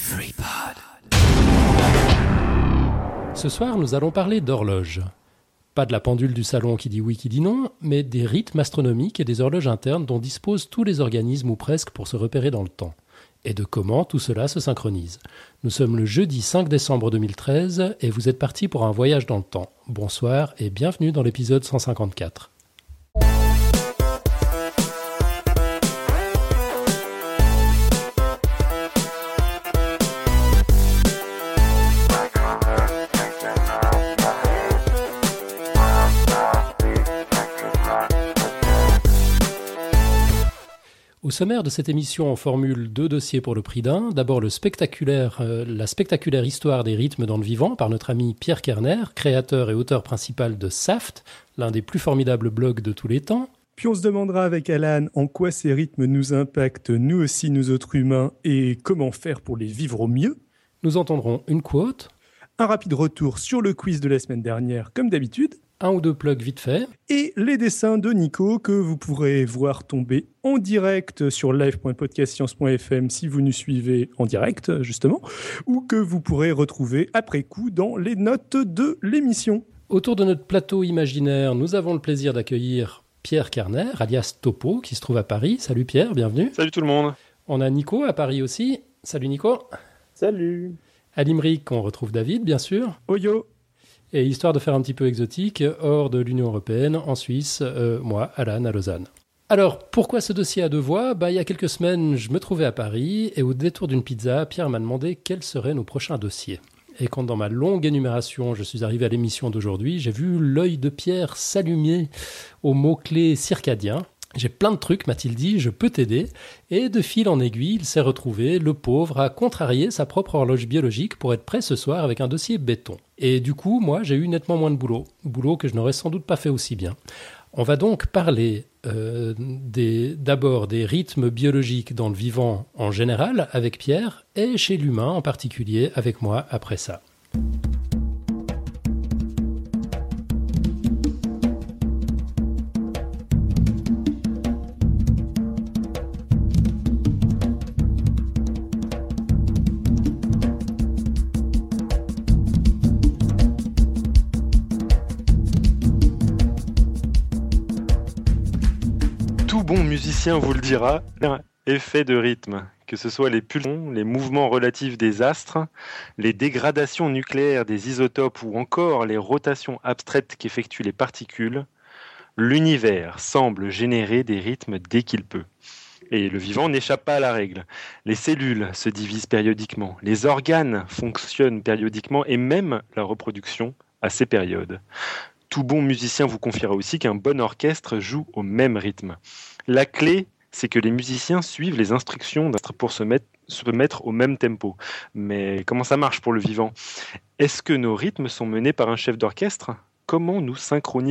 FreePod. Ce soir, nous allons parler d'horloge. Pas de la pendule du salon qui dit oui, qui dit non, mais des rythmes astronomiques et des horloges internes dont disposent tous les organismes ou presque pour se repérer dans le temps. Et de comment tout cela se synchronise. Nous sommes le jeudi 5 décembre 2013 et vous êtes partis pour un voyage dans le temps. Bonsoir et bienvenue dans l'épisode 154. Au sommaire de cette émission, on formule deux dossiers pour le prix d'un. D'abord la spectaculaire histoire des rythmes dans le vivant par notre ami Pierre Kerner, créateur et auteur principal de Saft, l'un des plus formidables blogs de tous les temps. Puis on se demandera avec Alan en quoi ces rythmes nous impactent, nous aussi, nous autres humains, et comment faire pour les vivre au mieux. Nous entendrons une quote. Un rapide retour sur le quiz de la semaine dernière, comme d'habitude. Un ou deux plugs vite fait. Et les dessins de Nico que vous pourrez voir tomber en direct sur live.podcastscience.fm si vous nous suivez en direct, justement, ou que vous pourrez retrouver après coup dans les notes de l'émission. Autour de notre plateau imaginaire, nous avons le plaisir d'accueillir Pierre Kerner, alias Topo, qui se trouve à Paris. Salut Pierre, bienvenue. Salut tout le monde. On a Nico à Paris aussi. Salut Nico. Salut. À Limerick, on retrouve David, bien sûr. Oyo. Et histoire de faire un petit peu exotique, hors de l'Union européenne, en Suisse, moi, Alan, à Lausanne. Alors, pourquoi ce dossier à deux voix ? Il y a quelques semaines, je me trouvais à Paris, et au détour d'une pizza, Pierre m'a demandé quels seraient nos prochains dossiers. Et quand dans ma longue énumération, je suis arrivé à l'émission d'aujourd'hui, j'ai vu l'œil de Pierre s'allumer au mot-clé circadien. J'ai plein de trucs, m'a-t-il dit, je peux t'aider. Et de fil en aiguille, il s'est retrouvé, le pauvre, à contrarier sa propre horloge biologique pour être prêt ce soir avec un dossier béton. Et du coup, moi, j'ai eu nettement moins de boulot que je n'aurais sans doute pas fait aussi bien. On va donc parler d'abord des rythmes biologiques dans le vivant en général avec Pierre et chez l'humain en particulier avec moi après ça. Bon musicien vous le dira, effet de rythme, que ce soit les pulsions, les mouvements relatifs des astres, les dégradations nucléaires des isotopes ou encore les rotations abstraites qu'effectuent les particules, l'univers semble générer des rythmes dès qu'il peut. Et le vivant n'échappe pas à la règle. Les cellules se divisent périodiquement, les organes fonctionnent périodiquement et même la reproduction à ces périodes. Tout bon musicien vous confiera aussi qu'un bon orchestre joue au même rythme. La clé, c'est que les musiciens suivent les instructions pour se mettre au même tempo. Mais comment ça marche pour le vivant ? Est-ce que nos rythmes sont menés par un chef d'orchestre ? Comment nous synchronisons-nous ?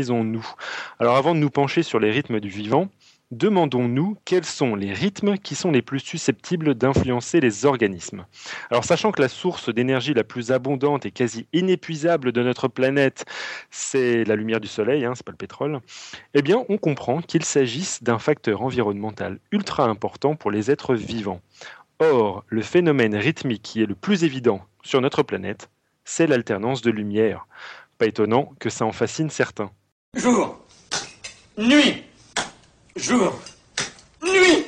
Alors avant de nous pencher sur les rythmes du vivant, demandons-nous quels sont les rythmes qui sont les plus susceptibles d'influencer les organismes. Alors sachant que la source d'énergie la plus abondante et quasi inépuisable de notre planète, c'est la lumière du soleil, c'est pas le pétrole, eh bien on comprend qu'il s'agisse d'un facteur environnemental ultra important pour les êtres vivants. Or, le phénomène rythmique qui est le plus évident sur notre planète, c'est l'alternance de lumière. Pas étonnant que ça en fascine certains. Jour, nuit, jour, nuit,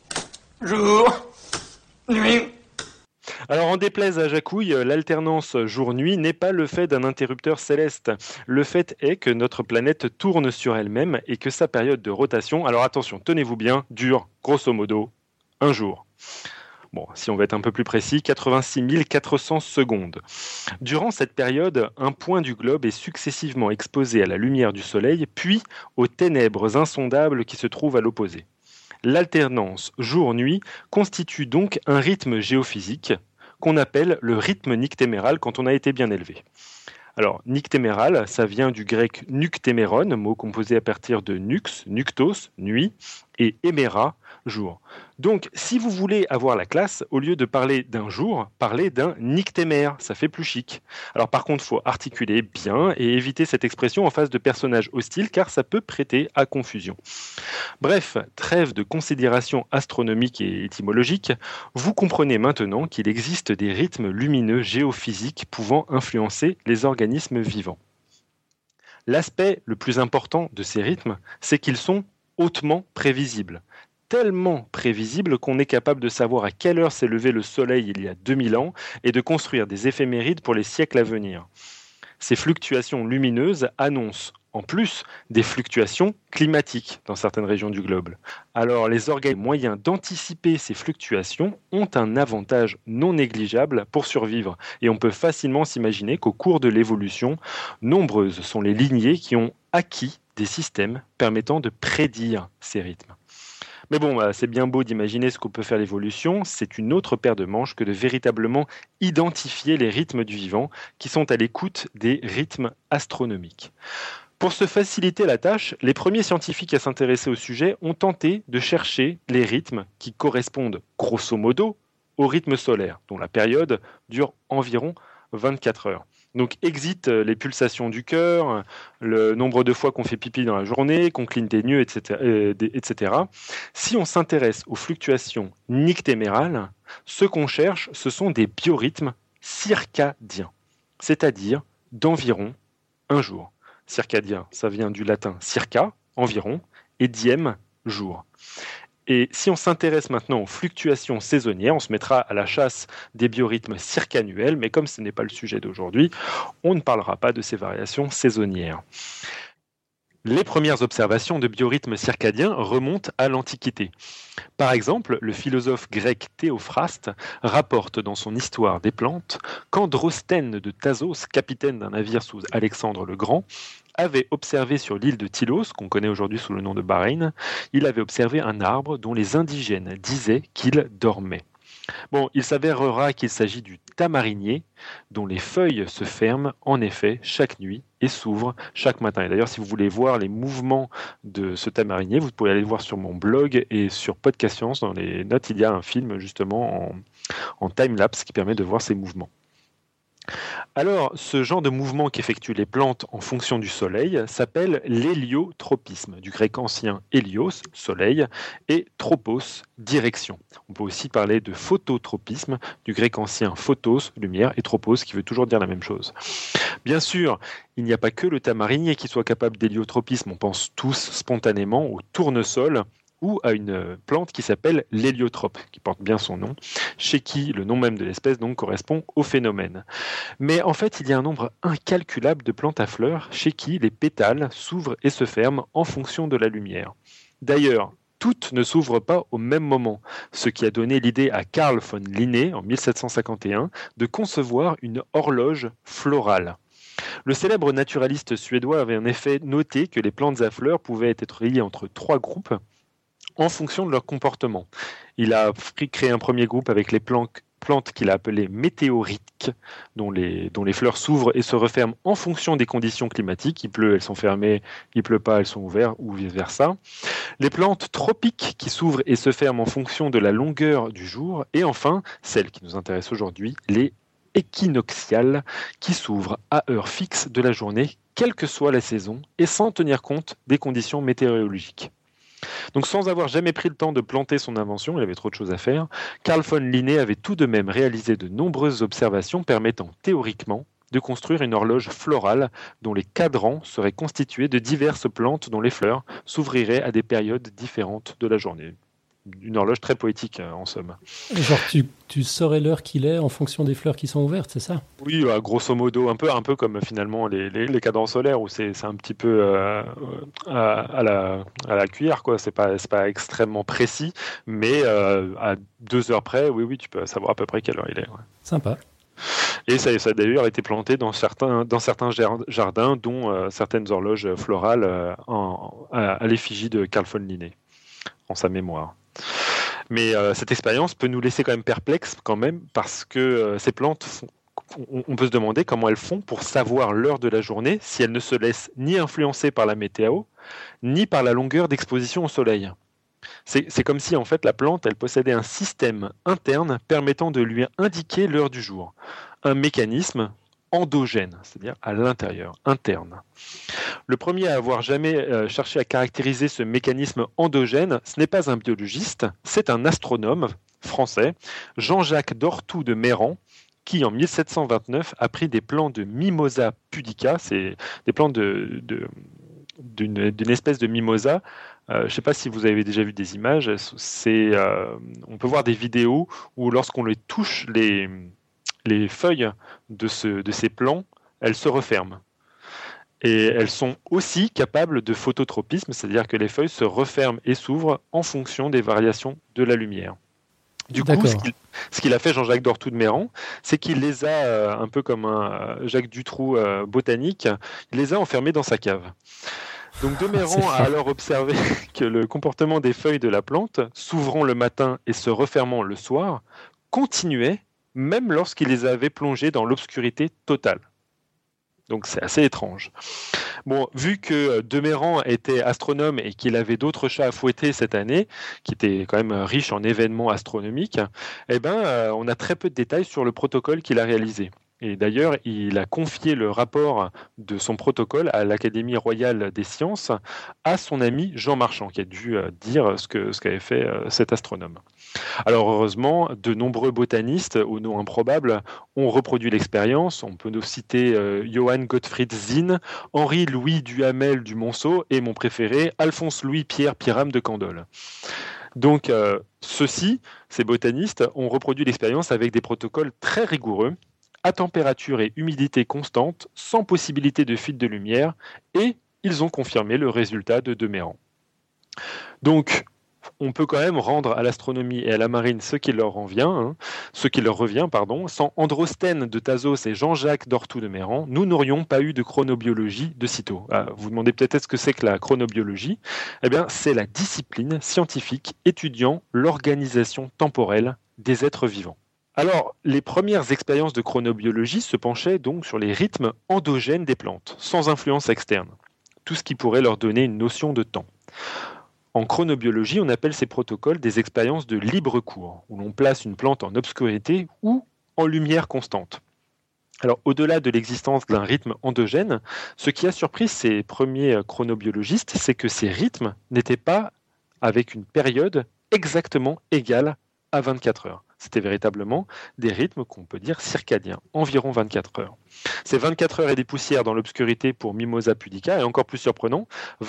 jour, nuit. Alors, en déplaise à Jacouille, l'alternance jour-nuit n'est pas le fait d'un interrupteur céleste. Le fait est que notre planète tourne sur elle-même et que sa période de rotation, alors attention, tenez-vous bien, dure, grosso modo, un jour. Bon, si on veut être un peu plus précis, 86 400 secondes. Durant cette période, un point du globe est successivement exposé à la lumière du soleil, puis aux ténèbres insondables qui se trouvent à l'opposé. L'alternance jour-nuit constitue donc un rythme géophysique qu'on appelle le rythme nyctéméral quand on a été bien élevé. Alors, nyctéméral, ça vient du grec nuktéméron, mot composé à partir de nux, nuktos, nuit, et héméra, jour. Donc, si vous voulez avoir la classe, au lieu de parler d'un jour, parlez d'un nyctémère, ça fait plus chic. Alors par contre, il faut articuler bien et éviter cette expression en face de personnages hostiles car ça peut prêter à confusion. Bref, trêve de considérations astronomiques et étymologiques, vous comprenez maintenant qu'il existe des rythmes lumineux géophysiques pouvant influencer les organismes vivants. L'aspect le plus important de ces rythmes, c'est qu'ils sont hautement prévisibles. Tellement prévisible qu'on est capable de savoir à quelle heure s'est levé le soleil il y a 2000 ans et de construire des éphémérides pour les siècles à venir. Ces fluctuations lumineuses annoncent en plus des fluctuations climatiques dans certaines régions du globe. Alors les organes moyens d'anticiper ces fluctuations ont un avantage non négligeable pour survivre et on peut facilement s'imaginer qu'au cours de l'évolution, nombreuses sont les lignées qui ont acquis des systèmes permettant de prédire ces rythmes. Mais bon, c'est bien beau d'imaginer ce que peut faire l'évolution, c'est une autre paire de manches que de véritablement identifier les rythmes du vivant qui sont à l'écoute des rythmes astronomiques. Pour se faciliter la tâche, les premiers scientifiques à s'intéresser au sujet ont tenté de chercher les rythmes qui correspondent grosso modo au rythme solaire, dont la période dure environ 24 heures. Donc exit les pulsations du cœur, le nombre de fois qu'on fait pipi dans la journée, qu'on cligne des yeux, etc. Si on s'intéresse aux fluctuations nyctémérales, ce qu'on cherche, ce sont des biorhythmes circadiens, c'est-à-dire d'environ un jour. Circadien, ça vient du latin circa, environ, et diem, jour. Et si on s'intéresse maintenant aux fluctuations saisonnières, on se mettra à la chasse des biorhythmes circannuels, mais comme ce n'est pas le sujet d'aujourd'hui, on ne parlera pas de ces variations saisonnières. Les premières observations de biorhythmes circadiens remontent à l'Antiquité. Par exemple, le philosophe grec Théophraste rapporte dans son Histoire des plantes qu'Androstène de Thasos, capitaine d'un navire sous Alexandre le Grand, avait observé sur l'île de Tylos, qu'on connaît aujourd'hui sous le nom de Bahreïn, il avait observé un arbre dont les indigènes disaient qu'il dormait. Bon, il s'avérera qu'il s'agit du tamarinier, dont les feuilles se ferment en effet chaque nuit et s'ouvrent chaque matin. Et d'ailleurs, si vous voulez voir les mouvements de ce tamarinier, vous pouvez aller le voir sur mon blog et sur Podcast Science. Dans les notes, il y a un film justement en time-lapse qui permet de voir ces mouvements. Alors, ce genre de mouvement qu'effectuent les plantes en fonction du soleil s'appelle l'héliotropisme, du grec ancien hélios, soleil, et tropos, direction. On peut aussi parler de phototropisme, du grec ancien photos, lumière, et tropos, qui veut toujours dire la même chose. Bien sûr, il n'y a pas que le tamarinier qui soit capable d'héliotropisme, on pense tous spontanément au tournesol, ou à une plante qui s'appelle l'héliotrope, qui porte bien son nom, chez qui le nom même de l'espèce donc correspond au phénomène. Mais en fait, il y a un nombre incalculable de plantes à fleurs chez qui les pétales s'ouvrent et se ferment en fonction de la lumière. D'ailleurs, toutes ne s'ouvrent pas au même moment, ce qui a donné l'idée à Carl von Linné, en 1751, de concevoir une horloge florale. Le célèbre naturaliste suédois avait en effet noté que les plantes à fleurs pouvaient être reliées entre trois groupes, en fonction de leur comportement. Il a créé un premier groupe avec les plantes qu'il a appelées météoriques, dont les fleurs s'ouvrent et se referment en fonction des conditions climatiques. Il pleut, elles sont fermées, il pleut pas, elles sont ouvertes, ou vice-versa. Les plantes tropiques qui s'ouvrent et se ferment en fonction de la longueur du jour. Et enfin, celles qui nous intéressent aujourd'hui, les équinoxiales, qui s'ouvrent à heure fixe de la journée, quelle que soit la saison, et sans tenir compte des conditions météorologiques. Donc sans avoir jamais pris le temps de planter son invention, il avait trop de choses à faire, Carl von Linné avait tout de même réalisé de nombreuses observations permettant théoriquement de construire une horloge florale dont les cadrans seraient constitués de diverses plantes dont les fleurs s'ouvriraient à des périodes différentes de la journée. Une horloge très poétique, en somme. Genre, tu saurais l'heure qu'il est en fonction des fleurs qui sont ouvertes, c'est ça ? Oui, grosso modo, un peu comme finalement les cadrans solaires, où c'est un petit peu à la cuillère, quoi. C'est pas extrêmement précis, mais à 2 heures près, oui, tu peux savoir à peu près quelle heure il est. Ouais. Sympa. Et ça a d'ailleurs été planté dans certains jardins, dont certaines horloges florales à l'effigie de Carl von Linné, en sa mémoire. Mais cette expérience peut nous laisser quand même perplexes parce que ces plantes, on peut se demander comment elles font pour savoir l'heure de la journée si elles ne se laissent ni influencer par la météo, ni par la longueur d'exposition au soleil. C'est comme si en fait la plante elle possédait un système interne permettant de lui indiquer l'heure du jour. Un mécanisme endogène, c'est-à-dire à l'intérieur, interne. Le premier à avoir jamais cherché à caractériser ce mécanisme endogène, ce n'est pas un biologiste, c'est un astronome français, Jean-Jacques Dortoux de Meyran, qui en 1729 a pris des plants de Mimosa pudica, c'est des plants d'une espèce de mimosa. Je ne sais pas si vous avez déjà vu des images, on peut voir des vidéos où lorsqu'on les touche, les feuilles de ces plants, elles se referment. Et elles sont aussi capables de phototropisme, c'est-à-dire que les feuilles se referment et s'ouvrent en fonction des variations de la lumière. Du coup, ce qu'il a fait Jean-Jacques Dortoux de Meyran, c'est qu'il les a, un peu comme un Jacques Dutroux botanique, il les a enfermés dans sa cave. Donc de Meyran a alors observé que le comportement des feuilles de la plante, s'ouvrant le matin et se refermant le soir, continuait même lorsqu'il les avait plongées dans l'obscurité totale. Donc c'est assez étrange. Bon, vu que de Meyran était astronome et qu'il avait d'autres chats à fouetter cette année, qui étaient quand même riches en événements astronomiques, on a très peu de détails sur le protocole qu'il a réalisé. Et d'ailleurs, il a confié le rapport de son protocole à l'Académie royale des sciences à son ami Jean Marchand, qui a dû dire ce qu'avait fait cet astronome. Alors heureusement, de nombreux botanistes, au nom improbable, ont reproduit l'expérience. On peut nous citer Johann Gottfried Zinn, Henri-Louis Duhamel du Monceau et mon préféré, Alphonse-Louis Pierre Pyrame de Candolle. Donc ces botanistes, ont reproduit l'expérience avec des protocoles très rigoureux, à température et humidité constante, sans possibilité de fuite de lumière, et ils ont confirmé le résultat de Meyran. Donc, on peut quand même rendre à l'astronomie et à la marine ce qui leur revient, Sans Androstène de Thasos et Jean-Jacques Dortoux de Meyran, nous n'aurions pas eu de chronobiologie de sitôt. Vous vous demandez peut-être ce que c'est que la chronobiologie. Eh bien, c'est la discipline scientifique étudiant l'organisation temporelle des êtres vivants. Alors, les premières expériences de chronobiologie se penchaient donc sur les rythmes endogènes des plantes, sans influence externe, tout ce qui pourrait leur donner une notion de temps. En chronobiologie, on appelle ces protocoles des expériences de libre cours, où l'on place une plante en obscurité ou en lumière constante. Alors, au-delà de l'existence d'un rythme endogène, ce qui a surpris ces premiers chronobiologistes, c'est que ces rythmes n'étaient pas avec une période exactement égale à 24 heures. C'était véritablement des rythmes qu'on peut dire circadiens, environ 24 heures. C'est 24 heures et des poussières dans l'obscurité pour Mimosa pudica, et encore plus surprenant,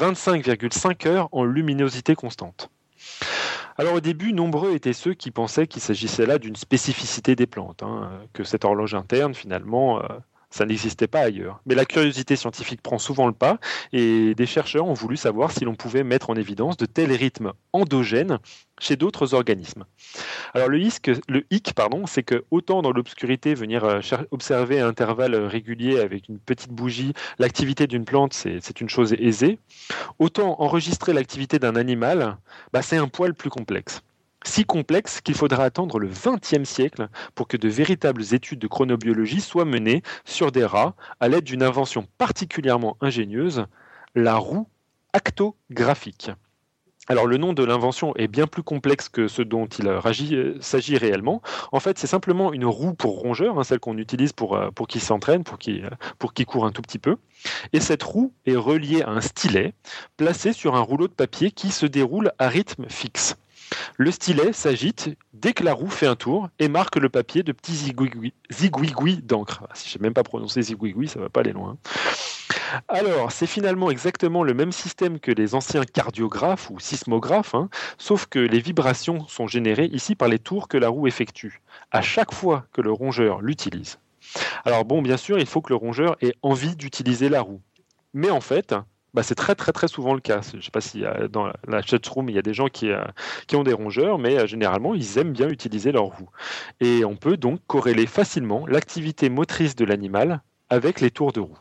25,5 heures en luminosité constante. Alors au début, nombreux étaient ceux qui pensaient qu'il s'agissait là d'une spécificité des plantes, que cette horloge interne, finalement, ça n'existait pas ailleurs. Mais la curiosité scientifique prend souvent le pas, et des chercheurs ont voulu savoir si l'on pouvait mettre en évidence de tels rythmes endogènes chez d'autres organismes. Alors le hic, c'est que autant dans l'obscurité, venir observer à intervalles réguliers avec une petite bougie l'activité d'une plante, c'est une chose aisée, autant enregistrer l'activité d'un animal, c'est un poil plus complexe. Si complexe qu'il faudra attendre le XXe siècle pour que de véritables études de chronobiologie soient menées sur des rats à l'aide d'une invention particulièrement ingénieuse, la roue actographique. Alors le nom de l'invention est bien plus complexe que ce dont il s'agit réellement. En fait, c'est simplement une roue pour rongeur, celle qu'on utilise pour qu'il s'entraîne, pour qu'il court un tout petit peu. Et cette roue est reliée à un stylet placé sur un rouleau de papier qui se déroule à rythme fixe. Le stylet s'agite dès que la roue fait un tour et marque le papier de petits zigouigouis d'encre. Si je ne sais même pas prononcer zigouigouis, ça ne va pas aller loin. Alors, c'est finalement exactement le même système que les anciens cardiographes ou sismographes, sauf que les vibrations sont générées ici par les tours que la roue effectue, à chaque fois que le rongeur l'utilise. Alors bon, bien sûr, il faut que le rongeur ait envie d'utiliser la roue. Mais en fait, c'est très très très souvent le cas. Je ne sais pas si dans la chatroom il y a des gens qui ont des rongeurs, mais généralement ils aiment bien utiliser leur roue. Et on peut donc corréler facilement l'activité motrice de l'animal avec les tours de roue.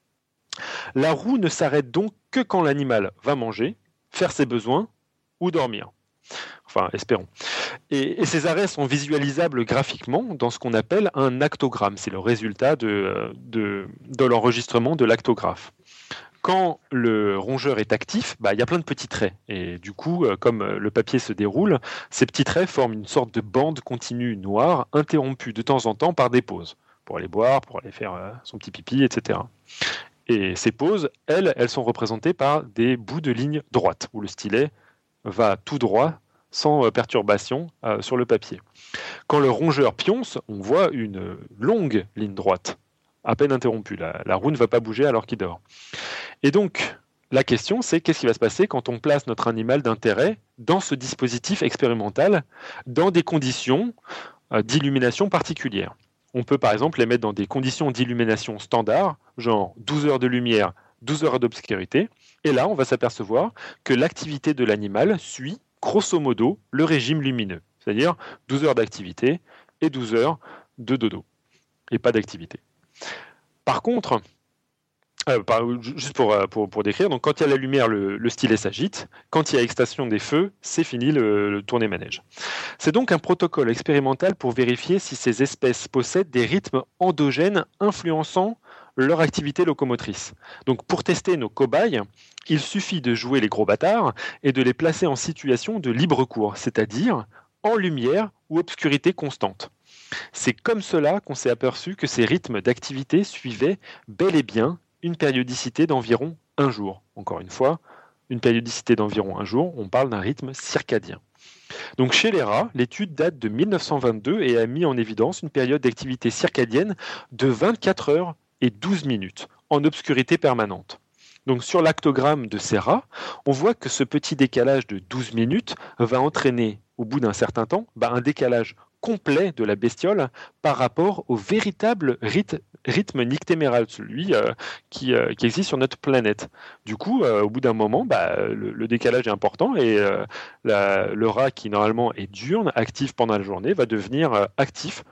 La roue ne s'arrête donc que quand l'animal va manger, faire ses besoins ou dormir. Enfin, espérons. Et ces arrêts sont visualisables graphiquement dans ce qu'on appelle un actogramme. C'est le résultat de l'enregistrement de l'actographe. Quand le rongeur est actif, il y a plein de petits traits. Et du coup, comme le papier se déroule, ces petits traits forment une sorte de bande continue noire, interrompue de temps en temps par des pauses, pour aller boire, pour aller faire son petit pipi, etc. Et ces pauses, elles sont représentées par des bouts de ligne droite, où le stylet va tout droit, sans perturbation, sur le papier. Quand le rongeur pionce, on voit une longue ligne droite, à peine interrompue. La roue ne va pas bouger alors qu'il dort. Et donc, la question, c'est qu'est-ce qui va se passer quand on place notre animal d'intérêt dans ce dispositif expérimental, dans des conditions d'illumination particulières. On peut par exemple les mettre dans des conditions d'illumination standard, genre 12 heures de lumière, 12 heures d'obscurité, et là, on va s'apercevoir que l'activité de l'animal suit, grosso modo, le régime lumineux, c'est-à-dire 12 heures d'activité et 12 heures de dodo, et pas d'activité. Par contre, juste pour décrire, donc quand il y a la lumière, le stylet s'agite. Quand il y a extinction des feux, c'est fini le tourner-manège. C'est donc un protocole expérimental pour vérifier si ces espèces possèdent des rythmes endogènes influençant leur activité locomotrice. Donc pour tester nos cobayes, il suffit de jouer les gros bâtards et de les placer en situation de libre cours, c'est-à-dire en lumière ou obscurité constante. C'est comme cela qu'on s'est aperçu que ces rythmes d'activité suivaient bel et bien une périodicité d'environ 1 jour. Encore une fois, une périodicité d'environ 1 jour, on parle d'un rythme circadien. Donc chez les rats, l'étude date de 1922 et a mis en évidence une période d'activité circadienne de 24 heures et 12 minutes, en obscurité permanente. Donc sur l'actogramme de ces rats, on voit que ce petit décalage de 12 minutes va entraîner, au bout d'un certain temps, un décalage complet de la bestiole par rapport au véritable rythme nictéméral, celui qui existe sur notre planète. Du coup, au bout d'un moment, le décalage est important et le rat qui normalement est diurne, actif pendant la journée, va devenir actif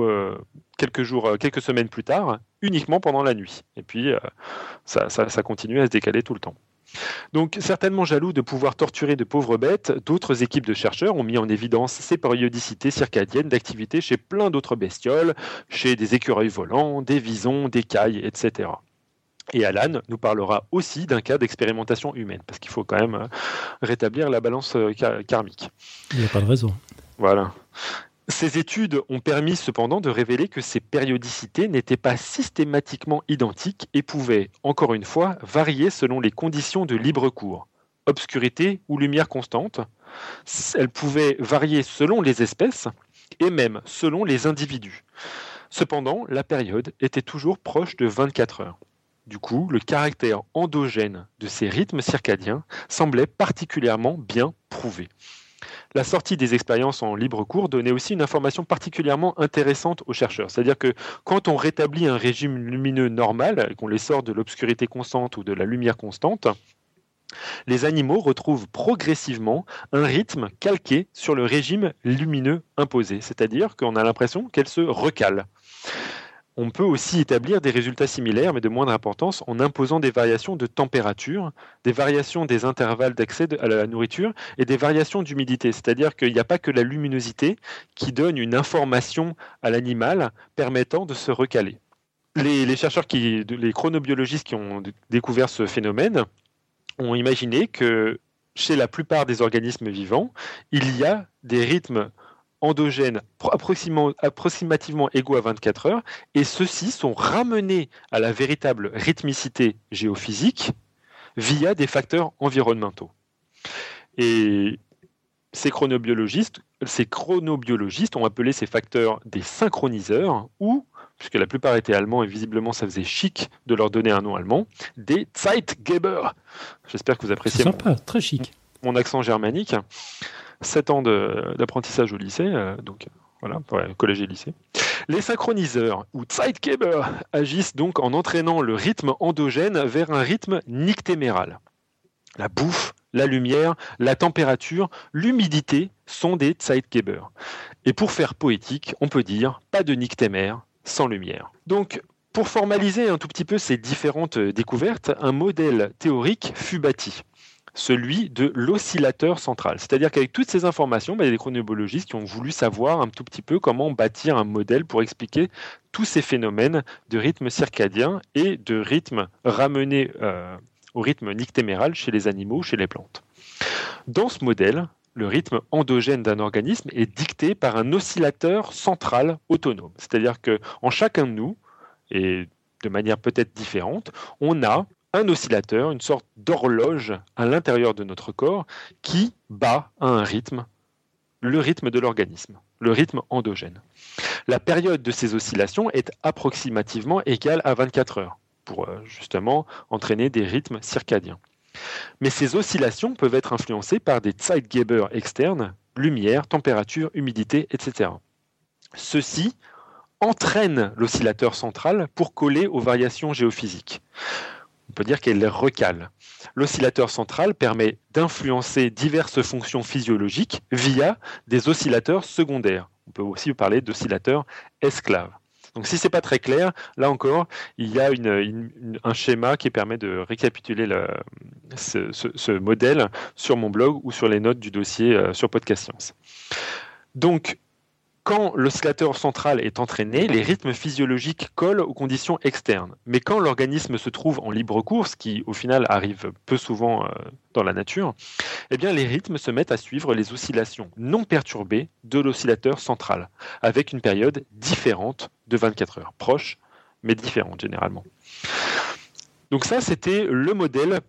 quelques semaines plus tard, uniquement pendant la nuit. Et puis, ça continue à se décaler tout le temps. Donc, certainement jaloux de pouvoir torturer de pauvres bêtes, d'autres équipes de chercheurs ont mis en évidence ces périodicités circadiennes d'activité chez plein d'autres bestioles, chez des écureuils volants, des visons, des cailles, etc. Et Alan nous parlera aussi d'un cas d'expérimentation humaine, parce qu'il faut quand même rétablir la balance karmique. Il n'y a pas de raison. Voilà. Ces études ont permis cependant de révéler que ces périodicités n'étaient pas systématiquement identiques et pouvaient, encore une fois, varier selon les conditions de libre cours, obscurité ou lumière constante. Elles pouvaient varier selon les espèces et même selon les individus. Cependant, la période était toujours proche de 24 heures. Du coup, le caractère endogène de ces rythmes circadiens semblait particulièrement bien prouvé. La sortie des expériences en libre cours donnait aussi une information particulièrement intéressante aux chercheurs. C'est-à-dire que quand on rétablit un régime lumineux normal, qu'on les sort de l'obscurité constante ou de la lumière constante, les animaux retrouvent progressivement un rythme calqué sur le régime lumineux imposé. C'est-à-dire qu'on a l'impression qu'elles se recalent. On peut aussi établir des résultats similaires, mais de moindre importance, en imposant des variations de température, des variations des intervalles d'accès à la nourriture et des variations d'humidité. C'est-à-dire qu'il n'y a pas que la luminosité qui donne une information à l'animal permettant de se recaler. Les chercheurs, les chronobiologistes qui ont découvert ce phénomène ont imaginé que chez la plupart des organismes vivants, il y a des rythmes endogènes approximativement égaux à 24 heures, et ceux-ci sont ramenés à la véritable rythmicité géophysique via des facteurs environnementaux. Et ces chronobiologistes ont appelé ces facteurs des synchroniseurs, ou, puisque la plupart étaient allemands et visiblement ça faisait chic de leur donner un nom allemand, des Zeitgeber. J'espère que vous appréciez sympa, très chic. Mon accent germanique. 7 ans d'apprentissage au lycée, collège et lycée. Les synchroniseurs, ou Zeitgeber, agissent donc en entraînant le rythme endogène vers un rythme nictéméral. La bouffe, la lumière, la température, l'humidité sont des Zeitgeber. Et pour faire poétique, on peut dire pas de nictémère sans lumière. Donc, pour formaliser un tout petit peu ces différentes découvertes, un modèle théorique fut bâti. Celui de l'oscillateur central. C'est-à-dire qu'avec toutes ces informations, il y a des chronobiologistes qui ont voulu savoir un tout petit peu comment bâtir un modèle pour expliquer tous ces phénomènes de rythme circadien et de rythme ramené au rythme nictéméral chez les animaux, chez les plantes. Dans ce modèle, le rythme endogène d'un organisme est dicté par un oscillateur central autonome. C'est-à-dire qu'en chacun de nous, et de manière peut-être différente, on a un oscillateur, une sorte d'horloge à l'intérieur de notre corps qui bat à un rythme, le rythme de l'organisme, le rythme endogène. La période de ces oscillations est approximativement égale à 24 heures pour justement entraîner des rythmes circadiens. Mais ces oscillations peuvent être influencées par des Zeitgeber externes, lumière, température, humidité, etc. Ceux-ci entraînent l'oscillateur central pour coller aux variations géophysiques. On peut dire qu'elle les recale. L'oscillateur central permet d'influencer diverses fonctions physiologiques via des oscillateurs secondaires. On peut aussi parler d'oscillateurs esclaves. Donc si ce n'est pas très clair, là encore, il y a un schéma qui permet de récapituler ce modèle sur mon blog ou sur les notes du dossier sur Podcast Science. Donc, quand l'oscillateur central est entraîné, les rythmes physiologiques collent aux conditions externes. Mais quand l'organisme se trouve en libre course, ce qui au final arrive peu souvent dans la nature, eh bien les rythmes se mettent à suivre les oscillations non perturbées de l'oscillateur central, avec une période différente de 24 heures, proche mais différente généralement. Donc ça, c'était le modèle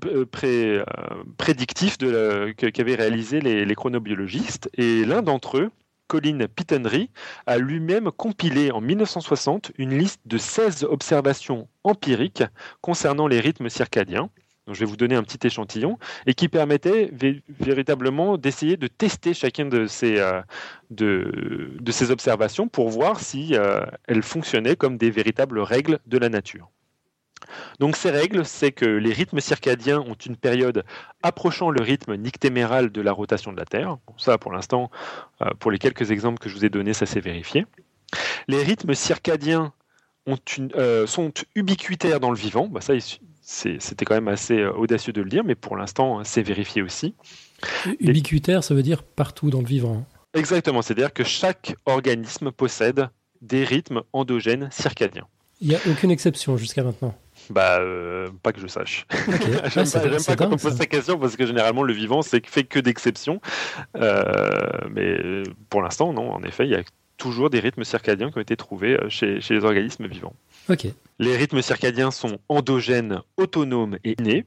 prédictif qu'avaient réalisé les chronobiologistes, et l'un d'entre eux, Colin Pittenry, a lui-même compilé en 1960 une liste de 16 observations empiriques concernant les rythmes circadiens. Donc, je vais vous donner un petit échantillon et qui permettait véritablement d'essayer de tester chacune de ces observations pour voir si elles fonctionnaient comme des véritables règles de la nature. Donc ces règles, c'est que les rythmes circadiens ont une période approchant le rythme nictéméral de la rotation de la Terre. Bon, ça, pour l'instant, pour les quelques exemples que je vous ai donnés, ça s'est vérifié. Les rythmes circadiens sont ubiquitaires dans le vivant. Bah, ça, c'était quand même assez audacieux de le dire, mais pour l'instant, c'est vérifié aussi. Ubiquitaire, ça veut dire partout dans le vivant. Exactement, c'est-à-dire que chaque organisme possède des rythmes endogènes circadiens. Il n'y a aucune exception jusqu'à maintenant. Pas que je sache. Okay. J'aime pas quand on pose cette question parce que généralement le vivant fait que d'exceptions. Mais pour l'instant, non, en effet, il y a toujours des rythmes circadiens qui ont été trouvés chez les organismes vivants. Okay. Les rythmes circadiens sont endogènes, autonomes et innés.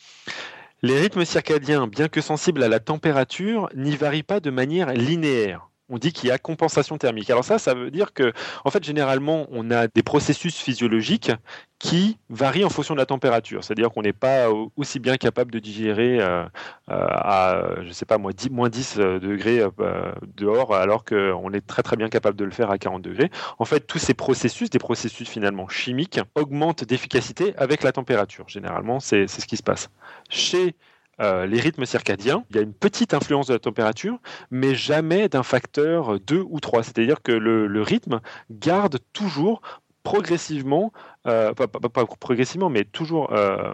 Les rythmes circadiens, bien que sensibles à la température, n'y varient pas de manière linéaire. On dit qu'il y a compensation thermique. Alors ça veut dire que, en fait, généralement, on a des processus physiologiques qui varient en fonction de la température. C'est-à-dire qu'on n'est pas aussi bien capable de digérer à, je sais pas moi, moins 10 degrés dehors, alors qu'on est très très bien capable de le faire à 40 degrés. En fait, tous ces processus, des processus finalement chimiques, augmentent d'efficacité avec la température. Généralement, c'est ce qui se passe. Chez les rythmes circadiens, il y a une petite influence de la température, mais jamais d'un facteur 2 ou 3. C'est-à-dire que le rythme garde toujours progressivement, pas progressivement, mais toujours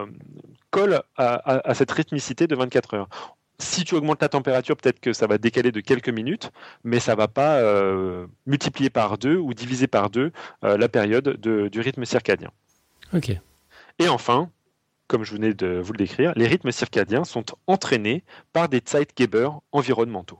colle à cette rythmicité de 24 heures. Si tu augmentes la température, peut-être que ça va décaler de quelques minutes, mais ça ne va pas multiplier par 2 ou diviser par 2 la période du rythme circadien. Ok. Et enfin, comme je venais de vous le décrire, les rythmes circadiens sont entraînés par des Zeitgeber environnementaux.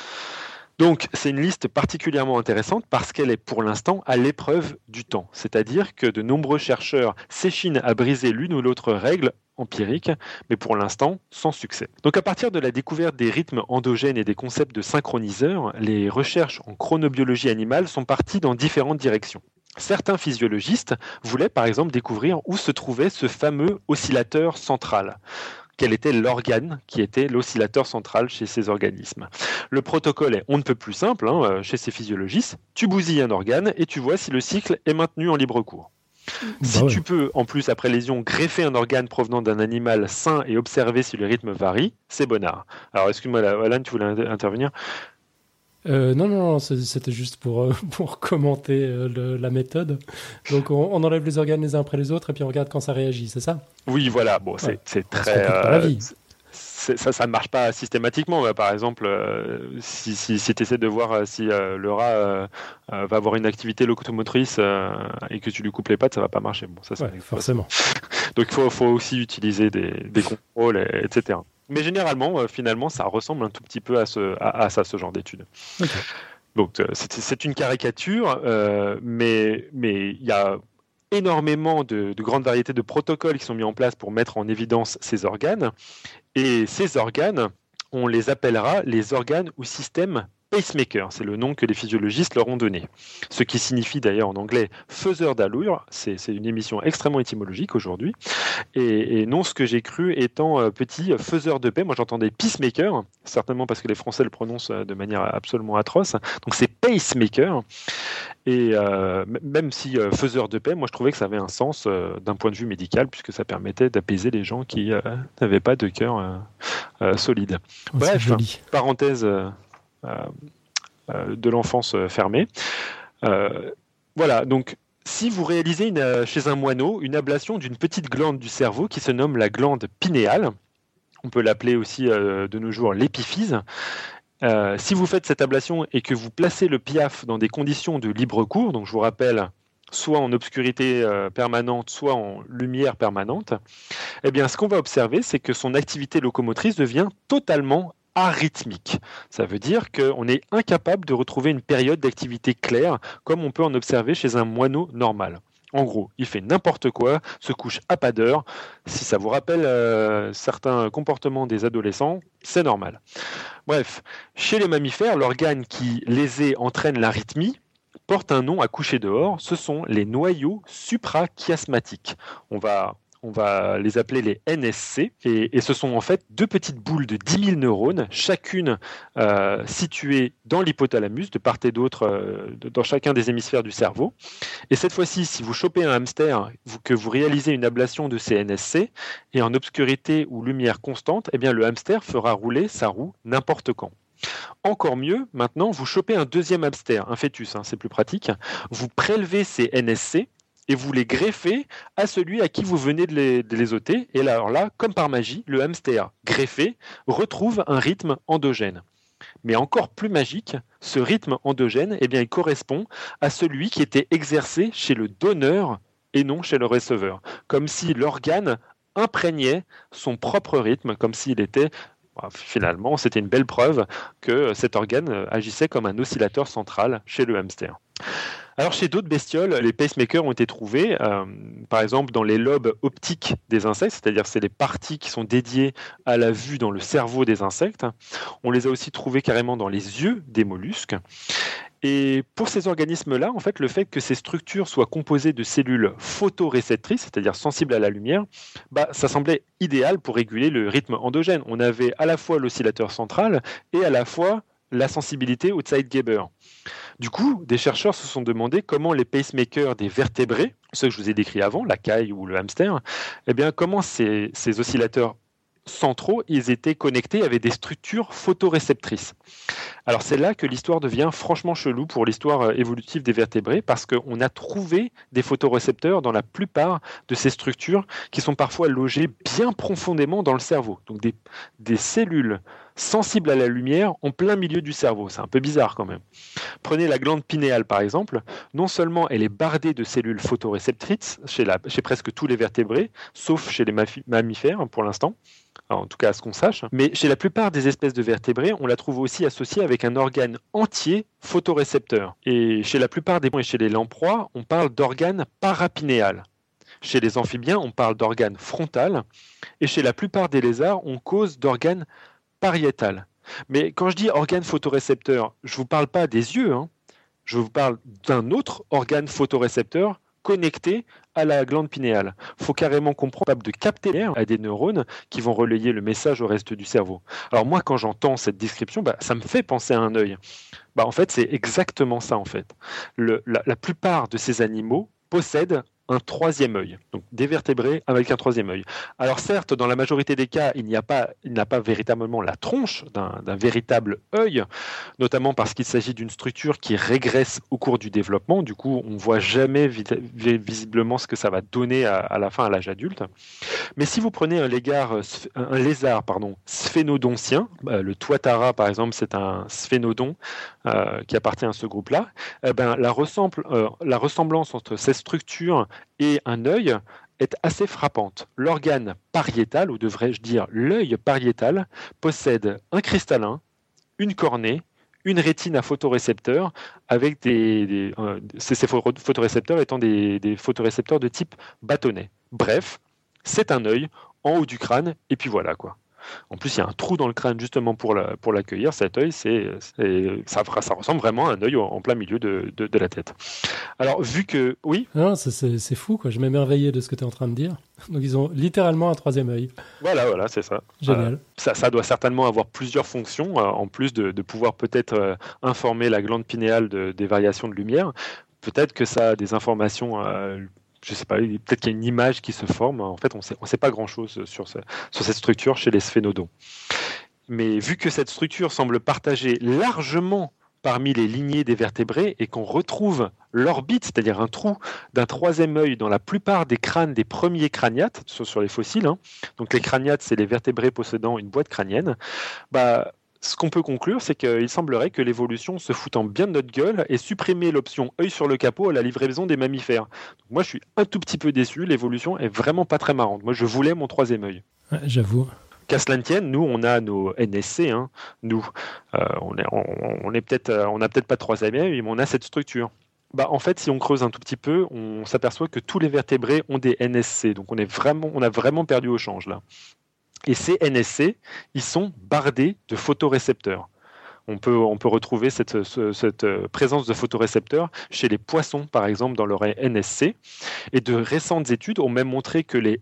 Donc, c'est une liste particulièrement intéressante parce qu'elle est pour l'instant à l'épreuve du temps. C'est-à-dire que de nombreux chercheurs s'échinent à briser l'une ou l'autre règle empirique, mais pour l'instant sans succès. Donc à partir de la découverte des rythmes endogènes et des concepts de synchroniseurs, les recherches en chronobiologie animale sont parties dans différentes directions. Certains physiologistes voulaient par exemple découvrir où se trouvait ce fameux oscillateur central. Quel était l'organe qui était l'oscillateur central chez ces organismes. Le protocole est on ne peut plus simple chez ces physiologistes. Tu bousilles un organe et tu vois si le cycle est maintenu en libre cours. Si tu peux, en plus, après lésion, greffer un organe provenant d'un animal sain et observer si le rythme varie, c'est bonnard. Alors, excuse-moi, Alan, tu voulais intervenir ? Non, c'était juste pour commenter la méthode. Donc, on enlève les organes les uns après les autres et puis on regarde quand ça réagit, c'est ça ? Oui, voilà. Bon, c'est très... Ça ne marche pas systématiquement. Par exemple, si tu essaies de voir si le rat va avoir une activité locomotrice et que tu lui coupes les pattes, ça ne va pas marcher. Bon, ça, forcément. Donc il faut aussi utiliser des contrôles, etc. Mais généralement, finalement, ça ressemble un tout petit peu à ça, ce genre d'études. Ok. Donc c'est une caricature, mais il y a énormément de grandes variétés de protocoles qui sont mis en place pour mettre en évidence ces organes. Et ces organes, on les appellera les organes ou systèmes pacemaker, c'est le nom que les physiologistes leur ont donné. Ce qui signifie d'ailleurs en anglais faiseur d'allure, c'est une émission extrêmement étymologique aujourd'hui, et non ce que j'ai cru étant petit faiseur de paix, moi j'entendais peacemaker, certainement parce que les Français le prononcent de manière absolument atroce, donc c'est pacemaker, et même si faiseur de paix, moi je trouvais que ça avait un sens d'un point de vue médical, puisque ça permettait d'apaiser les gens qui n'avaient pas de cœur solide. Oh, Bref, c'est joli. parenthèse de l'enfance fermée. Voilà, donc si vous réalisez chez un moineau une ablation d'une petite glande du cerveau qui se nomme la glande pinéale, on peut l'appeler aussi de nos jours l'épiphyse, si vous faites cette ablation et que vous placez le piaf dans des conditions de libre cours, donc je vous rappelle, soit en obscurité permanente, soit en lumière permanente, eh bien, ce qu'on va observer, c'est que son activité locomotrice devient totalement arythmique. Ça veut dire qu'on est incapable de retrouver une période d'activité claire, comme on peut en observer chez un moineau normal. En gros, il fait n'importe quoi, se couche à pas d'heure. Si ça vous rappelle certains comportements des adolescents, c'est normal. Bref, chez les mammifères, l'organe qui lésé entraîne l'arythmie porte un nom à coucher dehors, ce sont les noyaux suprachiasmatiques. On va les appeler les NSC, et ce sont en fait deux petites boules de 10 000 neurones, chacune située dans l'hypothalamus, de part et d'autre, dans chacun des hémisphères du cerveau. Et cette fois-ci, si vous chopez un hamster, que vous réalisez une ablation de ces NSC, et en obscurité ou lumière constante, eh bien le hamster fera rouler sa roue n'importe quand. Encore mieux, maintenant, vous chopez un deuxième hamster, un fœtus, c'est plus pratique, vous prélevez ces NSC, et vous les greffez à celui à qui vous venez de les ôter. Et alors là, comme par magie, le hamster greffé retrouve un rythme endogène. Mais encore plus magique, ce rythme endogène, eh bien, il correspond à celui qui était exercé chez le donneur et non chez le receveur. Comme si l'organe imprégnait son propre rythme, comme s'il était... Finalement, c'était une belle preuve que cet organe agissait comme un oscillateur central chez le hamster. Alors chez d'autres bestioles, les pacemakers ont été trouvés, par exemple dans les lobes optiques des insectes, c'est-à-dire c'est les parties qui sont dédiées à la vue dans le cerveau des insectes. On les a aussi trouvés carrément dans les yeux des mollusques. Et pour ces organismes-là, en fait, le fait que ces structures soient composées de cellules photoréceptrices, c'est-à-dire sensibles à la lumière, ça semblait idéal pour réguler le rythme endogène. On avait à la fois l'oscillateur central et à la fois la sensibilité au Zeitgeber. Du coup, des chercheurs se sont demandé comment les pacemakers des vertébrés, ceux que je vous ai décrits avant, la caille ou le hamster, eh bien, comment ces oscillateurs centraux, ils étaient connectés avec des structures photoréceptrices. Alors c'est là que l'histoire devient franchement chelou pour l'histoire évolutive des vertébrés, parce qu'on a trouvé des photorécepteurs dans la plupart de ces structures qui sont parfois logées bien profondément dans le cerveau. Donc des cellules sensibles à la lumière en plein milieu du cerveau. C'est un peu bizarre quand même. Prenez la glande pinéale par exemple. Non seulement elle est bardée de cellules photoréceptrices chez presque tous les vertébrés, sauf chez les mammifères pour l'instant, en tout cas à ce qu'on sache, mais chez la plupart des espèces de vertébrés, on la trouve aussi associée avec un organe entier photorécepteur. Et chez la plupart des et chez les lamproies, on parle d'organe parapinéal. Chez les amphibiens, on parle d'organe frontal. Et chez la plupart des lézards, on cause d'organe pariétal. Mais quand je dis organe photorécepteur, je ne vous parle pas des yeux, je vous parle d'un autre organe photorécepteur connecté à la glande pinéale. Il faut carrément comprendre de capter l'air à des neurones qui vont relayer le message au reste du cerveau. Alors moi, quand j'entends cette description, ça me fait penser à un œil. En fait, c'est exactement ça, en fait. La plupart de ces animaux possèdent un troisième œil, donc des vertébrés avec un troisième œil. Alors certes, dans la majorité des cas, il n'a pas véritablement la tronche d'un véritable œil, notamment parce qu'il s'agit d'une structure qui régresse au cours du développement. Du coup, on ne voit jamais visiblement ce que ça va donner à la fin à l'âge adulte. Mais si vous prenez un lézard sphénodontien, le tuatara par exemple, c'est un sphénodon qui appartient à ce groupe-là, la ressemblance entre ces structures et un œil est assez frappante. L'organe pariétal, ou devrais-je dire l'œil pariétal, possède un cristallin, une cornée, une rétine à photorécepteurs, avec ces photorécepteurs étant des photorécepteurs de type bâtonnet. Bref, c'est un œil en haut du crâne, et puis voilà quoi. En plus, il y a un trou dans le crâne justement pour l'accueillir. Cet œil, ça ressemble vraiment à un œil en plein milieu de la tête. Alors, vu que... Oui. Non, c'est fou, quoi. Je m'émerveillais de ce que tu es en train de dire. Donc, ils ont littéralement un troisième œil. Voilà, c'est ça. Génial. Ça doit certainement avoir plusieurs fonctions, en plus de pouvoir peut-être informer la glande pinéale des variations de lumière. Peut-être que ça a des informations... je sais pas, peut-être qu'il y a une image qui se forme. En fait, on sait pas grand-chose sur cette structure chez les sphénodons. Mais vu que cette structure semble partagée largement parmi les lignées des vertébrés et qu'on retrouve l'orbite, c'est-à-dire un trou d'un troisième œil dans la plupart des crânes des premiers crâniates, sur les fossiles, donc les crâniates, c'est les vertébrés possédant une boîte crânienne, ce qu'on peut conclure, c'est qu'il semblerait que l'évolution se foutant bien de notre gueule ait supprimé l'option œil sur le capot à la livraison des mammifères. Donc moi, je suis un tout petit peu déçu. L'évolution est vraiment pas très marrante. Moi, je voulais mon troisième œil. Ouais, j'avoue. Qu'à cela ne tienne, nous, on a nos NSC. Nous, on n'a peut-être pas de troisième œil, mais on a cette structure. En fait, si on creuse un tout petit peu, on s'aperçoit que tous les vertébrés ont des NSC. Donc on a vraiment perdu au change là. Et ces NSC, ils sont bardés de photorécepteurs. On peut retrouver cette présence de photorécepteurs chez les poissons, par exemple, dans leur NSC. Et de récentes études ont même montré que les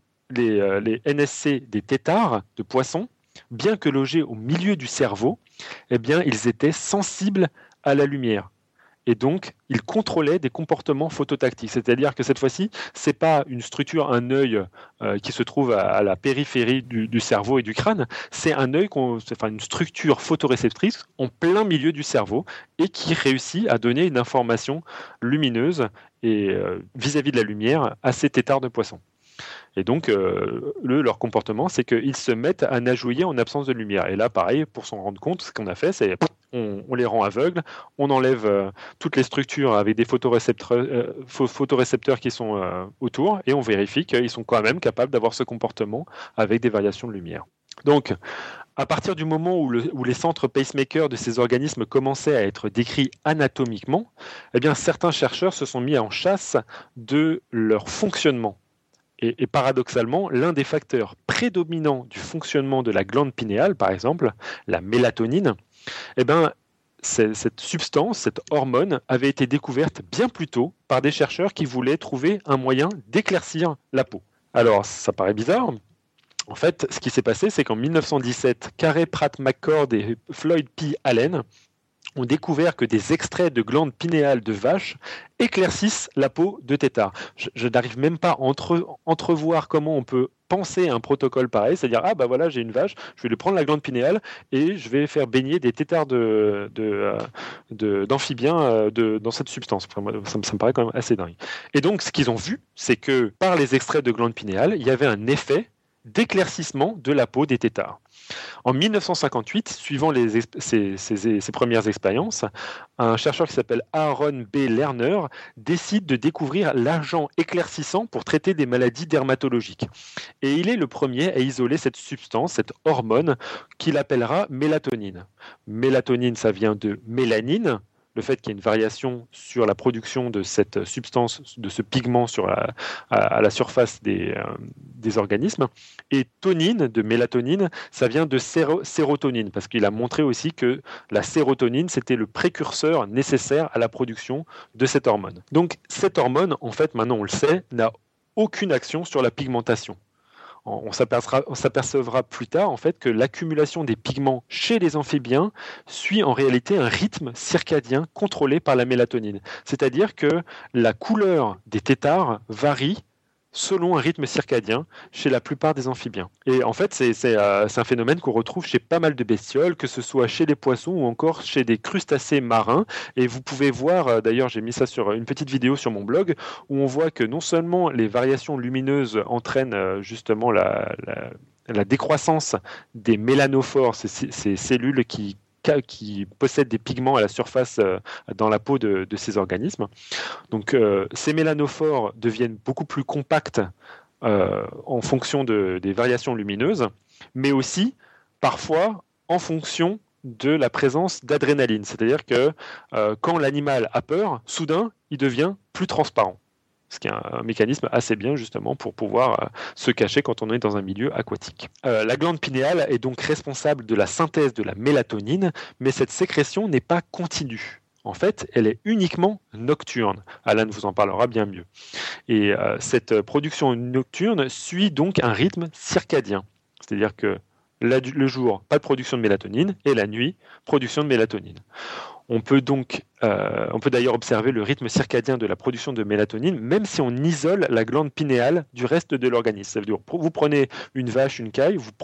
NSC des têtards de poissons, bien que logés au milieu du cerveau, eh bien, ils étaient sensibles à la lumière. Et donc, il contrôlait des comportements phototactiques. C'est-à-dire que cette fois-ci, ce n'est pas une structure, un œil qui se trouve à la périphérie du cerveau et du crâne, c'est un œil, une structure photoréceptrice en plein milieu du cerveau et qui réussit à donner une information lumineuse et vis-à-vis de la lumière à ces têtards de poisson. Et donc, leur comportement, c'est qu'ils se mettent à nageoyer en absence de lumière. Et là, pareil, pour s'en rendre compte, ce qu'on a fait, c'est on les rend aveugles, on enlève toutes les structures avec des photorécepteurs qui sont autour, et on vérifie qu'ils sont quand même capables d'avoir ce comportement avec des variations de lumière. Donc, à partir du moment où les centres pacemakers de ces organismes commençaient à être décrits anatomiquement, eh bien, certains chercheurs se sont mis en chasse de leur fonctionnement. Et paradoxalement, l'un des facteurs prédominants du fonctionnement de la glande pinéale, par exemple, la mélatonine, cette substance, cette hormone, avait été découverte bien plus tôt par des chercheurs qui voulaient trouver un moyen d'éclaircir la peau. Alors, ça paraît bizarre. En fait, ce qui s'est passé, c'est qu'en 1917, Carey Pratt McCord et Floyd P. Allen ont découvert que des extraits de glandes pinéales de vaches éclaircissent la peau de têtard. Je n'arrive même pas à entrevoir comment on peut penser à un protocole pareil, c'est-à-dire voilà, j'ai une vache, je vais lui prendre la glande pinéale et je vais faire baigner des têtards d'amphibiens dans cette substance. Enfin, ça me paraît quand même assez dingue. Et donc, ce qu'ils ont vu, c'est que par les extraits de glande pinéale, il y avait un effet d'éclaircissement de la peau des têtards. En 1958, suivant ces premières expériences, un chercheur qui s'appelle Aaron B. Lerner décide de découvrir l'agent éclaircissant pour traiter des maladies dermatologiques. Et il est le premier à isoler cette substance, cette hormone, qu'il appellera mélatonine. Mélatonine, ça vient de mélanine, le fait qu'il y ait une variation sur la production de cette substance, de ce pigment à la surface des organismes. Et tonine, de mélatonine, ça vient de sérotonine, parce qu'il a montré aussi que la sérotonine, c'était le précurseur nécessaire à la production de cette hormone. Donc cette hormone, en fait, maintenant on le sait, n'a aucune action sur la pigmentation. On s'apercevra plus tard en fait que l'accumulation des pigments chez les amphibiens suit en réalité un rythme circadien contrôlé par la mélatonine. C'est-à-dire que la couleur des têtards varie selon un rythme circadien chez la plupart des amphibiens. Et en fait, c'est un phénomène qu'on retrouve chez pas mal de bestioles, que ce soit chez les poissons ou encore chez des crustacés marins. Et vous pouvez voir, d'ailleurs j'ai mis ça sur une petite vidéo sur mon blog, où on voit que non seulement les variations lumineuses entraînent justement la décroissance des mélanophores, ces cellules qui qui possèdent des pigments à la surface dans la peau de ces organismes. Donc ces mélanophores deviennent beaucoup plus compacts en fonction des variations lumineuses, mais aussi parfois en fonction de la présence d'adrénaline. C'est-à-dire que quand l'animal a peur, soudain, il devient plus transparent. Ce qui est un mécanisme assez bien justement pour pouvoir se cacher quand on est dans un milieu aquatique. La glande pinéale est donc responsable de la synthèse de la mélatonine, mais cette sécrétion n'est pas continue. En fait, elle est uniquement nocturne. Alan vous en parlera bien mieux. Et cette production nocturne suit donc un rythme circadien. C'est-à-dire que le jour, pas de production de mélatonine, et la nuit, production de mélatonine. On peut d'ailleurs observer le rythme circadien de la production de mélatonine, même si on isole la glande pinéale du reste de l'organisme. Ça veut dire, vous prenez une vache, une caille, vous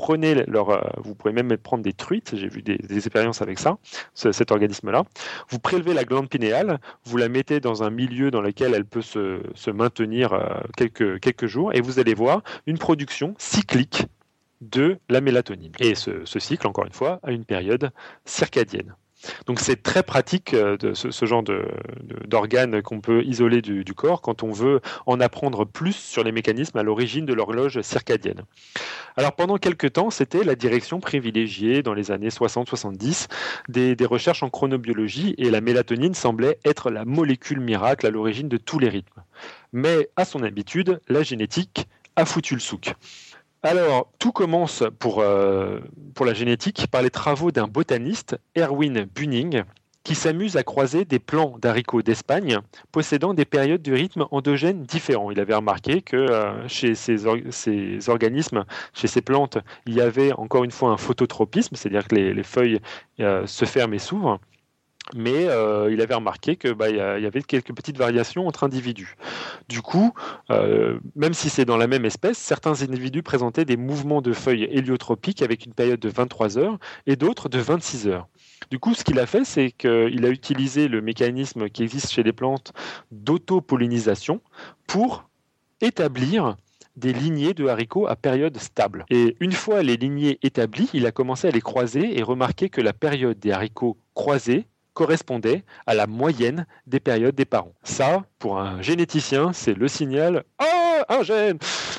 pouvez même prendre des truites, j'ai vu des expériences avec ça, cet organisme-là. Vous prélevez la glande pinéale, vous la mettez dans un milieu dans lequel elle peut se maintenir quelques jours, et vous allez voir une production cyclique de la mélatonine. Et ce cycle, encore une fois, a une période circadienne. Donc c'est très pratique de ce genre d'organes qu'on peut isoler du corps quand on veut en apprendre plus sur les mécanismes à l'origine de l'horloge circadienne. Alors pendant quelques temps, c'était la direction privilégiée dans les années 60-70 des recherches en chronobiologie, et la mélatonine semblait être la molécule miracle à l'origine de tous les rythmes. Mais à son habitude, la génétique a foutu le souk. Alors, tout commence pour la génétique par les travaux d'un botaniste, Erwin Bühning, qui s'amuse à croiser des plants d'haricots d'Espagne possédant des périodes de rythme endogènes différents. Il avait remarqué que chez ces organismes, chez ces plantes, il y avait encore une fois un phototropisme, c'est-à-dire que les feuilles se ferment et s'ouvrent. Mais il avait remarqué qu'il y avait quelques petites variations entre individus. Du coup, même si c'est dans la même espèce, certains individus présentaient des mouvements de feuilles héliotropiques avec une période de 23 heures et d'autres de 26 heures. Du coup, ce qu'il a fait, c'est qu'il a utilisé le mécanisme qui existe chez les plantes d'autopollinisation pour établir des lignées de haricots à période stable. Et une fois les lignées établies, il a commencé à les croiser et remarqué que la période des haricots croisés correspondait à la moyenne des périodes des parents. Ça, pour un généticien, c'est le signal « Ah, un gène !»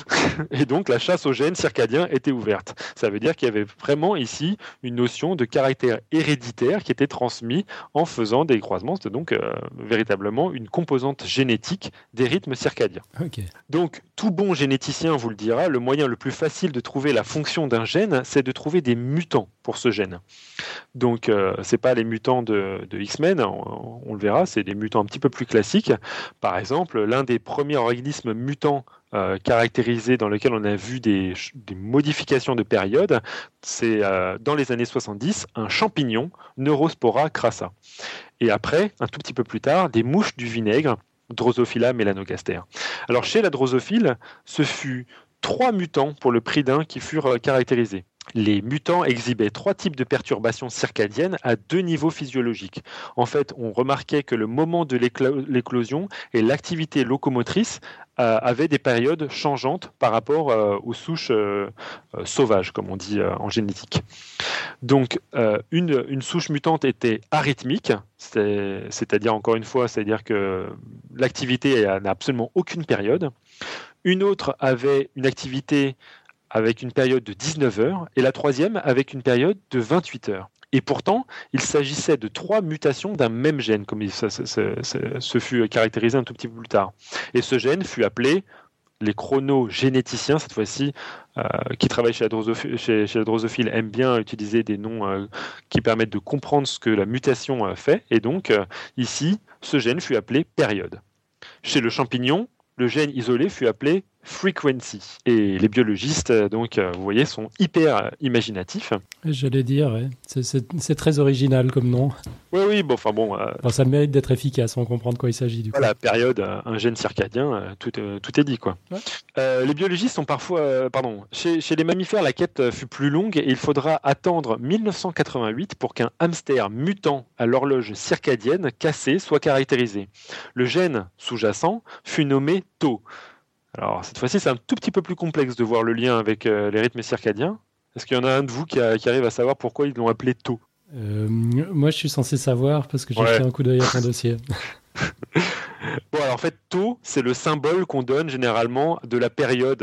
Et donc, la chasse aux gènes circadiens était ouverte. Ça veut dire qu'il y avait vraiment ici une notion de caractère héréditaire qui était transmis en faisant des croisements. C'était donc véritablement une composante génétique des rythmes circadiens. Okay. Donc, tout bon généticien vous le dira, le moyen le plus facile de trouver la fonction d'un gène, c'est de trouver des mutants pour ce gène. Donc, ce n'est pas les mutants de X-Men, on le verra, c'est des mutants un petit peu plus classiques. Par exemple, l'un des premiers organismes mutants caractérisés dans lequel on a vu des modifications de période, c'est dans les années 70, un champignon, Neurospora crassa. Et après, un tout petit peu plus tard, des mouches du vinaigre, Drosophila melanogaster. Alors chez la drosophile, ce fut 3 mutants pour le prix d'un qui furent caractérisés. Les mutants exhibaient 3 types de perturbations circadiennes à 2 niveaux physiologiques. En fait, on remarquait que le moment de l'éclosion et l'activité locomotrice avaient des périodes changeantes par rapport aux souches sauvages, comme on dit en génétique. Donc, une souche mutante était arythmique, c'est-à-dire, encore une fois, c'est-à-dire que l'activité n'a absolument aucune période. Une autre avait une activité avec une période de 19 heures, et la troisième avec une période de 28 heures. Et pourtant, il s'agissait de 3 mutations d'un même gène, comme ce fut caractérisé un tout petit peu plus tard. Et ce gène fut appelé, les chronogénéticiens, cette fois-ci, qui travaillent chez la drosophile, aiment bien utiliser des noms qui permettent de comprendre ce que la mutation fait. Et donc, ici, ce gène fut appelé période. Chez le champignon, le gène isolé fut appelé frequency. Et les biologistes, donc, vous voyez, sont hyper imaginatifs. J'allais dire, ouais. C'est très original comme nom. Oui, bon. Ça a le mérite d'être efficace, on comprend de quoi il s'agit. Du coup. Voilà, période, un gène circadien, tout est dit, quoi. Ouais. Les biologistes sont parfois... chez les mammifères, la quête fut plus longue et il faudra attendre 1988 pour qu'un hamster mutant à l'horloge circadienne cassée soit caractérisé. Le gène sous-jacent fut nommé Tau. Alors, cette fois-ci, c'est un tout petit peu plus complexe de voir le lien avec les rythmes circadiens. Est-ce qu'il y en a un de vous qui arrive à savoir pourquoi ils l'ont appelé Tau ? Moi, je suis censé savoir parce que j'ai Ouais. fait un coup d'œil à ton dossier. Bon, alors en fait, tau, c'est le symbole qu'on donne généralement de la période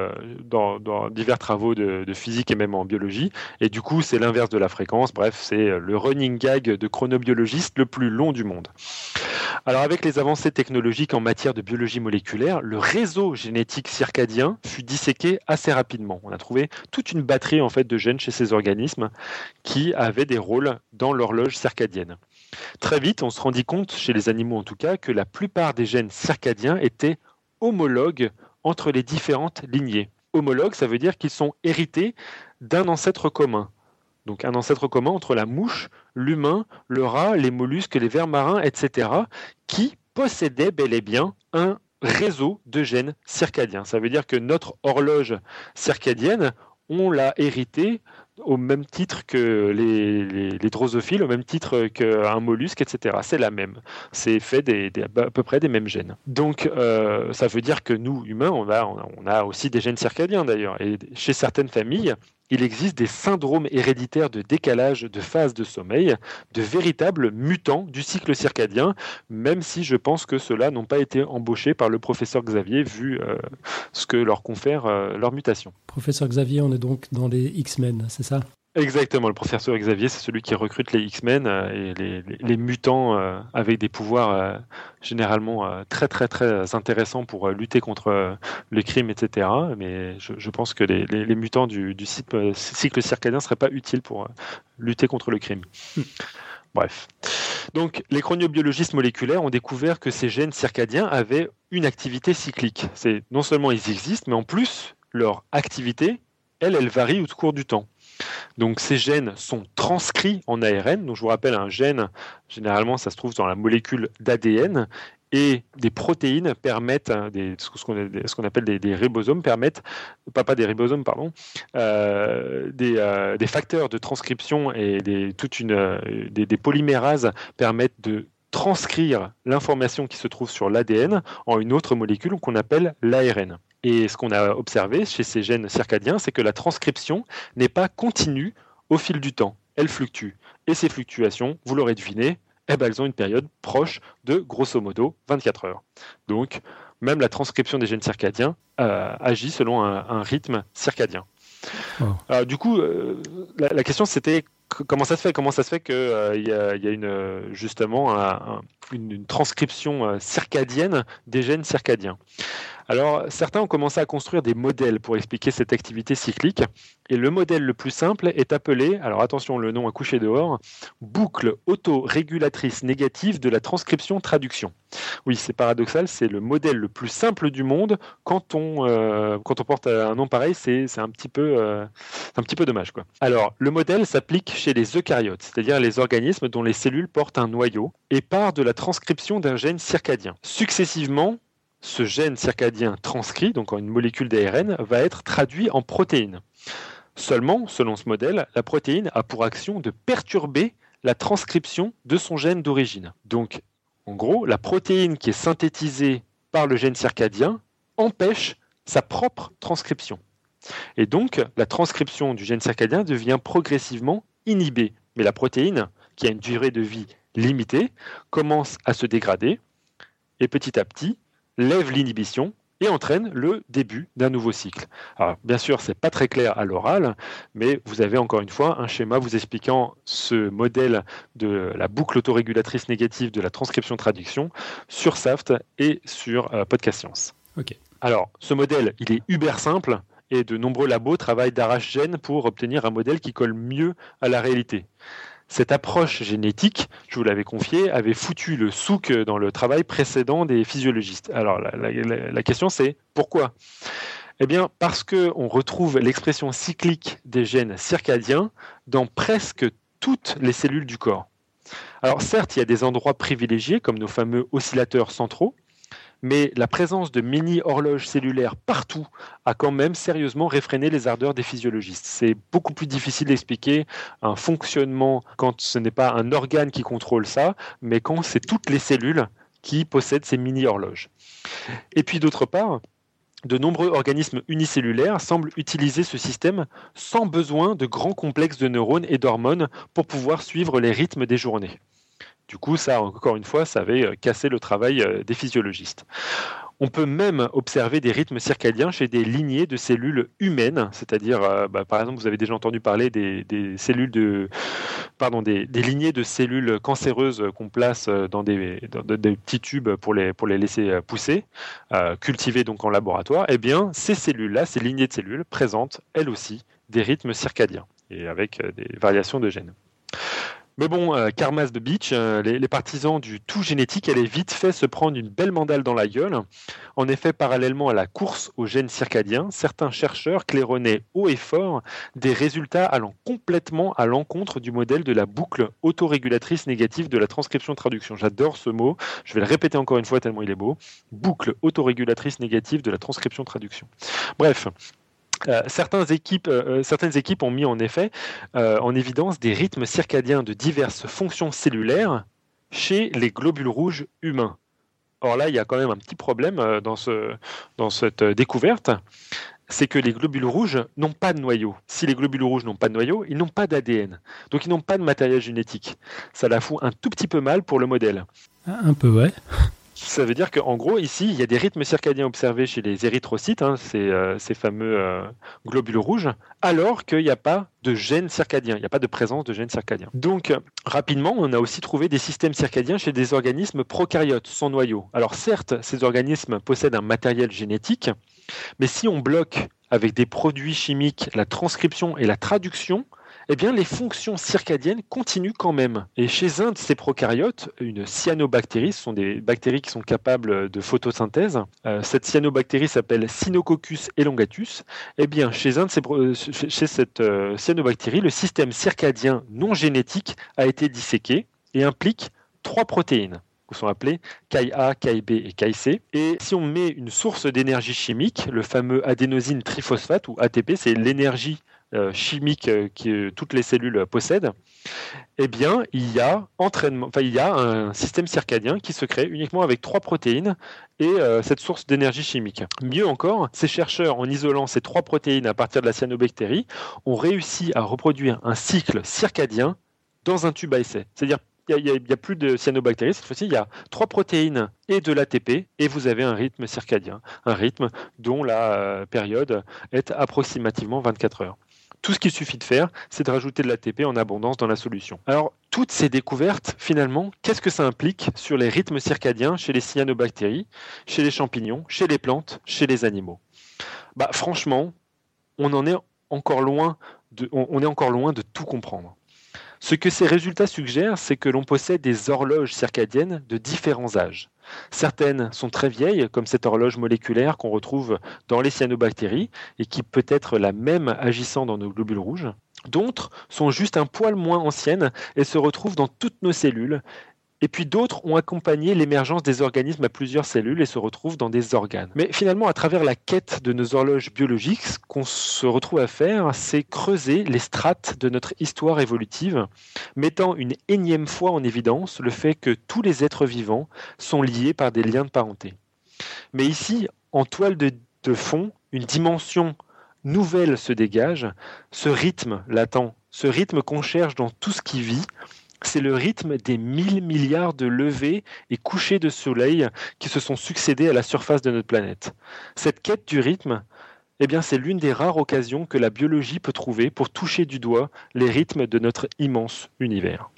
dans divers travaux de physique et même en biologie. Et du coup, c'est l'inverse de la fréquence. Bref, c'est le running gag de chronobiologiste le plus long du monde. Alors, avec les avancées technologiques en matière de biologie moléculaire, le réseau génétique circadien fut disséqué assez rapidement. On a trouvé toute une batterie en fait de gènes chez ces organismes qui avaient des rôles dans l'horloge circadienne. Très vite, on se rendit compte, chez les animaux en tout cas, que la plupart des gènes circadiens étaient homologues entre les différentes lignées. Homologues, ça veut dire qu'ils sont hérités d'un ancêtre commun. Donc un ancêtre commun entre la mouche, l'humain, le rat, les mollusques, les vers marins, etc., qui possédaient bel et bien un réseau de gènes circadiens. Ça veut dire que notre horloge circadienne, on l'a héritée au même titre que les drosophiles, au même titre qu'un mollusque, etc. C'est la même. C'est fait à peu près des mêmes gènes. Donc, ça veut dire que nous, humains, on a aussi des gènes circadiens d'ailleurs. Et chez certaines familles, il existe des syndromes héréditaires de décalage de phase de sommeil, de véritables mutants du cycle circadien, même si je pense que ceux-là n'ont pas été embauchés par le professeur Xavier, vu ce que leur confère leur mutation. Professeur Xavier, on est donc dans les X-Men, c'est ça? Exactement, le professeur Xavier, c'est celui qui recrute les X-Men et les mutants avec des pouvoirs généralement très très très intéressants pour lutter contre le crime, etc. Mais je pense que les mutants du cycle circadien ne seraient pas utiles pour lutter contre le crime. Bref. Donc, les chronobiologistes moléculaires ont découvert que ces gènes circadiens avaient une activité cyclique. C'est non seulement ils existent, mais en plus, leur activité, elle varie au cours du temps. Donc ces gènes sont transcrits en ARN. Donc je vous rappelle, un gène, généralement, ça se trouve dans la molécule d'ADN. Et des protéines permettent, ce qu'on appelle des ribosomes permettent, pas des ribosomes, pardon, des facteurs de transcription et des polymérases permettent de transcrire l'information qui se trouve sur l'ADN en une autre molécule qu'on appelle l'ARN. Et ce qu'on a observé chez ces gènes circadiens, c'est que la transcription n'est pas continue au fil du temps. Elle fluctue. Et ces fluctuations, vous l'aurez deviné, elles ont une période proche de, grosso modo, 24 heures. Donc, même la transcription des gènes circadiens agit selon un rythme circadien. Oh. Alors, du coup, la question, c'était comment ça se fait qu'il y a justement une transcription circadienne des gènes circadiens. Alors, certains ont commencé à construire des modèles pour expliquer cette activité cyclique. Et le modèle le plus simple est appelé, alors attention, le nom a couché dehors, boucle autorégulatrice négative de la transcription-traduction. Oui, c'est paradoxal, c'est le modèle le plus simple du monde. Quand on porte un nom pareil, c'est un petit peu dommage, quoi. Alors, le modèle s'applique chez les eucaryotes, c'est-à-dire les organismes dont les cellules portent un noyau, et part de la transcription d'un gène circadien. Successivement, ce gène circadien transcrit, donc en une molécule d'ARN, va être traduit en protéine. Seulement, selon ce modèle, la protéine a pour action de perturber la transcription de son gène d'origine. Donc, en gros, la protéine qui est synthétisée par le gène circadien empêche sa propre transcription. Et donc, la transcription du gène circadien devient progressivement inhibée. Mais la protéine, qui a une durée de vie limitée, commence à se dégrader et petit à petit, lève l'inhibition et entraîne le début d'un nouveau cycle. Alors, bien sûr, ce n'est pas très clair à l'oral, mais vous avez encore une fois un schéma vous expliquant ce modèle de la boucle autorégulatrice négative de la transcription-traduction sur SAFT et sur Podcast Science. Okay. Alors, ce modèle, il est uber simple et de nombreux labos travaillent d'arrache-gène pour obtenir un modèle qui colle mieux à la réalité. Cette approche génétique, je vous l'avais confié, avait foutu le souk dans le travail précédent des physiologistes. Alors la question c'est pourquoi ? Eh bien parce qu'on retrouve l'expression cyclique des gènes circadiens dans presque toutes les cellules du corps. Alors certes, il y a des endroits privilégiés comme nos fameux oscillateurs centraux, mais la présence de mini-horloges cellulaires partout a quand même sérieusement réfréné les ardeurs des physiologistes. C'est beaucoup plus difficile d'expliquer un fonctionnement quand ce n'est pas un organe qui contrôle ça, mais quand c'est toutes les cellules qui possèdent ces mini-horloges. Et puis d'autre part, de nombreux organismes unicellulaires semblent utiliser ce système sans besoin de grands complexes de neurones et d'hormones pour pouvoir suivre les rythmes des journées. Du coup, ça, encore une fois, ça avait cassé le travail des physiologistes. On peut même observer des rythmes circadiens chez des lignées de cellules humaines, c'est-à-dire, par exemple, vous avez déjà entendu parler des lignées de cellules cancéreuses qu'on place dans des petits tubes pour les laisser pousser, cultivées donc en laboratoire. Eh bien, ces cellules-là, ces lignées de cellules, présentent elles aussi des rythmes circadiens et avec des variations de gènes. Mais bon, Karmas de Beach, les partisans du tout génétique allaient vite fait se prendre une belle mandale dans la gueule. En effet, parallèlement à la course aux gènes circadiens, certains chercheurs claironnaient haut et fort des résultats allant complètement à l'encontre du modèle de la boucle autorégulatrice négative de la transcription-traduction. J'adore ce mot, je vais le répéter encore une fois tellement il est beau. Boucle autorégulatrice négative de la transcription-traduction. Bref. Certaines équipes ont mis en effet en évidence des rythmes circadiens de diverses fonctions cellulaires chez les globules rouges humains. Or là, il y a quand même un petit problème dans cette découverte, c'est que les globules rouges n'ont pas de noyau. Si les globules rouges n'ont pas de noyau, ils n'ont pas d'ADN. Donc ils n'ont pas de matériel génétique. Ça la fout un tout petit peu mal pour le modèle. Un peu, ouais. Ça veut dire qu'en gros, ici, il y a des rythmes circadiens observés chez les érythrocytes, ces fameux globules rouges, alors qu'il n'y a pas de gènes circadiens, il n'y a pas de présence de gènes circadiens. Donc, rapidement, on a aussi trouvé des systèmes circadiens chez des organismes prokaryotes, sans noyau. Alors certes, ces organismes possèdent un matériel génétique, mais si on bloque avec des produits chimiques la transcription et la traduction, eh bien, les fonctions circadiennes continuent quand même. Et chez un de ces prokaryotes, une cyanobactérie, ce sont des bactéries qui sont capables de photosynthèse. Cette cyanobactérie s'appelle Cynococcus elongatus. Eh bien, chez cette cyanobactérie, le système circadien non génétique a été disséqué et implique 3 protéines qui sont appelées Ki-A, Ki-B et Ki-C. Et si on met une source d'énergie chimique, le fameux adénosine triphosphate ou ATP, c'est l'énergie chimique que toutes les cellules possèdent, eh bien, il y a un système circadien qui se crée uniquement avec 3 protéines et cette source d'énergie chimique. Mieux encore, ces chercheurs, en isolant ces 3 protéines à partir de la cyanobactérie, ont réussi à reproduire un cycle circadien dans un tube à essai. C'est-à-dire il n'y a plus de cyanobactéries, cette fois-ci, il y a 3 protéines et de l'ATP, et vous avez un rythme circadien, un rythme dont la période est approximativement 24 heures. Tout ce qu'il suffit de faire, c'est de rajouter de l'ATP en abondance dans la solution. Alors, toutes ces découvertes, finalement, qu'est-ce que ça implique sur les rythmes circadiens chez les cyanobactéries, chez les champignons, chez les plantes, chez les animaux ? Franchement, on est encore loin de tout comprendre. Ce que ces résultats suggèrent, c'est que l'on possède des horloges circadiennes de différents âges. Certaines sont très vieilles, comme cette horloge moléculaire qu'on retrouve dans les cyanobactéries et qui peut être la même agissant dans nos globules rouges. D'autres sont juste un poil moins anciennes et se retrouvent dans toutes nos cellules. Et puis d'autres ont accompagné l'émergence des organismes à plusieurs cellules et se retrouvent dans des organes. Mais finalement, à travers la quête de nos horloges biologiques, ce qu'on se retrouve à faire, c'est creuser les strates de notre histoire évolutive, mettant une énième fois en évidence le fait que tous les êtres vivants sont liés par des liens de parenté. Mais ici, en toile de fond, une dimension nouvelle se dégage, ce rythme latent, ce rythme qu'on cherche dans tout ce qui vit. C'est le rythme des 1000 milliards de levées et couchers de soleil qui se sont succédés à la surface de notre planète. Cette quête du rythme, c'est l'une des rares occasions que la biologie peut trouver pour toucher du doigt les rythmes de notre immense univers.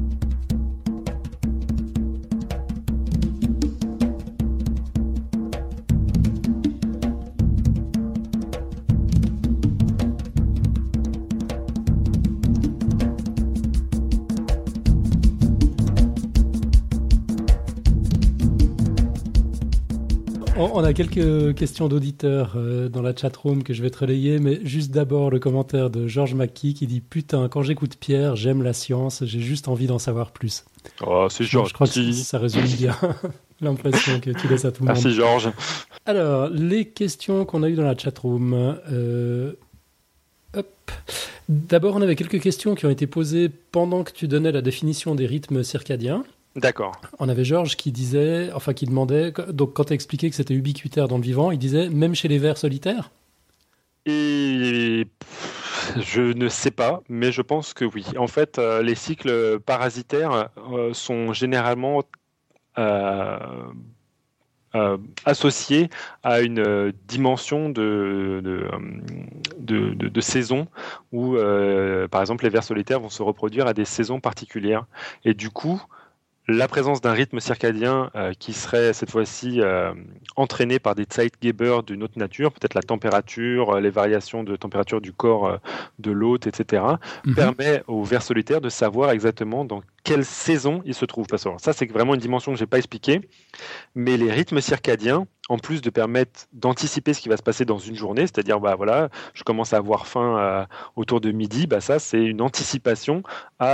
On a quelques questions d'auditeurs dans la chatroom que je vais te relayer, mais juste d'abord le commentaire de Georges Mackie qui dit « Putain, quand j'écoute Pierre, j'aime la science, j'ai juste envie d'en savoir plus. » Oh, c'est Georges. Je crois que ça résume bien l'impression que tu laisses à tout le monde. Merci Georges. Alors, les questions qu'on a eues dans la chatroom. D'abord, on avait quelques questions qui ont été posées pendant que tu donnais la définition des rythmes circadiens. D'accord. On avait Georges qui demandait, donc quand tu expliqué que c'était ubiquitaire dans le vivant, il disait même chez les vers solitaires. Et je ne sais pas, mais je pense que oui. En fait, les cycles parasitaires sont généralement associés à une dimension de saison où, par exemple, les vers solitaires vont se reproduire à des saisons particulières. Et du coup, la présence d'un rythme circadien qui serait cette fois-ci entraîné par des Zeitgeber d'une autre nature, peut-être la température, les variations de température du corps de l'hôte, etc., permet aux vers solitaires de savoir exactement dans quelle saison ils se trouvent. Parce que ça, c'est vraiment une dimension que je n'ai pas expliquée, mais les rythmes circadiens, en plus de permettre d'anticiper ce qui va se passer dans une journée, c'est-à-dire, voilà, je commence à avoir faim autour de midi, ça, c'est une anticipation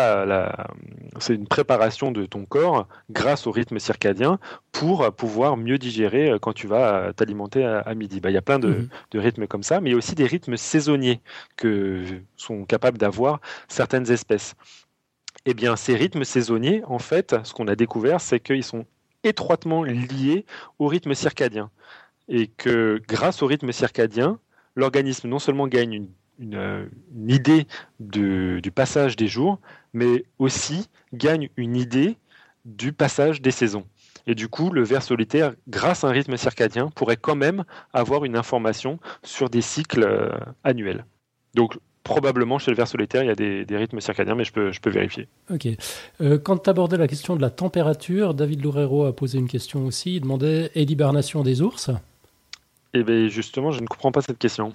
c'est une préparation de ton corps grâce au rythme circadien pour pouvoir mieux digérer quand tu vas t'alimenter à midi. Il y a plein de rythmes comme ça, mais il y a aussi des rythmes saisonniers que sont capables d'avoir certaines espèces. Eh bien, ces rythmes saisonniers, en fait, ce qu'on a découvert, c'est qu'ils sont étroitement liés au rythme circadien. Et que grâce au rythme circadien, l'organisme non seulement gagne une idée du passage des jours, mais aussi gagne une idée du passage des saisons. Et du coup, le ver solitaire, grâce à un rythme circadien, pourrait quand même avoir une information sur des cycles annuels. Donc, probablement, chez le ver solitaire, il y a des rythmes circadiens, mais je peux vérifier. Ok. Quand tu abordais la question de la température, David Loureiro a posé une question aussi. Il demandait, et l'hibernation des ours ? Eh bien, justement, je ne comprends pas cette question.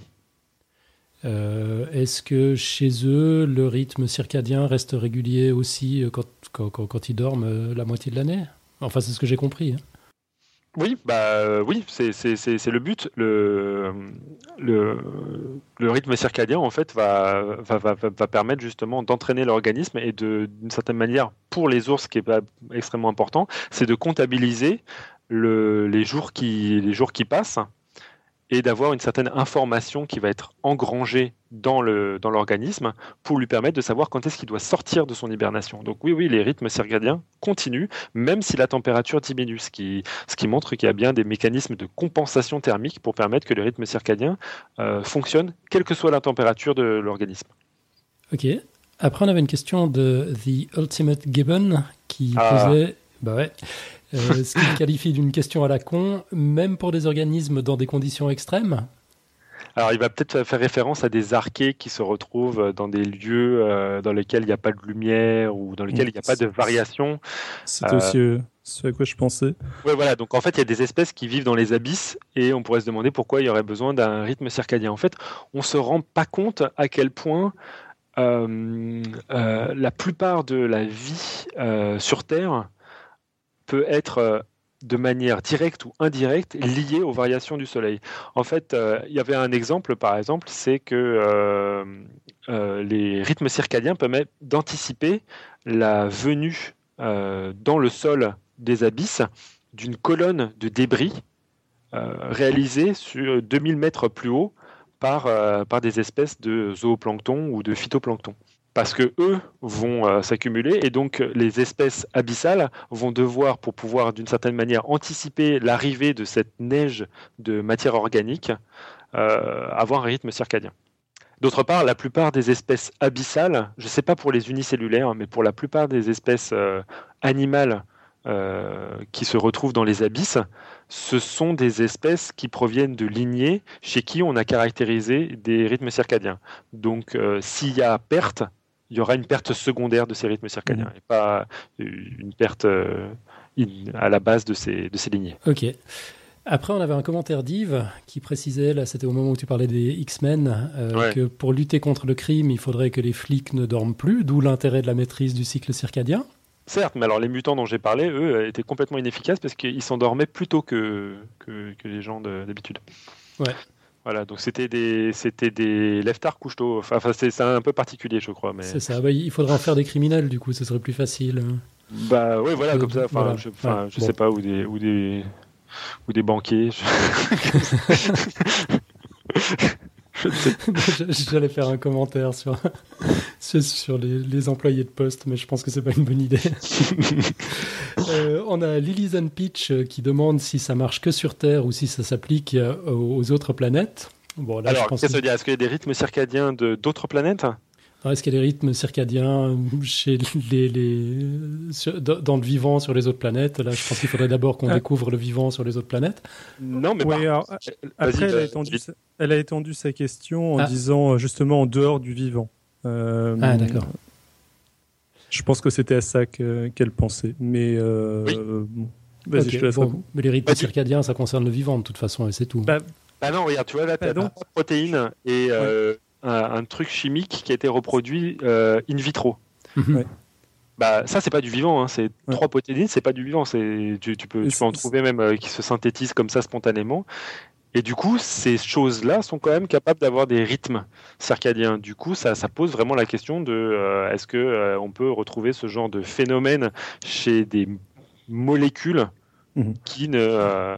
Est-ce que chez eux, le rythme circadien reste régulier aussi quand ils dorment la moitié de l'année ? Enfin, c'est ce que j'ai compris. Oui, oui, c'est le but. Le rythme circadien, en fait, va permettre justement d'entraîner l'organisme et d'une certaine manière, pour les ours, ce qui est pas extrêmement important, c'est de comptabiliser les jours qui passent et d'avoir une certaine information qui va être engrangée dans l'organisme pour lui permettre de savoir quand est-ce qu'il doit sortir de son hibernation. Donc oui, les rythmes circadiens continuent, même si la température diminue, ce qui montre qu'il y a bien des mécanismes de compensation thermique pour permettre que les rythmes circadiens fonctionnent, quelle que soit la température de l'organisme. Ok. Après, on avait une question de The Ultimate Gibbon qui posait... ce qu'il qualifie d'une question à la con, même pour des organismes dans des conditions extrêmes. Alors, il va peut-être faire référence à des archées qui se retrouvent dans des lieux dans lesquels il n'y a pas de lumière ou dans lesquels il n'y a pas de variation. C'est aussi ce à quoi je pensais. Oui, voilà. Donc, en fait, il y a des espèces qui vivent dans les abysses et on pourrait se demander pourquoi il y aurait besoin d'un rythme circadien. En fait, on ne se rend pas compte à quel point la plupart de la vie sur Terre peut être de manière directe ou indirecte liée aux variations du Soleil. En fait, il y avait un exemple, par exemple, c'est que les rythmes circadiens permettent d'anticiper la venue dans le sol des abysses d'une colonne de débris réalisée sur 2000 mètres plus haut par des espèces de zooplancton ou de phytoplancton. Parce que eux vont s'accumuler et donc les espèces abyssales vont devoir, pour pouvoir d'une certaine manière anticiper l'arrivée de cette neige de matière organique, avoir un rythme circadien. D'autre part, la plupart des espèces abyssales, je ne sais pas pour les unicellulaires, mais pour la plupart des espèces animales qui se retrouvent dans les abysses, ce sont des espèces qui proviennent de lignées chez qui on a caractérisé des rythmes circadiens. Donc s'il y a perte, il y aura une perte secondaire de ces rythmes circadiens et pas une perte à la base de ces lignées. Ok. Après, on avait un commentaire d'Yves qui précisait, là c'était au moment où tu parlais des X-Men, que pour lutter contre le crime, il faudrait que les flics ne dorment plus, d'où l'intérêt de la maîtrise du cycle circadien. Certes, mais alors les mutants dont j'ai parlé, eux, étaient complètement inefficaces parce qu'ils s'endormaient plus tôt que les gens d'habitude. Ouais. Voilà, donc c'était des lève-tard couche-tôt. Enfin, c'est un peu particulier, je crois. Mais... C'est ça. Il faudrait en faire des criminels, du coup, ce serait plus facile. Oui, voilà, comme ça. Enfin, voilà. Je sais pas, ou des banquiers. J'allais faire un commentaire sur les employés de poste, mais je pense que c'est pas une bonne idée. On a Lilies and Peach qui demande si ça marche que sur Terre ou si ça s'applique aux autres planètes. Bon, là, Alors, je pense qu'est-ce que ça veut dire ? Est-ce qu'il y a des rythmes circadiens d'autres planètes ? Est-ce qu'il y a des rythmes circadiens chez dans le vivant sur les autres planètes ? Là, je pense qu'il faudrait d'abord qu'on découvre le vivant sur les autres planètes. Non, mais après, elle a étendu sa question en disant justement en dehors du vivant. D'accord. Je pense que c'était à ça qu'elle pensait. Mais bon, vas-y, je te laisse répondre. Mais les rythmes circadiens, ça concerne le vivant de toute façon, et c'est tout. Non, regarde, tu vois là, tu as 3 protéines et un truc chimique qui a été reproduit in vitro. Ouais. Ça, c'est pas du vivant, hein. C'est 3 protéines, c'est pas du vivant. Tu peux en trouver même qui se synthétisent comme ça spontanément. Et du coup, ces choses-là sont quand même capables d'avoir des rythmes circadiens. Du coup, ça pose vraiment la question de est-ce que on peut retrouver ce genre de phénomène chez des molécules qui ne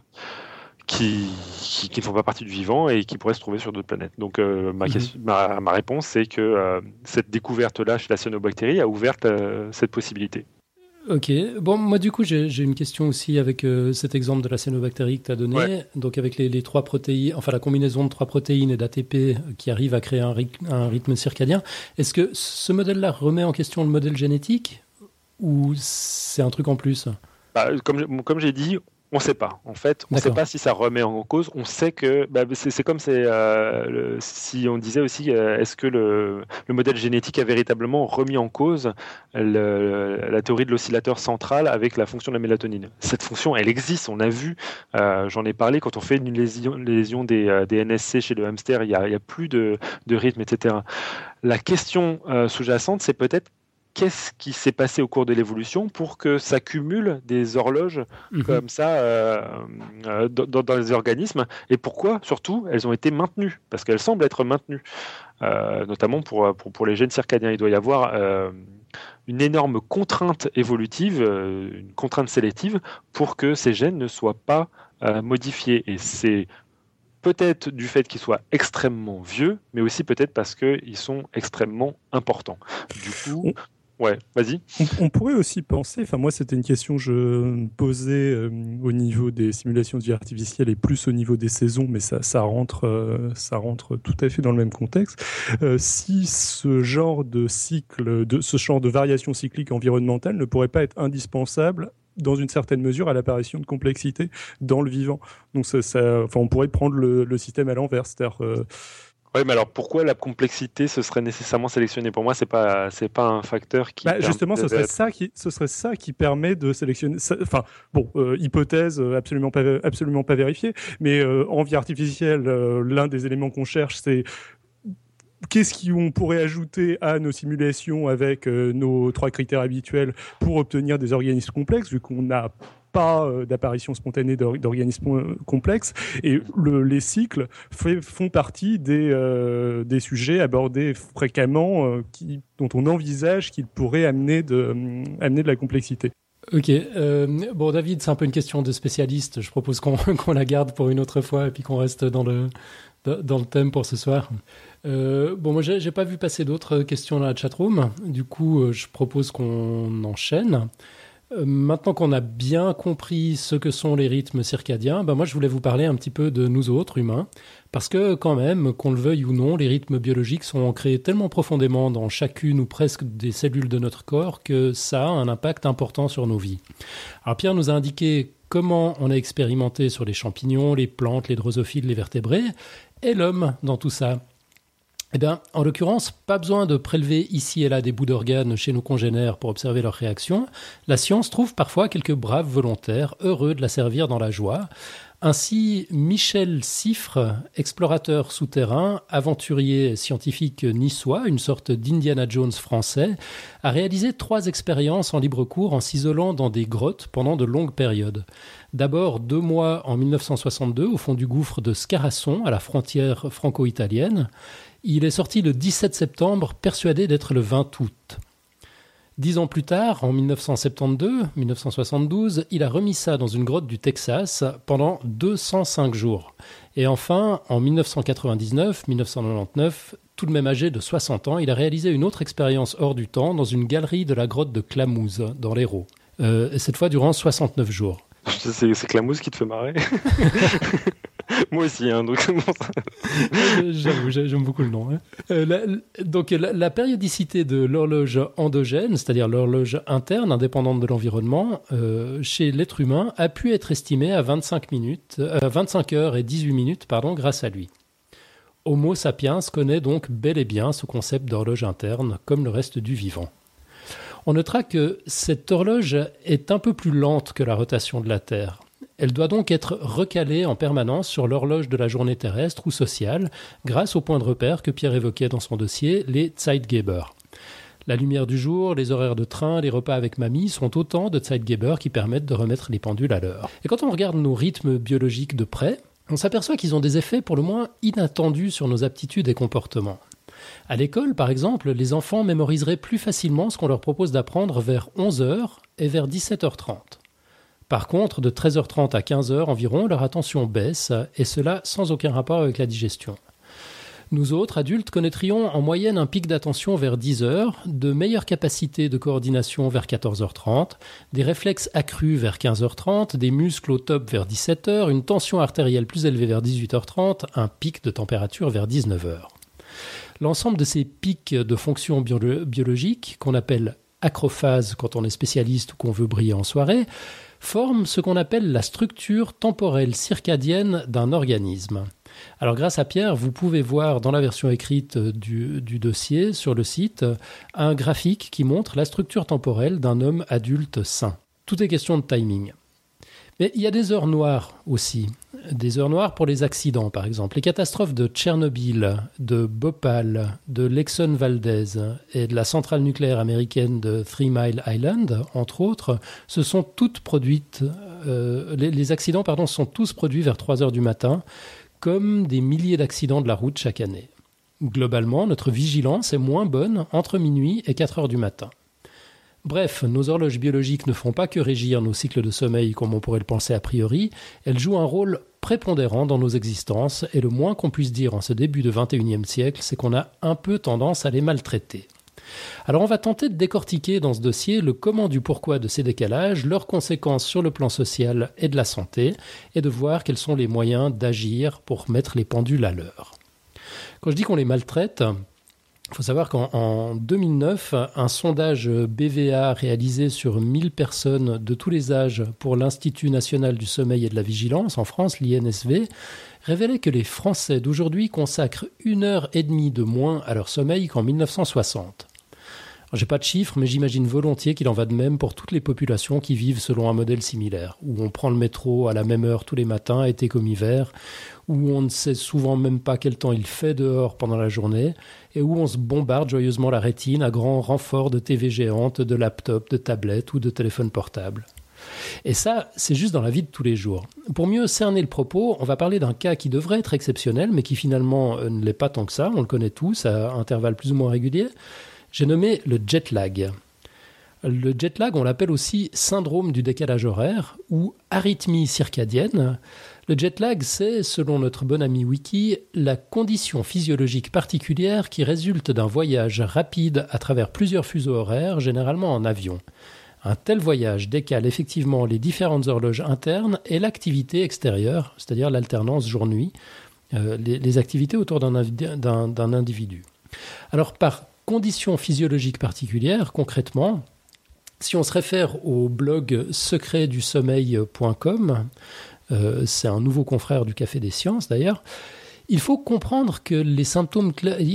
font pas partie du vivant et qui pourraient se trouver sur d'autres planètes. Donc ma réponse, c'est que cette découverte-là chez la cyanobactérie a ouvert cette possibilité. Ok. Bon, moi du coup, j'ai une question aussi avec cet exemple de la cyanobactérie que tu as donné. Ouais. Donc avec les 3 protéines, enfin la combinaison de 3 protéines et d'ATP qui arrive à créer un rythme circadien. Est-ce que ce modèle-là remet en question le modèle génétique ou c'est un truc en plus ? Comme j'ai dit, on ne sait pas. En fait, on ne sait pas si ça remet en cause. On sait que c'est comme si on disait aussi est-ce que le modèle génétique a véritablement remis en cause la théorie de l'oscillateur central avec la fonction de la mélatonine. Cette fonction, elle existe. On a vu, j'en ai parlé, quand on fait une lésion des NSC chez le hamster, il y a plus de rythme, etc. La question sous-jacente, c'est peut-être qu'est-ce qui s'est passé au cours de l'évolution pour que ça cumule des horloges comme ça dans les organismes, et pourquoi, surtout, elles ont été maintenues, parce qu'elles semblent être maintenues, notamment pour les gènes circadiens. Il doit y avoir une énorme contrainte évolutive, une contrainte sélective, pour que ces gènes ne soient pas modifiés. Et c'est peut-être du fait qu'ils soient extrêmement vieux, mais aussi peut-être parce qu'ils sont extrêmement importants. Du coup... Ouais, vas-y. On pourrait aussi penser, enfin moi c'était une question que je posais au niveau des simulations de vie artificielle et plus au niveau des saisons, mais ça rentre tout à fait dans le même contexte. Si ce genre de cycle, ce genre de variation cyclique environnementale ne pourrait pas être indispensable dans une certaine mesure à l'apparition de complexité dans le vivant. Donc on pourrait prendre le système à l'envers, c'est-à-dire... Oui, mais alors pourquoi la complexité ce serait nécessairement sélectionné ? Pour moi, c'est pas un facteur qui. Justement, ce serait ça qui permet de sélectionner. Hypothèse absolument pas vérifiée, mais en vie artificielle, l'un des éléments qu'on cherche, c'est qu'est-ce qu'on pourrait ajouter à nos simulations avec nos 3 critères habituels pour obtenir des organismes complexes, vu qu'on n'a pas d'apparition spontanée d'organismes complexes, et les cycles font partie des sujets abordés fréquemment dont on envisage qu'ils pourraient amener de la complexité. Ok. Bon, David, c'est un peu une question de spécialiste. Je propose qu'on la garde pour une autre fois et puis qu'on reste dans le thème pour ce soir. Moi, j'ai pas vu passer d'autres questions dans la chatroom. Du coup, je propose qu'on enchaîne. Maintenant qu'on a bien compris ce que sont les rythmes circadiens, moi je voulais vous parler un petit peu de nous autres humains, parce que quand même, qu'on le veuille ou non, les rythmes biologiques sont ancrés tellement profondément dans chacune ou presque des cellules de notre corps que ça a un impact important sur nos vies. Alors Pierre nous a indiqué comment on a expérimenté sur les champignons, les plantes, les drosophiles, les vertébrés, et l'homme dans tout ça. En l'occurrence, pas besoin de prélever ici et là des bouts d'organes chez nos congénères pour observer leurs réactions. La science trouve parfois quelques braves volontaires heureux de la servir dans la joie. Ainsi, Michel Siffre, explorateur souterrain, aventurier scientifique niçois, une sorte d'Indiana Jones français, a réalisé 3 expériences en libre cours en s'isolant dans des grottes pendant de longues périodes. D'abord 2 mois en 1962 au fond du gouffre de Scarasson, à la frontière franco-italienne. Il est sorti le 17 septembre, persuadé d'être le 20 août. 10 ans plus tard, en 1972, il a remis ça dans une grotte du Texas pendant 205 jours. Et enfin, en 1999, tout de même âgé de 60 ans, il a réalisé une autre expérience hors du temps dans une galerie de la grotte de Clamouze, dans l'Hérault. Et cette fois durant 69 jours. C'est Clamouze qui te fait marrer. Moi aussi, hein, donc c'est bon. J'avoue, j'aime beaucoup le nom. Hein. La périodicité de l'horloge endogène, c'est-à-dire l'horloge interne, indépendante de l'environnement, chez l'être humain, a pu être estimée à 25 heures et 18 minutes, grâce à lui. Homo sapiens connaît donc bel et bien ce concept d'horloge interne, comme le reste du vivant. On notera que cette horloge est un peu plus lente que la rotation de la Terre. Elle doit donc être recalée en permanence sur l'horloge de la journée terrestre ou sociale, grâce aux points de repère que Pierre évoquait dans son dossier, les Zeitgeber. La lumière du jour, les horaires de train, les repas avec mamie sont autant de Zeitgeber qui permettent de remettre les pendules à l'heure. Et quand on regarde nos rythmes biologiques de près, on s'aperçoit qu'ils ont des effets pour le moins inattendus sur nos aptitudes et comportements. À l'école, par exemple, les enfants mémoriseraient plus facilement ce qu'on leur propose d'apprendre vers 11h et vers 17h30. Par contre, de 13h30 à 15h environ, leur attention baisse, et cela sans aucun rapport avec la digestion. Nous autres, adultes, connaîtrions en moyenne un pic d'attention vers 10h, de meilleures capacités de coordination vers 14h30, des réflexes accrus vers 15h30, des muscles au top vers 17h, une tension artérielle plus élevée vers 18h30, un pic de température vers 19h. L'ensemble de ces pics de fonctions biologiques, qu'on appelle acrophase quand on est spécialiste ou qu'on veut briller en soirée, forment ce qu'on appelle la structure temporelle circadienne d'un organisme. Alors grâce à Pierre, vous pouvez voir dans la version écrite du dossier sur le site un graphique qui montre la structure temporelle d'un homme adulte sain. Tout est question de timing. Mais il y a des heures noires aussi. Des heures noires pour les accidents, par exemple. Les catastrophes de Tchernobyl, de Bhopal, de l'Exxon Valdez et de la centrale nucléaire américaine de 3 Mile Island, entre autres, se sont toutes produites. Les accidents, sont tous produits vers 3 heures du matin, comme des milliers d'accidents de la route chaque année. Globalement, notre vigilance est moins bonne entre minuit et 4 heures du matin. Bref, nos horloges biologiques ne font pas que régir nos cycles de sommeil comme on pourrait le penser a priori, elles jouent un rôle prépondérant dans nos existences et le moins qu'on puisse dire en ce début de 21e siècle, c'est qu'on a un peu tendance à les maltraiter. Alors on va tenter de décortiquer dans ce dossier le comment du pourquoi de ces décalages, leurs conséquences sur le plan social et de la santé, et de voir quels sont les moyens d'agir pour mettre les pendules à l'heure. Quand je dis qu'on les maltraite, il faut savoir qu'en 2009, un sondage BVA réalisé sur 1000 personnes de tous les âges pour l'Institut national du sommeil et de la vigilance en France, l'INSV, révélait que les Français d'aujourd'hui consacrent 1h30 de moins à leur sommeil qu'en 1960. Je n'ai pas de chiffres, mais j'imagine volontiers qu'il en va de même pour toutes les populations qui vivent selon un modèle similaire, où on prend le métro à la même heure tous les matins, été comme hiver, où on ne sait souvent même pas quel temps il fait dehors pendant la journée, et où on se bombarde joyeusement la rétine à grand renfort de TV géante, de laptop, de tablette ou de téléphone portable. Et ça, c'est juste dans la vie de tous les jours. Pour mieux cerner le propos, on va parler d'un cas qui devrait être exceptionnel, mais qui finalement ne l'est pas tant que ça, on le connaît tous à intervalles plus ou moins réguliers. J'ai nommé le jet lag. Le jet lag, on l'appelle aussi syndrome du décalage horaire ou arythmie circadienne. Le jet lag, c'est, selon notre bon ami Wiki, la condition physiologique particulière qui résulte d'un voyage rapide à travers plusieurs fuseaux horaires, généralement en avion. Un tel voyage décale effectivement les différentes horloges internes et l'activité extérieure, c'est-à-dire l'alternance jour-nuit, les activités autour d'un individu. Alors, par conditions physiologiques particulières, concrètement, si on se réfère au blog secretdusommeil.com, c'est un nouveau confrère du Café des Sciences d'ailleurs, il faut comprendre les symptômes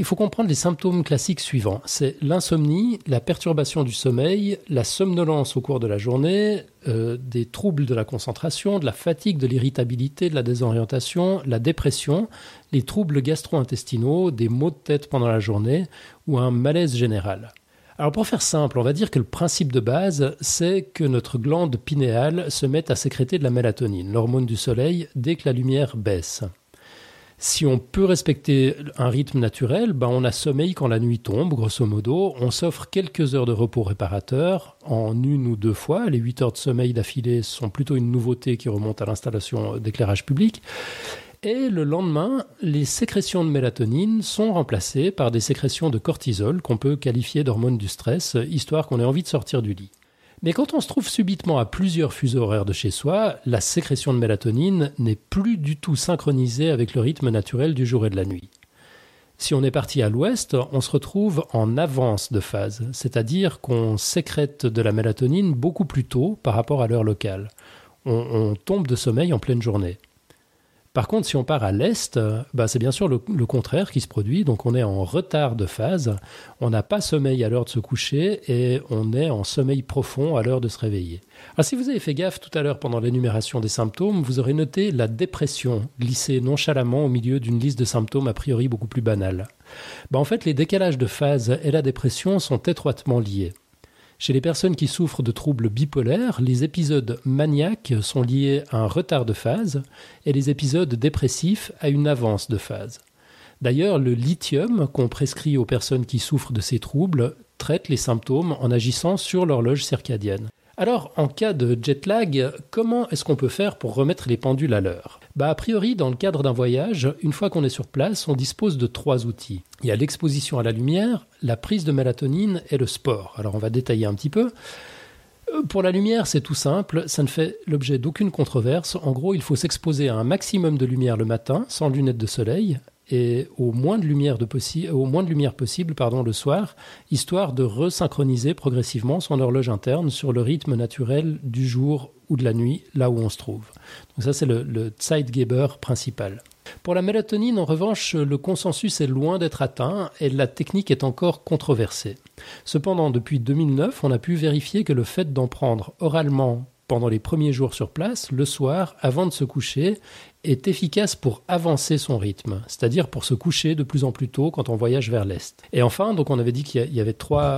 classiques suivants. C'est l'insomnie, la perturbation du sommeil, la somnolence au cours de la journée, des troubles de la concentration, de la fatigue, de l'irritabilité, de la désorientation, la dépression, les troubles gastro-intestinaux, des maux de tête pendant la journée ou un malaise général. Alors pour faire simple, on va dire que le principe de base, c'est que notre glande pinéale se met à sécréter de la mélatonine, l'hormone du soleil, dès que la lumière baisse. Si on peut respecter un rythme naturel, on a sommeil quand la nuit tombe, grosso modo. On s'offre quelques heures de repos réparateur, en 1 ou 2 fois. Les 8 heures de sommeil d'affilée sont plutôt une nouveauté qui remonte à l'installation d'éclairage public. Et le lendemain, les sécrétions de mélatonine sont remplacées par des sécrétions de cortisol qu'on peut qualifier d'hormones du stress, histoire qu'on ait envie de sortir du lit. Mais quand on se trouve subitement à plusieurs fuseaux horaires de chez soi, la sécrétion de mélatonine n'est plus du tout synchronisée avec le rythme naturel du jour et de la nuit. Si on est parti à l'ouest, on se retrouve en avance de phase, c'est-à-dire qu'on sécrète de la mélatonine beaucoup plus tôt par rapport à l'heure locale. On tombe de sommeil en pleine journée. Par contre, si on part à l'est, c'est bien sûr le contraire qui se produit. Donc on est en retard de phase, on n'a pas sommeil à l'heure de se coucher et on est en sommeil profond à l'heure de se réveiller. Alors si vous avez fait gaffe tout à l'heure pendant l'énumération des symptômes, vous aurez noté la dépression glissée nonchalamment au milieu d'une liste de symptômes a priori beaucoup plus banale. En fait, les décalages de phase et la dépression sont étroitement liés. Chez les personnes qui souffrent de troubles bipolaires, les épisodes maniaques sont liés à un retard de phase et les épisodes dépressifs à une avance de phase. D'ailleurs, le lithium qu'on prescrit aux personnes qui souffrent de ces troubles traite les symptômes en agissant sur l'horloge circadienne. Alors, en cas de jet lag, comment est-ce qu'on peut faire pour remettre les pendules à l'heure ? A priori, dans le cadre d'un voyage, une fois qu'on est sur place, on dispose de 3 outils. Il y a l'exposition à la lumière, la prise de mélatonine et le sport. Alors, on va détailler un petit peu. Pour la lumière, c'est tout simple, ça ne fait l'objet d'aucune controverse. En gros, il faut s'exposer à un maximum de lumière le matin, sans lunettes de soleil, et au moins de lumière possible le soir, histoire de resynchroniser progressivement son horloge interne sur le rythme naturel du jour ou de la nuit, là où on se trouve. Donc ça, c'est le Zeitgeber principal. Pour la mélatonine, en revanche, le consensus est loin d'être atteint et la technique est encore controversée. Cependant, depuis 2009, on a pu vérifier que le fait d'en prendre oralement pendant les premiers jours sur place, le soir, avant de se coucher, est efficace pour avancer son rythme, c'est-à-dire pour se coucher de plus en plus tôt quand on voyage vers l'Est. Et enfin, donc on avait dit qu'il y avait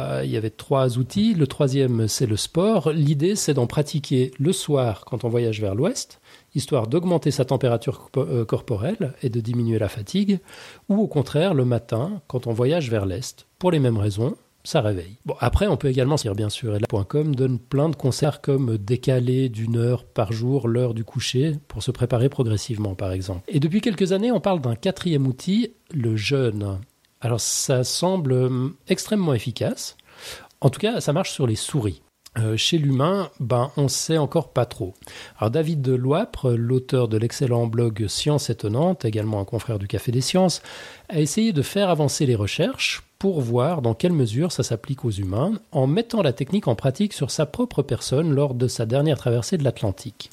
trois outils. Le troisième, c'est le sport. L'idée, c'est d'en pratiquer le soir quand on voyage vers l'Ouest, histoire d'augmenter sa température corporelle et de diminuer la fatigue, ou au contraire, le matin, quand on voyage vers l'Est, pour les mêmes raisons, ça réveille. Bon, après, on peut également se dire, bien sûr, et là.com donne plein de conseils comme décaler d'1 heure par jour l'heure du coucher pour se préparer progressivement, par exemple. Et depuis quelques années, on parle d'un 4e outil, le jeûne. Alors, ça semble extrêmement efficace. En tout cas, ça marche sur les souris. Chez l'humain, on ne sait encore pas trop. Alors David Deloipre, l'auteur de l'excellent blog Science étonnante, également un confrère du Café des Sciences, a essayé de faire avancer les recherches pour voir dans quelle mesure ça s'applique aux humains, en mettant la technique en pratique sur sa propre personne lors de sa dernière traversée de l'Atlantique.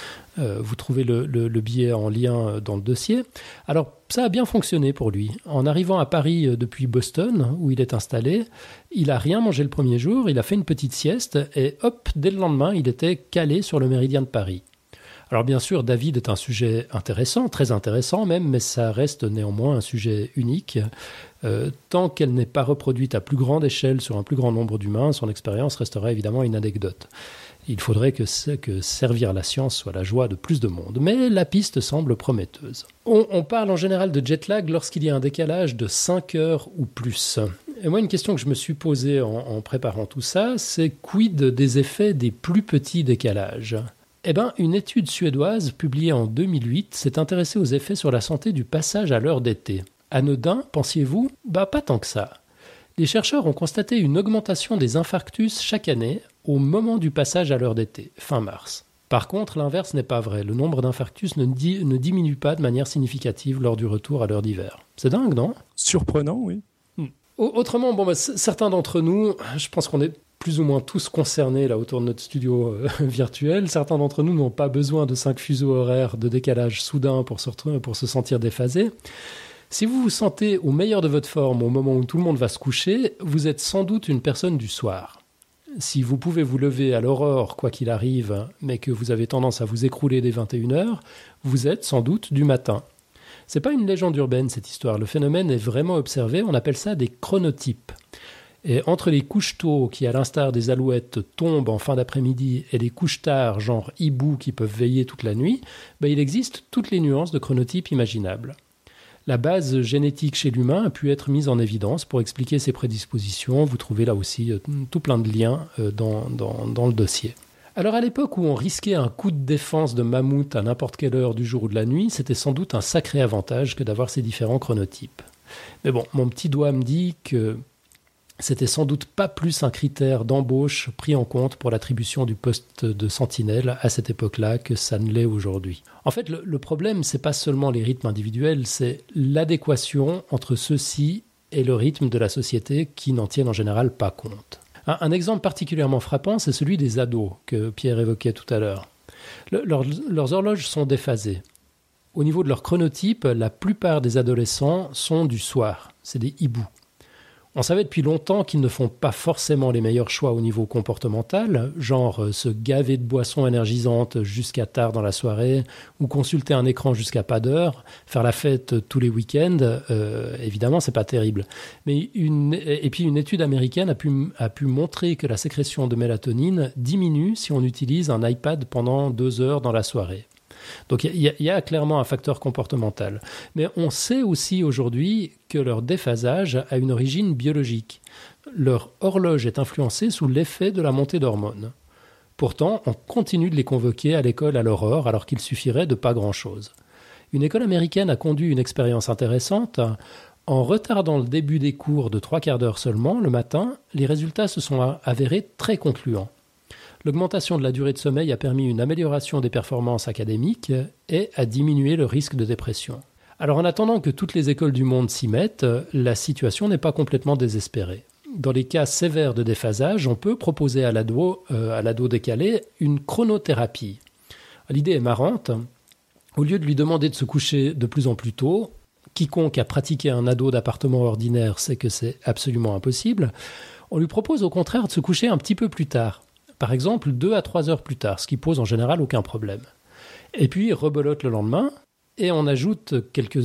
Vous trouvez le billet en lien dans le dossier. Alors, ça a bien fonctionné pour lui. En arrivant à Paris depuis Boston, où il est installé, il n'a rien mangé le premier jour, il a fait une petite sieste et hop, dès le lendemain, il était calé sur le méridien de Paris. Alors bien sûr, David est un sujet intéressant, très intéressant même, mais ça reste néanmoins un sujet unique. Tant qu'elle n'est pas reproduite à plus grande échelle sur un plus grand nombre d'humains, son expérience restera évidemment une anecdote. Il faudrait que servir la science soit la joie de plus de monde. Mais la piste semble prometteuse. On parle en général de jet lag lorsqu'il y a un décalage de 5 heures ou plus. Et moi, une question que je me suis posée en préparant tout ça, c'est quid des effets des plus petits décalages ? Une étude suédoise publiée en 2008 s'est intéressée aux effets sur la santé du passage à l'heure d'été. Anodin, pensiez-vous ? Pas tant que ça. Les chercheurs ont constaté une augmentation des infarctus chaque année au moment du passage à l'heure d'été, fin mars. Par contre, l'inverse n'est pas vrai. Le nombre d'infarctus ne diminue pas de manière significative lors du retour à l'heure d'hiver. C'est dingue, non ? Surprenant, oui. Autrement, certains d'entre nous, je pense qu'on est plus ou moins tous concernés là autour de notre studio virtuel. Certains d'entre nous n'ont pas besoin de 5 fuseaux horaires de décalage soudain pour se sentir déphasés. Si vous vous sentez au meilleur de votre forme au moment où tout le monde va se coucher, vous êtes sans doute une personne du soir. Si vous pouvez vous lever à l'aurore, quoi qu'il arrive, mais que vous avez tendance à vous écrouler dès 21h, vous êtes sans doute du matin. C'est pas une légende urbaine cette histoire, le phénomène est vraiment observé, on appelle ça des chronotypes. Et entre les couches tôt qui, à l'instar des alouettes, tombent en fin d'après-midi et les couches tard, genre hiboux qui peuvent veiller toute la nuit, il existe toutes les nuances de chronotypes imaginables. La base génétique chez l'humain a pu être mise en évidence pour expliquer ses prédispositions. Vous trouvez là aussi tout plein de liens dans le dossier. Alors à l'époque où on risquait un coup de défense de mammouth à n'importe quelle heure du jour ou de la nuit, c'était sans doute un sacré avantage que d'avoir ces différents chronotypes. Mais bon, mon petit doigt me dit que c'était sans doute pas plus un critère d'embauche pris en compte pour l'attribution du poste de sentinelle à cette époque-là que ça ne l'est aujourd'hui. En fait, le problème, c'est pas seulement les rythmes individuels, c'est l'adéquation entre ceux-ci et le rythme de la société qui n'en tiennent en général pas compte. Un exemple particulièrement frappant, c'est celui des ados que Pierre évoquait tout à l'heure. Leurs horloges sont déphasées. Au niveau de leur chronotype, la plupart des adolescents sont du soir, c'est des hiboux. On savait depuis longtemps qu'ils ne font pas forcément les meilleurs choix au niveau comportemental, genre se gaver de boissons énergisantes jusqu'à tard dans la soirée ou consulter un écran jusqu'à pas d'heure, faire la fête tous les week-ends, évidemment c'est pas terrible. Mais une étude américaine a pu montrer que la sécrétion de mélatonine diminue si on utilise un iPad pendant 2 heures dans la soirée. Donc il y a clairement un facteur comportemental. Mais on sait aussi aujourd'hui que leur déphasage a une origine biologique. Leur horloge est influencée sous l'effet de la montée d'hormones. Pourtant, on continue de les convoquer à l'école à l'aurore alors qu'il suffirait de pas grand-chose. Une école américaine a conduit une expérience intéressante. En retardant le début des cours de 3/4 d'heure seulement, le matin, les résultats se sont avérés très concluants. L'augmentation de la durée de sommeil a permis une amélioration des performances académiques et a diminué le risque de dépression. Alors en attendant que toutes les écoles du monde s'y mettent, la situation n'est pas complètement désespérée. Dans les cas sévères de déphasage, on peut proposer à l'ado décalé une chronothérapie. L'idée est marrante. Au lieu de lui demander de se coucher de plus en plus tôt, quiconque a pratiqué un ado d'appartement ordinaire sait que c'est absolument impossible, on lui propose au contraire de se coucher un petit peu plus tard. Par exemple, 2 à 3 heures plus tard, ce qui pose en général aucun problème. Et puis, rebelote le lendemain, et on ajoute quelques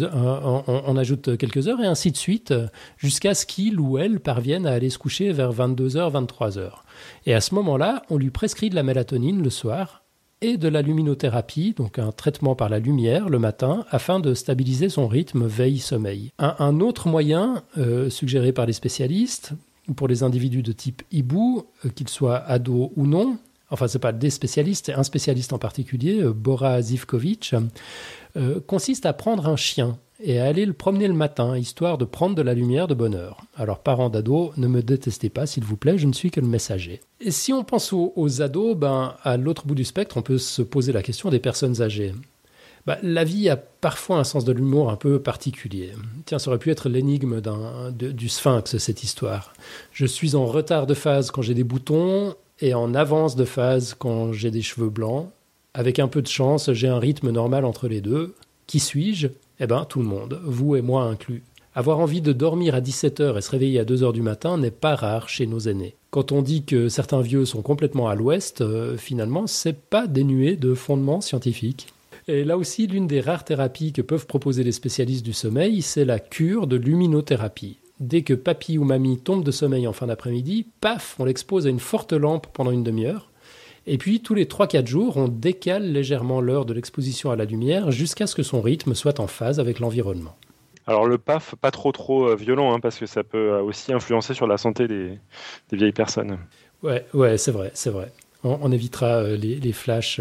heures, et ainsi de suite, jusqu'à ce qu'il ou elle parvienne à aller se coucher vers 22h, 23h. Et à ce moment-là, on lui prescrit de la mélatonine le soir, et de la luminothérapie, donc un traitement par la lumière le matin, afin de stabiliser son rythme veille-sommeil. Un autre moyen, suggéré par les spécialistes, pour les individus de type hibou, qu'ils soient ados ou non, enfin c'est pas des spécialistes, c'est un spécialiste en particulier, Bora Zivkovic, consiste à prendre un chien et à aller le promener le matin, histoire de prendre de la lumière de bonne heure. Alors parents d'ados, ne me détestez pas s'il vous plaît, je ne suis que le messager. Et si on pense aux ados, à l'autre bout du spectre, on peut se poser la question des personnes âgées. La vie a parfois un sens de l'humour un peu particulier. Tiens, ça aurait pu être l'énigme du sphinx, cette histoire. Je suis en retard de phase quand j'ai des boutons et en avance de phase quand j'ai des cheveux blancs. Avec un peu de chance, j'ai un rythme normal entre les deux. Qui suis-je ? Tout le monde, vous et moi inclus. Avoir envie de dormir à 17h et se réveiller à 2h du matin n'est pas rare chez nos aînés. Quand on dit que certains vieux sont complètement à l'ouest, finalement, c'est pas dénué de fondements scientifiques. Et là aussi, l'une des rares thérapies que peuvent proposer les spécialistes du sommeil, c'est la cure de luminothérapie. Dès que papy ou mamie tombe de sommeil en fin d'après-midi, paf, on l'expose à une forte lampe pendant une demi-heure. Et puis, tous les 3-4 jours, on décale légèrement l'heure de l'exposition à la lumière jusqu'à ce que son rythme soit en phase avec l'environnement. Alors le PAF, pas trop violent, parce que ça peut aussi influencer sur la santé des vieilles personnes. Ouais, c'est vrai. On évitera les flashs...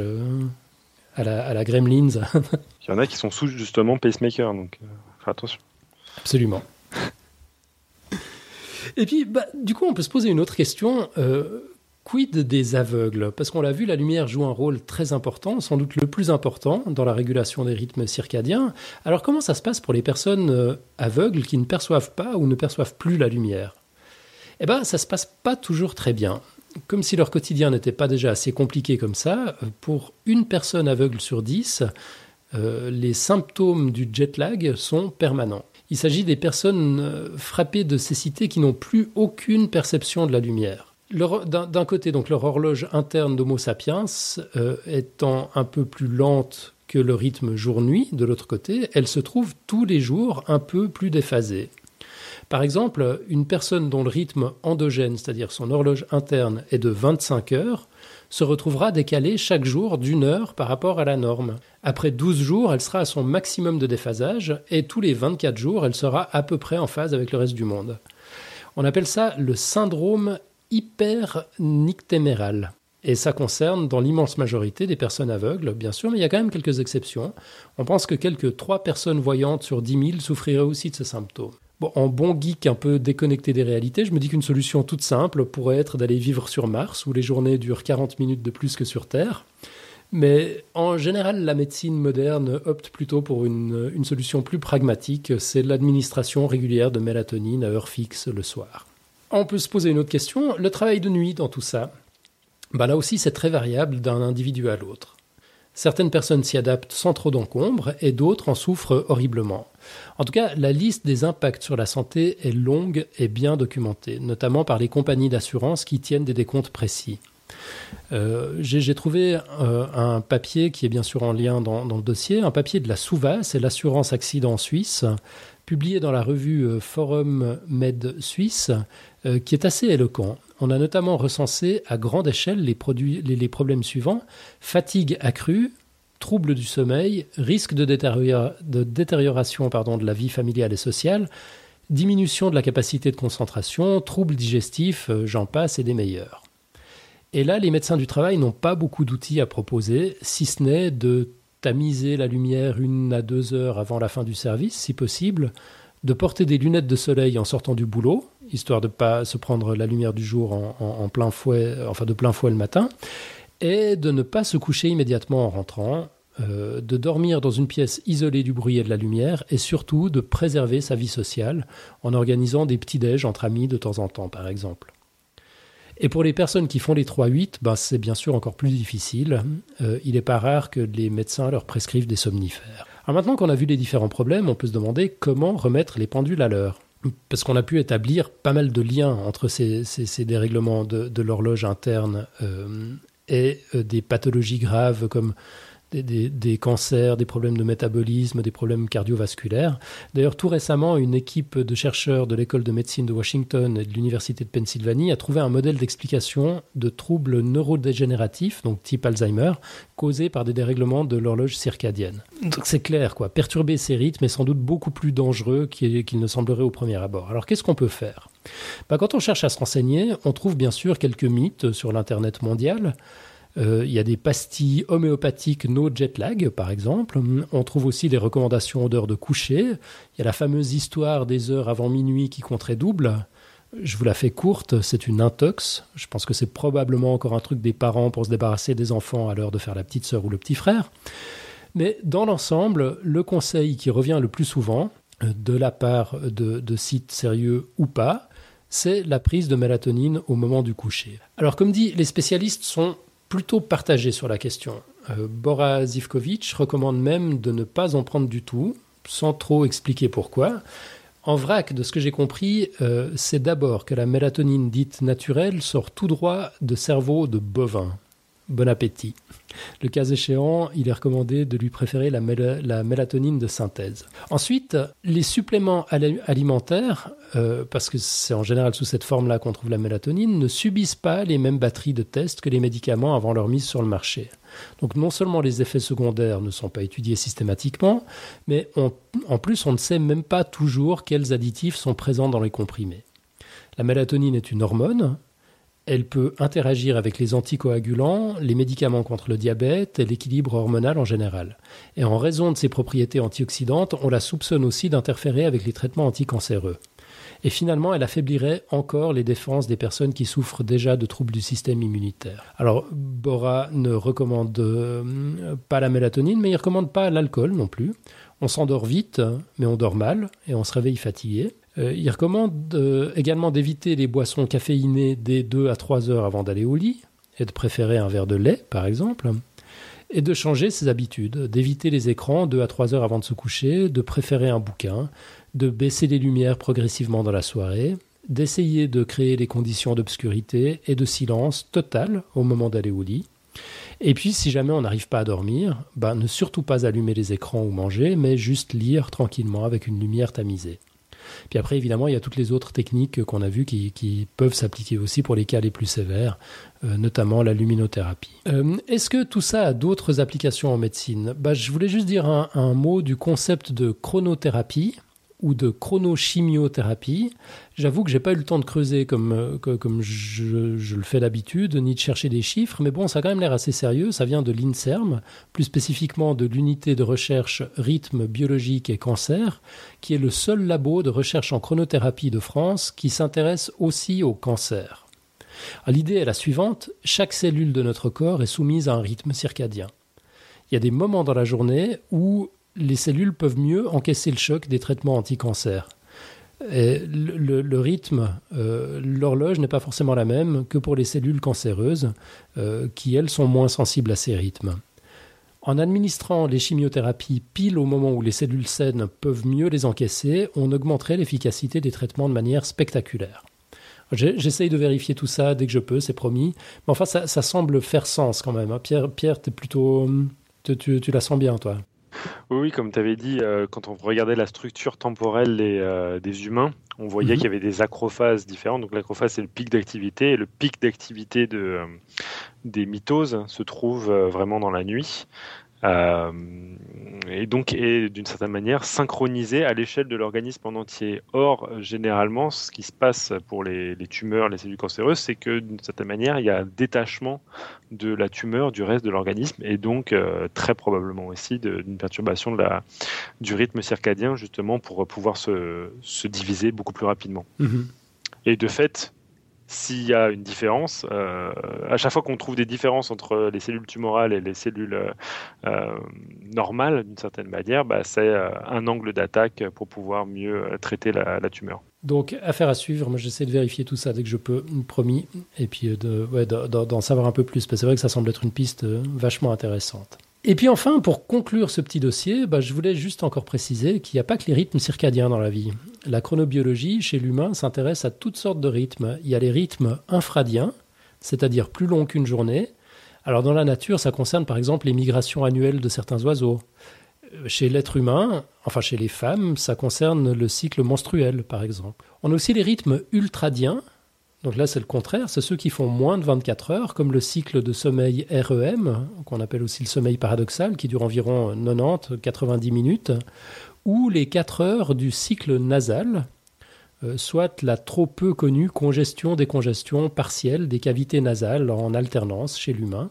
à la Gremlins. Il y en a qui sont sous justement pacemaker, donc faire attention. Absolument. Et puis, du coup, on peut se poser une autre question. Quid des aveugles ? Parce qu'on l'a vu, la lumière joue un rôle très important, sans doute le plus important, dans la régulation des rythmes circadiens. Alors, comment ça se passe pour les personnes aveugles qui ne perçoivent pas ou ne perçoivent plus la lumière ? Ça se passe pas toujours très bien. Comme si leur quotidien n'était pas déjà assez compliqué comme ça, pour une personne aveugle sur 10, les symptômes du jet lag sont permanents. Il s'agit des personnes frappées de cécité qui n'ont plus aucune perception de la lumière. D'un côté, donc, leur horloge interne d'Homo sapiens étant un peu plus lente que le rythme jour-nuit, de l'autre côté, elle se trouve tous les jours un peu plus déphasée. Par exemple, une personne dont le rythme endogène, c'est-à-dire son horloge interne, est de 25 heures, se retrouvera décalée chaque jour d'1 heure par rapport à la norme. Après 12 jours, elle sera à son maximum de déphasage et tous les 24 jours, elle sera à peu près en phase avec le reste du monde. On appelle ça le syndrome hypernictéméral. Et ça concerne dans l'immense majorité des personnes aveugles, bien sûr, mais il y a quand même quelques exceptions. On pense que quelques 3 personnes voyantes sur 10 000 souffriraient aussi de ces symptômes. Bon, en bon geek un peu déconnecté des réalités, je me dis qu'une solution toute simple pourrait être d'aller vivre sur Mars, où les journées durent 40 minutes de plus que sur Terre. Mais en général, la médecine moderne opte plutôt pour une solution plus pragmatique, c'est l'administration régulière de mélatonine à heure fixe le soir. On peut se poser une autre question, le travail de nuit dans tout ça, là aussi c'est très variable d'un individu à l'autre. Certaines personnes s'y adaptent sans trop d'encombre et d'autres en souffrent horriblement. En tout cas, la liste des impacts sur la santé est longue et bien documentée, notamment par les compagnies d'assurance qui tiennent des décomptes précis. J'ai trouvé un papier qui est bien sûr en lien dans le dossier, un papier de la SUVA, c'est l'assurance accident suisse, publié dans la revue Forum Med Suisse, qui est assez éloquent. On a notamment recensé à grande échelle les problèmes suivants: fatigue accrue, troubles du sommeil, risque de détérioration de la vie familiale et sociale, diminution de la capacité de concentration, troubles digestifs, j'en passe et des meilleurs. Et là, les médecins du travail n'ont pas beaucoup d'outils à proposer, si ce n'est de tamiser la lumière 1 à 2 heures avant la fin du service, si possible, de porter des lunettes de soleil en sortant du boulot, histoire de ne pas se prendre la lumière du jour en plein fouet, de plein fouet le matin, et de ne pas se coucher immédiatement en rentrant, de dormir dans une pièce isolée du bruit et de la lumière, et surtout de préserver sa vie sociale en organisant des petits-déj entre amis de temps en temps, par exemple. Et pour les personnes qui font les 3-8, c'est bien sûr encore plus difficile. Il n'est pas rare que les médecins leur prescrivent des somnifères. Alors maintenant qu'on a vu les différents problèmes, on peut se demander comment remettre les pendules à l'heure. Parce qu'on a pu établir pas mal de liens entre ces dérèglements de l'horloge interne et des pathologies graves comme des cancers, des problèmes de métabolisme, des problèmes cardiovasculaires. D'ailleurs, tout récemment, une équipe de chercheurs de l'école de médecine de Washington et de l'université de Pennsylvanie a trouvé un modèle d'explication de troubles neurodégénératifs, donc type Alzheimer, causés par des dérèglements de l'horloge circadienne. Donc c'est clair, perturber ces rythmes est sans doute beaucoup plus dangereux qu'il ne semblerait au premier abord. Alors qu'est-ce qu'on peut faire ? Quand on cherche à se renseigner, on trouve bien sûr quelques mythes sur l'Internet mondial. Il y a des pastilles homéopathiques no jet lag, par exemple. On trouve aussi des recommandations d'heures de coucher. Il y a la fameuse histoire des heures avant minuit qui compterait double. Je vous la fais courte, c'est une intox. Je pense que c'est probablement encore un truc des parents pour se débarrasser des enfants à l'heure de faire la petite sœur ou le petit frère. Mais dans l'ensemble, le conseil qui revient le plus souvent, de la part de sites sérieux ou pas, c'est la prise de mélatonine au moment du coucher. Alors comme dit, les spécialistes sont plutôt partagés sur la question. Bora Zivkovic recommande même de ne pas en prendre du tout, sans trop expliquer pourquoi. En vrac, de ce que j'ai compris, c'est d'abord que la mélatonine dite naturelle sort tout droit de cerveau de bovin. Bon appétit. Le cas échéant, il est recommandé de lui préférer la mélatonine de synthèse. Ensuite, les suppléments alimentaires, parce que c'est en général sous cette forme-là qu'on trouve la mélatonine, ne subissent pas les mêmes batteries de tests que les médicaments avant leur mise sur le marché. Donc non seulement les effets secondaires ne sont pas étudiés systématiquement, mais en plus on ne sait même pas toujours quels additifs sont présents dans les comprimés. La mélatonine est une hormone. Elle peut interagir avec les anticoagulants, les médicaments contre le diabète et l'équilibre hormonal en général. Et en raison de ses propriétés antioxydantes, on la soupçonne aussi d'interférer avec les traitements anticancéreux. Et finalement, elle affaiblirait encore les défenses des personnes qui souffrent déjà de troubles du système immunitaire. Alors, Bora ne recommande pas la mélatonine, mais il ne recommande pas l'alcool non plus. On s'endort vite, mais on dort mal et on se réveille fatigué. Il recommande également d'éviter les boissons caféinées dès 2 à 3 heures avant d'aller au lit, et de préférer un verre de lait, par exemple, et de changer ses habitudes, d'éviter les écrans 2 à 3 heures avant de se coucher, de préférer un bouquin, de baisser les lumières progressivement dans la soirée, d'essayer de créer les conditions d'obscurité et de silence total au moment d'aller au lit. Et puis, si jamais on n'arrive pas à dormir, ne surtout pas allumer les écrans ou manger, mais juste lire tranquillement avec une lumière tamisée. Puis après, évidemment, il y a toutes les autres techniques qu'on a vues qui peuvent s'appliquer aussi pour les cas les plus sévères, notamment la luminothérapie. Est-ce que tout ça a d'autres applications en médecine ? Je voulais juste dire un mot du concept de chronothérapie, ou de chronochimiothérapie. J'avoue que j'ai pas eu le temps de creuser comme je le fais d'habitude, ni de chercher des chiffres, mais bon, ça a quand même l'air assez sérieux. Ça vient de l'INSERM, plus spécifiquement de l'unité de recherche rythme biologique et cancer, qui est le seul labo de recherche en chronothérapie de France qui s'intéresse aussi au cancer. Alors, l'idée est la suivante, chaque cellule de notre corps est soumise à un rythme circadien. Il y a des moments dans la journée où les cellules peuvent mieux encaisser le choc des traitements anti-cancer. Et le rythme, l'horloge n'est pas forcément la même que pour les cellules cancéreuses, qui elles sont moins sensibles à ces rythmes. En administrant les chimiothérapies pile au moment où les cellules saines peuvent mieux les encaisser, on augmenterait l'efficacité des traitements de manière spectaculaire. J'essaye de vérifier tout ça dès que je peux, c'est promis. Mais enfin, ça semble faire sens quand même. Pierre, t'es plutôt... Tu la sens bien, toi? Oui, comme tu avais dit, quand on regardait la structure temporelle des humains, on voyait qu'il y avait des acrophases différentes. Donc l'acrophase, c'est le pic d'activité. Et le pic d'activité des mitoses se trouve vraiment dans la nuit. Et donc est d'une certaine manière synchronisé à l'échelle de l'organisme en entier. Or, généralement, ce qui se passe pour les tumeurs, les cellules cancéreuses, c'est que d'une certaine manière, il y a un détachement de la tumeur du reste de l'organisme et donc très probablement aussi d'une perturbation du rythme circadien, justement pour pouvoir se diviser beaucoup plus rapidement. Et de fait, s'il y a une différence, à chaque fois qu'on trouve des différences entre les cellules tumorales et les cellules normales, d'une certaine manière, c'est un angle d'attaque pour pouvoir mieux traiter la tumeur. Donc, affaire à suivre. Moi, j'essaie de vérifier tout ça dès que je peux, promis, et puis d'en savoir un peu plus, parce que c'est vrai que ça semble être une piste vachement intéressante. Et puis enfin, pour conclure ce petit dossier, je voulais juste encore préciser qu'il n'y a pas que les rythmes circadiens dans la vie. La chronobiologie, chez l'humain, s'intéresse à toutes sortes de rythmes. Il y a les rythmes infradiens, c'est-à-dire plus longs qu'une journée. Alors dans la nature, ça concerne par exemple les migrations annuelles de certains oiseaux. Chez l'être humain, enfin chez les femmes, ça concerne le cycle menstruel par exemple. On a aussi les rythmes ultradiens. Donc là, c'est le contraire, c'est ceux qui font moins de 24 heures, comme le cycle de sommeil REM, qu'on appelle aussi le sommeil paradoxal, qui dure environ 90-90 minutes, ou les 4 heures du cycle nasal, soit la trop peu connue congestion-décongestion partielle des cavités nasales en alternance chez l'humain,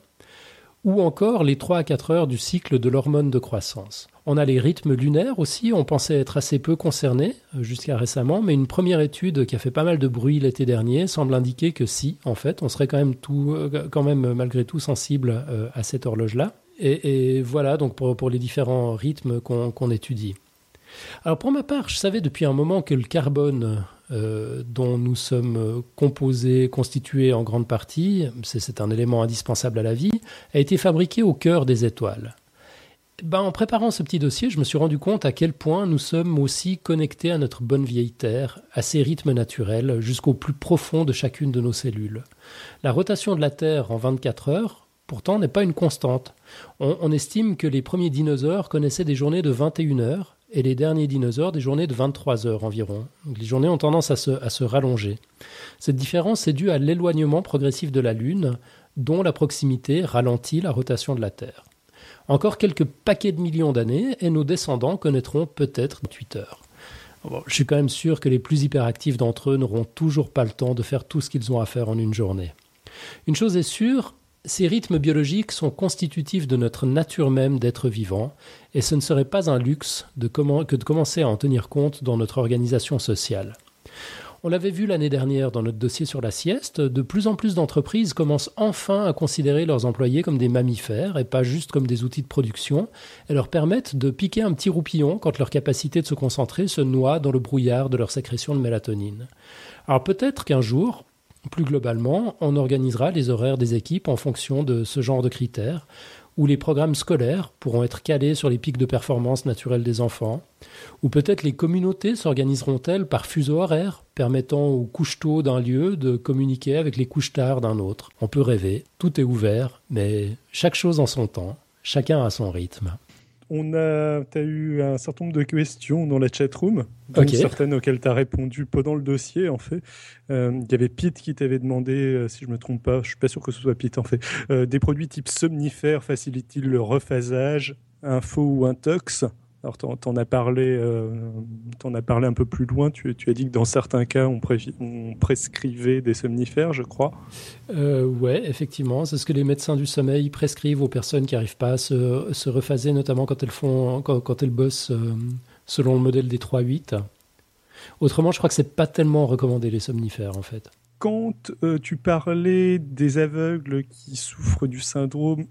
ou encore les 3 à 4 heures du cycle de l'hormone de croissance. On a les rythmes lunaires aussi, on pensait être assez peu concernés jusqu'à récemment, mais une première étude qui a fait pas mal de bruit l'été dernier semble indiquer que si, en fait, on serait quand même malgré tout sensible à cette horloge-là. Et voilà donc pour les différents rythmes qu'on étudie. Alors pour ma part, je savais depuis un moment que le carbone dont nous sommes constitués en grande partie, c'est un élément indispensable à la vie, a été fabriqué au cœur des étoiles. En préparant ce petit dossier, je me suis rendu compte à quel point nous sommes aussi connectés à notre bonne vieille Terre, à ses rythmes naturels, jusqu'au plus profond de chacune de nos cellules. La rotation de la Terre en 24 heures, pourtant, n'est pas une constante. On estime que les premiers dinosaures connaissaient des journées de 21 heures et les derniers dinosaures des journées de 23 heures environ. Donc, les journées ont tendance à se rallonger. Cette différence est due à l'éloignement progressif de la Lune, dont la proximité ralentit la rotation de la Terre. Encore quelques paquets de millions d'années et nos descendants connaîtront peut-être 28 heures. Bon, je suis quand même sûr que les plus hyperactifs d'entre eux n'auront toujours pas le temps de faire tout ce qu'ils ont à faire en une journée. Une chose est sûre, ces rythmes biologiques sont constitutifs de notre nature même d'être vivant et ce ne serait pas un luxe que de commencer à en tenir compte dans notre organisation sociale. On l'avait vu l'année dernière dans notre dossier sur la sieste, de plus en plus d'entreprises commencent enfin à considérer leurs employés comme des mammifères et pas juste comme des outils de production et leur permettent de piquer un petit roupillon quand leur capacité de se concentrer se noie dans le brouillard de leur sécrétion de mélatonine. Alors peut-être qu'un jour, plus globalement, on organisera les horaires des équipes en fonction de ce genre de critères, où les programmes scolaires pourront être calés sur les pics de performance naturels des enfants, ou peut-être les communautés s'organiseront-elles par fuseau horaire, permettant aux couches tôt d'un lieu de communiquer avec les couches tard d'un autre. On peut rêver, tout est ouvert, mais chaque chose en son temps, chacun a son rythme. T'as eu un certain nombre de questions dans la chatroom, dont certaines auxquelles tu as répondu pendant le dossier, en fait. Il y avait Pete qui t'avait demandé, si je ne me trompe pas, je ne suis pas sûr que ce soit Pete, en fait, des produits type somnifères facilitent-ils le rephasage, info ou intox? Alors, t'en as parlé un peu plus loin. Tu as dit que dans certains cas, on prescrivait des somnifères, je crois. Ouais, effectivement. C'est ce que les médecins du sommeil prescrivent aux personnes qui n'arrivent pas à se rephaser, notamment quand elles bossent selon le modèle des 3-8. Autrement, je crois que c'est pas tellement recommandé, les somnifères, en fait. Quand tu parlais des aveugles qui souffrent du syndrome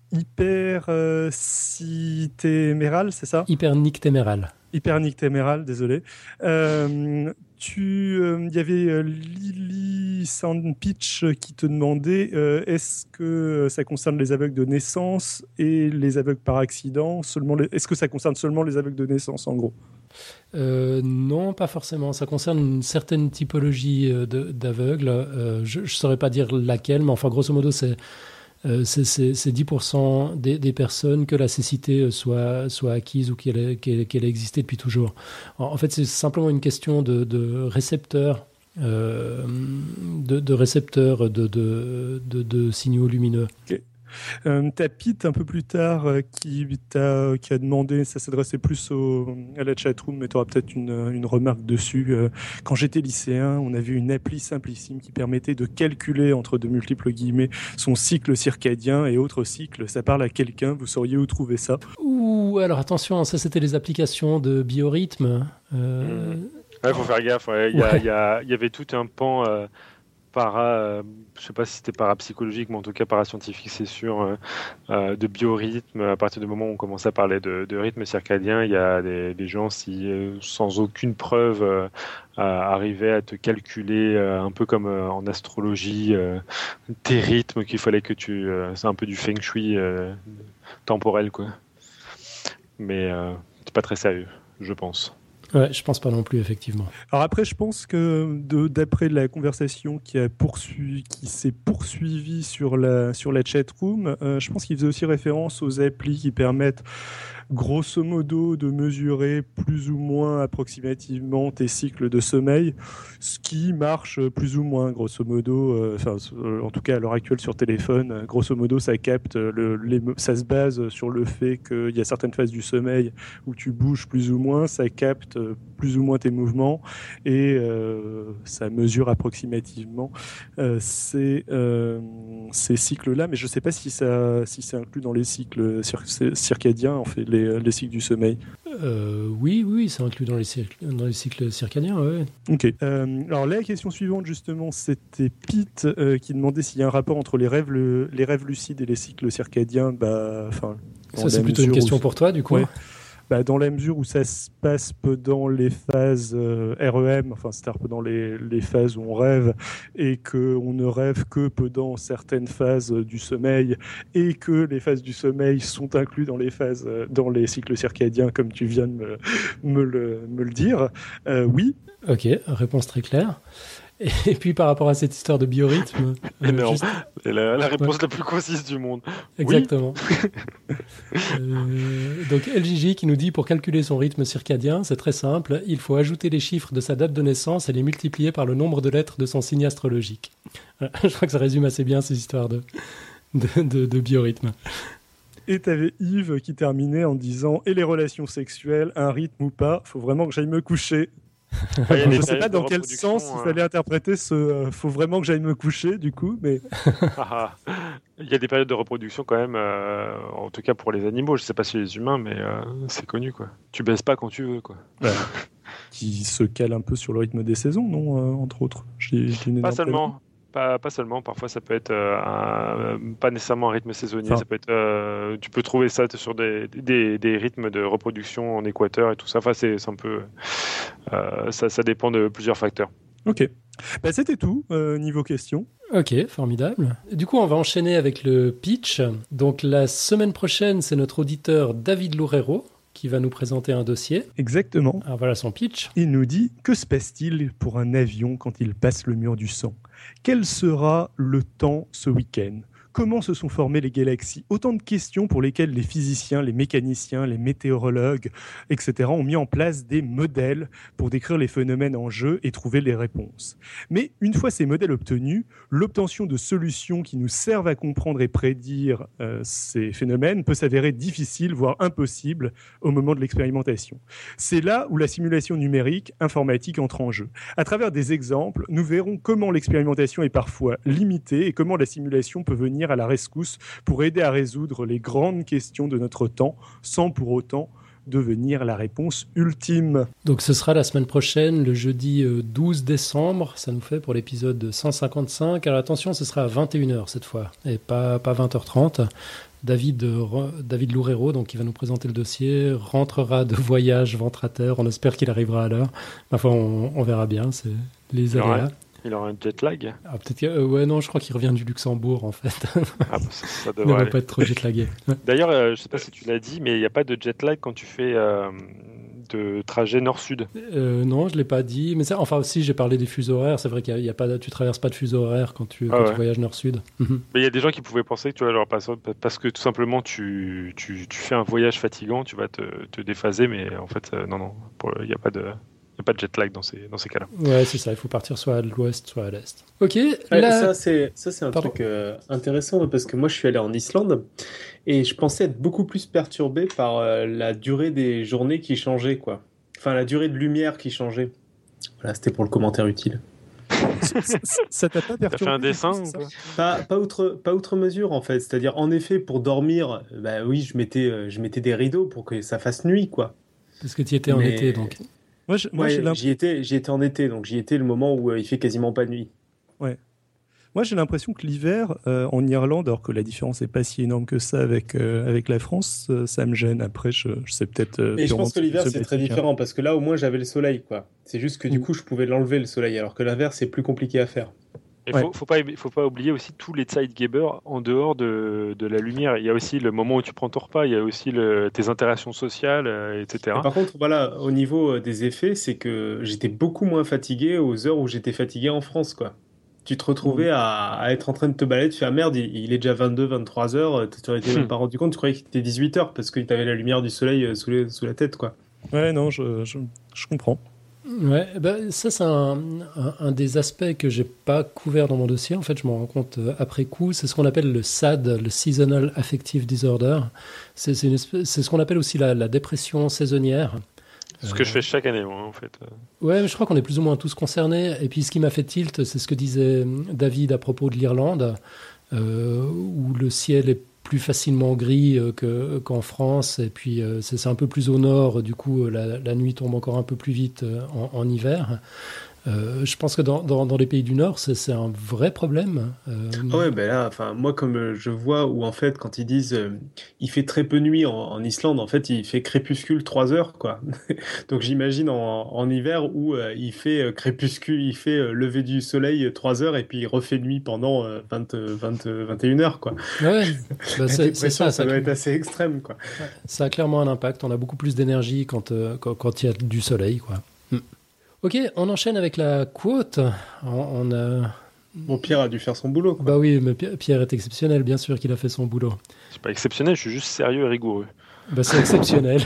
hypernictéméral, c'est ça ? Hypernictéméral. Hypernictéméral, désolé. Il y avait Lily Sandpitch qui te demandait est-ce que ça concerne les aveugles de naissance et les aveugles par accident est-ce que ça concerne seulement les aveugles de naissance, en gros ? Non, pas forcément. Ça concerne une certaine typologie d'aveugles. Je ne saurais pas dire laquelle, mais enfin, grosso modo, c'est 10% des personnes que la cécité soit acquise ou qu'elle ait existé depuis toujours. En fait, c'est simplement une question de récepteurs, de récepteurs de signaux lumineux. Okay. T'as Pete un peu plus tard qui a demandé, ça s'adressait plus à la chatroom, mais tu auras peut-être une remarque dessus. Quand j'étais lycéen, on avait une appli simplissime qui permettait de calculer, entre de multiples guillemets, son cycle circadien et autres cycles. Ça parle à quelqu'un, vous sauriez où trouver ça ? Ouh, alors attention, ça c'était les applications de biorhythme. Ouais, faut faire gaffe. Ouais. Il y avait tout un pan... je sais pas si c'était parapsychologique, mais en tout cas parascientifique, c'est sûr, de biorhythme. À partir du moment où on commence à parler de rythme circadien, il y a des gens, sans aucune preuve, arrivaient à te calculer, un peu comme en astrologie, tes rythmes, qu'il fallait que c'est un peu du feng shui temporel, quoi. Mais c'est pas très sérieux, je pense. Ouais, je pense pas non plus, effectivement. Alors après, je pense que d'après la conversation qui s'est poursuivie sur la chatroom, je pense qu'il faisait aussi référence aux applis qui permettent grosso modo de mesurer plus ou moins approximativement tes cycles de sommeil, ce qui marche plus ou moins grosso modo, en tout cas à l'heure actuelle sur téléphone, grosso modo ça capte, ça se base sur le fait qu'il y a certaines phases du sommeil où tu bouges plus ou moins, ça capte plus ou moins tes mouvements et ça mesure approximativement ces cycles-là, mais je ne sais pas si c'est inclus dans les cycles circadiens, en fait, les cycles du sommeil. Oui, c'est inclus dans les cycles circadiens, ouais. Ok. Alors la question suivante, justement, c'était Pete qui demandait s'il y a un rapport entre les rêves lucides et les cycles circadiens. Ça, c'est plutôt une question pour toi, du coup. Ouais. Dans la mesure où ça se passe pendant les phases REM, c'est-à-dire pendant les phases où on rêve, et qu'on ne rêve que pendant certaines phases du sommeil, et que les phases du sommeil sont inclus dans les cycles circadiens, comme tu viens de me le dire. Oui. Ok, réponse très claire. Et puis par rapport à cette histoire de biorhythme... C'est la réponse la plus concise du monde. Exactement. Donc LJJ qui nous dit, pour calculer son rythme circadien, c'est très simple, il faut ajouter les chiffres de sa date de naissance et les multiplier par le nombre de lettres de son signe astrologique. Voilà, je crois que ça résume assez bien ces histoires de biorhythme. Et t'avais Yves qui terminait en disant « Et les relations sexuelles, un rythme ou pas, faut vraiment que j'aille me coucher ». Je ne sais pas dans quel sens il fallait interpréter faut vraiment que j'aille me coucher, du coup, mais... Il y a des périodes de reproduction quand même, en tout cas pour les animaux. Je ne sais pas si les humains, mais c'est connu, quoi. Tu baisses pas quand tu veux, quoi. Ouais. Qui se cale un peu sur le rythme des saisons, non, entre autres. Pas seulement. Pas seulement, parfois ça peut être pas nécessairement un rythme saisonnier, ça peut être, tu peux trouver ça sur des rythmes de reproduction en équateur et tout ça, c'est un peu, ça dépend de plusieurs facteurs. Ok, c'était tout niveau questions. Ok, formidable. Du coup, on va enchaîner avec le pitch. Donc la semaine prochaine, c'est notre auditeur David Loureiro qui va nous présenter un dossier. Exactement. Alors voilà son pitch. Il nous dit « Que se passe-t-il pour un avion quand il passe le mur du sang ? Quel sera le temps ce week-end ? comment se sont formées les galaxies. Autant de questions pour lesquelles les physiciens, les mécaniciens, les météorologues, etc. ont mis en place des modèles pour décrire les phénomènes en jeu et trouver les réponses. Mais une fois ces modèles obtenus, l'obtention de solutions qui nous servent à comprendre et prédire ces phénomènes peut s'avérer difficile, voire impossible au moment de l'expérimentation. C'est là où la simulation numérique, informatique entre en jeu. À travers des exemples, nous verrons comment l'expérimentation est parfois limitée et comment la simulation peut venir à la rescousse pour aider à résoudre les grandes questions de notre temps sans pour autant devenir la réponse ultime. Donc ce sera la semaine prochaine, le jeudi 12 décembre, ça nous fait pour l'épisode 155. Alors attention, ce sera à 21h cette fois, et pas 20h30. David Loureiro, donc qui va nous présenter le dossier, rentrera de voyage ventre à terre. On espère qu'il arrivera à l'heure. Enfin, on verra bien, c'est les aléas. Il aura un jet lag. Ah, peut-être que, ouais, non, je crois qu'il revient du Luxembourg en fait. Ah, bah, ça Il ne devrait va aller. pas être trop jet lagué. D'ailleurs, je ne sais pas si tu l'as dit, mais il n'y a pas de jet lag quand tu fais de trajet nord-sud. Non, je ne l'ai pas dit. Mais ça, enfin, aussi, j'ai parlé des fuseaux horaires. C'est vrai qu'il y a pas, tu ne traverses pas de fuseau horaire quand tu voyages nord-sud. Mais il y a des gens qui pouvaient penser que tu vois, genre, parce que tout simplement tu fais un voyage fatigant, tu vas te déphaser, mais en fait, non, il n'y a pas de. Il n'y a pas de jet lag dans ces cas-là. Ouais, c'est ça. Il faut partir soit à l'ouest, soit à l'est. Ok. Ça, c'est un truc intéressant parce que moi, je suis allé en Islande et je pensais être beaucoup plus perturbé par la durée des journées qui changeait, quoi. Enfin, la durée de lumière qui changeait. Voilà, c'était pour le commentaire utile. Ça t'a pas perturbé? T'as fait un dessin ou quoi? Pas outre mesure, en fait. C'est-à-dire, en effet, pour dormir, bah oui, je mettais des rideaux pour que ça fasse nuit, quoi. Parce que tu y étais en été, donc. J'y étais en été, donc j'y étais le moment où il fait quasiment pas nuit. Ouais. Moi, j'ai l'impression que l'hiver, en Irlande, alors que la différence n'est pas si énorme que ça avec la France, ça me gêne. Après, je sais peut-être... Mais je pense que l'hiver, c'est très différent, parce que là, au moins, j'avais le soleil, quoi. C'est juste que du coup, je pouvais l'enlever, le soleil, alors que l'inverse, c'est plus compliqué à faire. Il faut pas oublier aussi tous les side-gabers en dehors de la lumière. Il y a aussi le moment où tu prends ton repas, il y a aussi tes interactions sociales, etc. Et par contre, voilà, au niveau des effets, c'est que j'étais beaucoup moins fatigué aux heures où j'étais fatigué en France, quoi. Tu te retrouvais à être en train de te balader, tu fais « Ah merde, il est déjà 22, 23 heures, tu n'en étais même pas rendu compte, tu croyais qu'il était 18 heures parce que tu avais la lumière du soleil sous la tête, quoi. » Ouais, non, je comprends. Ouais, ben ça c'est un des aspects que j'ai pas couvert dans mon dossier. En fait, je m'en rends compte après coup. C'est ce qu'on appelle le SAD, le Seasonal Affective Disorder. C'est ce qu'on appelle aussi la dépression saisonnière. C'est ce que je fais chaque année, moi, en fait. Ouais, mais je crois qu'on est plus ou moins tous concernés. Et puis, ce qui m'a fait tilt, c'est ce que disait David à propos de l'Irlande, où le ciel est plus facilement gris qu'en France. Et puis, c'est un peu plus au nord. Du coup, la nuit tombe encore un peu plus vite en hiver. Je pense que dans les pays du Nord, c'est un vrai problème. Ah ouais, ben là, enfin, moi, comme je vois où, en fait, quand ils disent il fait très peu nuit en Islande, en fait, il fait crépuscule 3 heures, quoi. Donc, j'imagine en hiver où il fait crépuscule, il fait lever du soleil 3 heures et puis il refait nuit pendant 21 heures, quoi. Ouais, bah c'est ça. Ça doit être assez extrême, quoi. Ça a clairement un impact. On a beaucoup plus d'énergie quand il y a du soleil, quoi. Ok, on enchaîne avec la quote. Bon, Pierre a dû faire son boulot, quoi. Bah oui, mais Pierre est exceptionnel, bien sûr qu'il a fait son boulot. C'est pas exceptionnel, je suis juste sérieux et rigoureux. Bah c'est exceptionnel.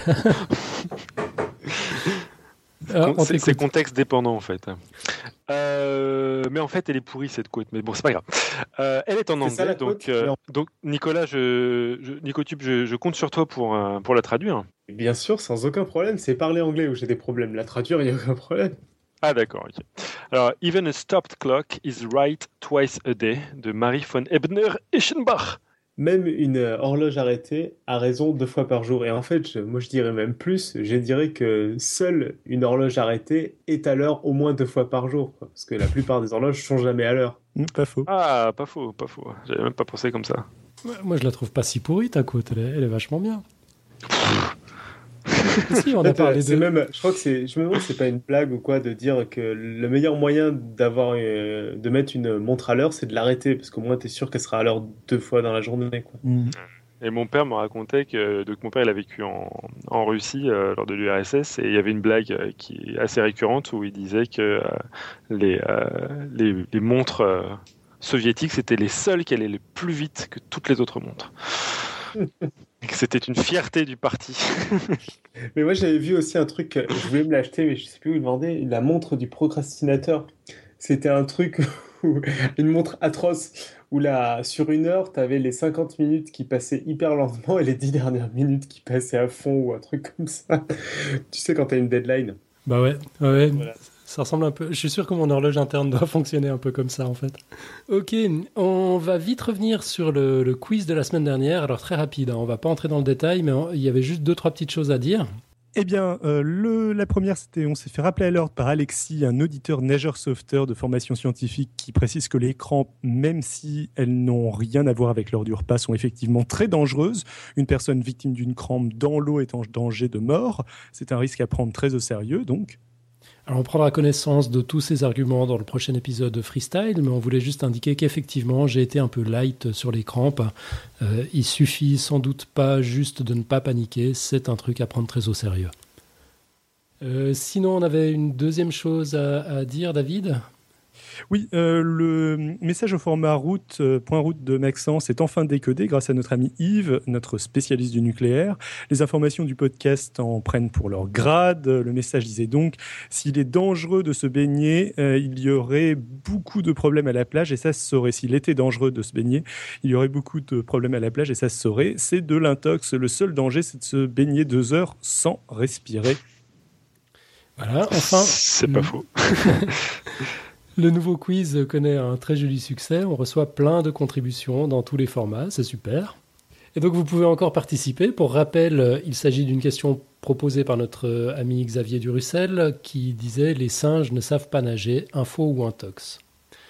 C'est contexte dépendant, en fait. Mais en fait, elle est pourrie, cette quote. Mais bon, c'est pas grave. Elle est en anglais, donc Nicolas, Nicotube, je compte sur toi pour la traduire. Bien sûr, sans aucun problème. C'est parler anglais où j'ai des problèmes. La traduire, il n'y a aucun problème. Ah d'accord, ok. Alors, Even a stopped clock is right twice a day, de Marie von Ebner-Eschenbach. Même une horloge arrêtée a raison 2 fois par jour. Et en fait, moi je dirais même plus, je dirais que seule une horloge arrêtée est à l'heure au moins 2 fois par jour. Quoi. Parce que la plupart des horloges sont jamais à l'heure. Pas faux. Ah, pas faux. J'avais même pas pensé comme ça. Moi je la trouve pas si pourrie ta quote, elle est vachement bien. Si, on a parlé de... je crois que je me demande si c'est pas une blague ou quoi de dire que le meilleur moyen de mettre une montre à l'heure, c'est de l'arrêter parce qu'au moins t'es sûr qu'elle sera à l'heure 2 fois dans la journée, quoi. Et mon père me racontait que mon père il a vécu en Russie lors de l'URSS et il y avait une blague qui est assez récurrente où il disait que les montres soviétiques, c'était les seuls qui allaient le plus vite que toutes les autres montres. Et que c'était une fierté du parti. Mais moi, j'avais vu aussi un truc, je voulais me l'acheter, mais je sais plus où le demander, la montre du procrastinateur. C'était un truc, une montre atroce, où là, sur une heure, tu avais les 50 minutes qui passaient hyper lentement et les 10 dernières minutes qui passaient à fond, ou un truc comme ça. Tu sais, quand tu as une deadline. Bah ouais. Voilà. Ça ressemble un peu. Je suis sûr que mon horloge interne doit fonctionner un peu comme ça en fait. Ok, on va vite revenir sur le quiz de la semaine dernière. Alors très rapide, hein, on va pas entrer dans le détail, mais il y avait juste 2-3 petites choses à dire. Eh bien, la première, c'était, on s'est fait rappeler à l'ordre par Alexis, un auditeur nageur sauveteur de formation scientifique qui précise que les crampes, même si elles n'ont rien à voir avec l'heure du repas, sont effectivement très dangereuses. Une personne victime d'une crampe dans l'eau est en danger de mort. C'est un risque à prendre très au sérieux, donc. Alors on prendra connaissance de tous ces arguments dans le prochain épisode de Freestyle, mais on voulait juste indiquer qu'effectivement j'ai été un peu light sur les crampes. Il suffit sans doute pas juste de ne pas paniquer, c'est un truc à prendre très au sérieux. Sinon on avait une deuxième chose à dire, David ? Oui, le message au format route, point route de Maxence est enfin décodé grâce à notre ami Yves, notre spécialiste du nucléaire. Les informations du podcast en prennent pour leur grade. Le message disait donc « S'il est dangereux de se baigner, il y aurait beaucoup de problèmes à la plage et ça se saurait. S'il était dangereux de se baigner, il y aurait beaucoup de problèmes à la plage et ça se saurait. C'est de l'intox. Le seul danger, c'est de se baigner 2 heures sans respirer. » Voilà, enfin... C'est pas faux. Le nouveau quiz connaît un très joli succès. On reçoit plein de contributions dans tous les formats. C'est super. Et donc, vous pouvez encore participer. Pour rappel, il s'agit d'une question proposée par notre ami Xavier Durussel qui disait « Les singes ne savent pas nager, info ou intox ?»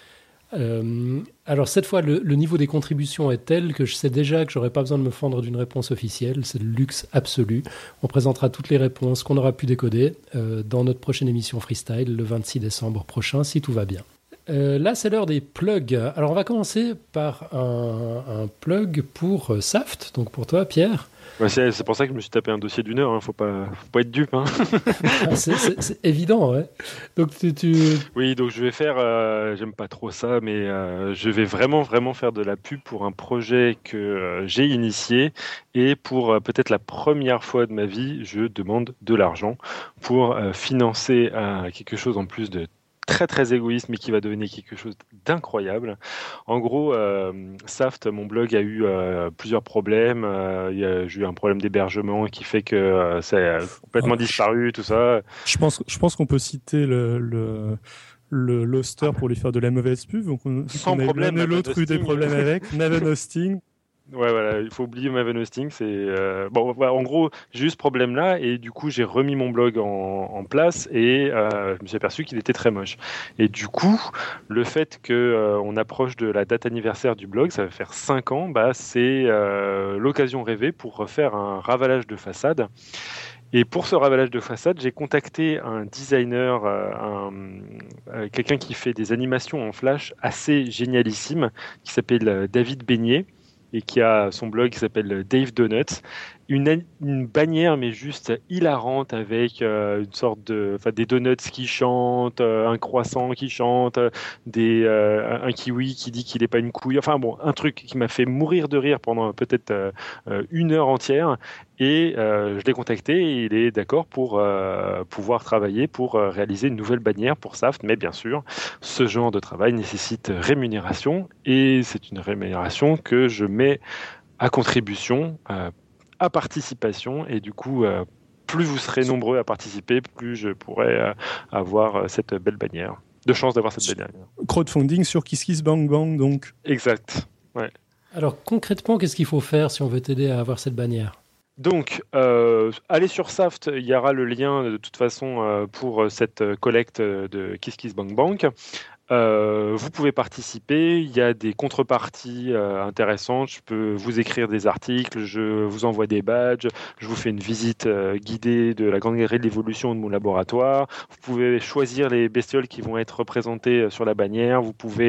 Alors, cette fois, le niveau des contributions est tel que je sais déjà que j'aurai pas besoin de me fendre d'une réponse officielle. C'est le luxe absolu. On présentera toutes les réponses qu'on aura pu décoder dans notre prochaine émission Freestyle le 26 décembre prochain, si tout va bien. Là, c'est l'heure des plugs. Alors, on va commencer par un plug pour Saft, donc pour toi, Pierre. Ouais, c'est pour ça que je me suis tapé un dossier d'1 heure, hein. Faut pas être dupe. Hein. C'est évident, ouais. Donc Oui, donc je vais faire, j'aime pas trop ça, mais je vais vraiment faire de la pub pour un projet que j'ai initié et pour peut-être la première fois de ma vie, je demande de l'argent pour financer quelque chose en plus de très très égoïste mais qui va devenir quelque chose d'incroyable. En gros, Saft, mon blog a eu plusieurs problèmes. J'ai eu un problème d'hébergement qui fait que ça a complètement disparu, tout ça. Je pense qu'on peut citer l'hoster pour lui faire de la mauvaise pub. Donc sans problème. L'un et l'autre eu des problèmes avec Maven Hosting. Ouais, voilà, il faut oublier Maven Hosting. Bon, en gros, j'ai eu ce problème-là et du coup, j'ai remis mon blog en place et je me suis aperçu qu'il était très moche. Et du coup, le fait qu'on approche de la date anniversaire du blog, ça va faire 5 ans, c'est l'occasion rêvée pour refaire un ravalage de façade. Et pour ce ravalage de façade, j'ai contacté un designer, quelqu'un qui fait des animations en Flash assez génialissimes, qui s'appelle David Beignet, et qui a son blog qui s'appelle Dave Donuts. Une bannière, mais juste hilarante, avec une sorte des donuts qui chantent, un croissant qui chante, un kiwi qui dit qu'il n'est pas une couille. Enfin bon, un truc qui m'a fait mourir de rire pendant peut-être 1 heure entière. Et je l'ai contacté et il est d'accord pour pouvoir travailler pour réaliser une nouvelle bannière pour Saft. Mais bien sûr, ce genre de travail nécessite rémunération et c'est une rémunération que je mets à contribution, à participation. Et du coup, plus vous serez nombreux à participer, plus je pourrai avoir cette belle bannière. De chance d'avoir cette bannière. Crowdfunding sur KissKissBankBank, donc. Exact, ouais. Alors concrètement, qu'est-ce qu'il faut faire si on veut t'aider à avoir cette bannière ? Donc, allez sur Saft, il y aura le lien de toute façon pour cette collecte de KissKissBankBank. Vous pouvez participer, il y a des contreparties intéressantes, je peux vous écrire des articles, je vous envoie des badges, je vous fais une visite guidée de la grande galerie de l'évolution de mon laboratoire, vous pouvez choisir les bestioles qui vont être représentées sur la bannière, vous pouvez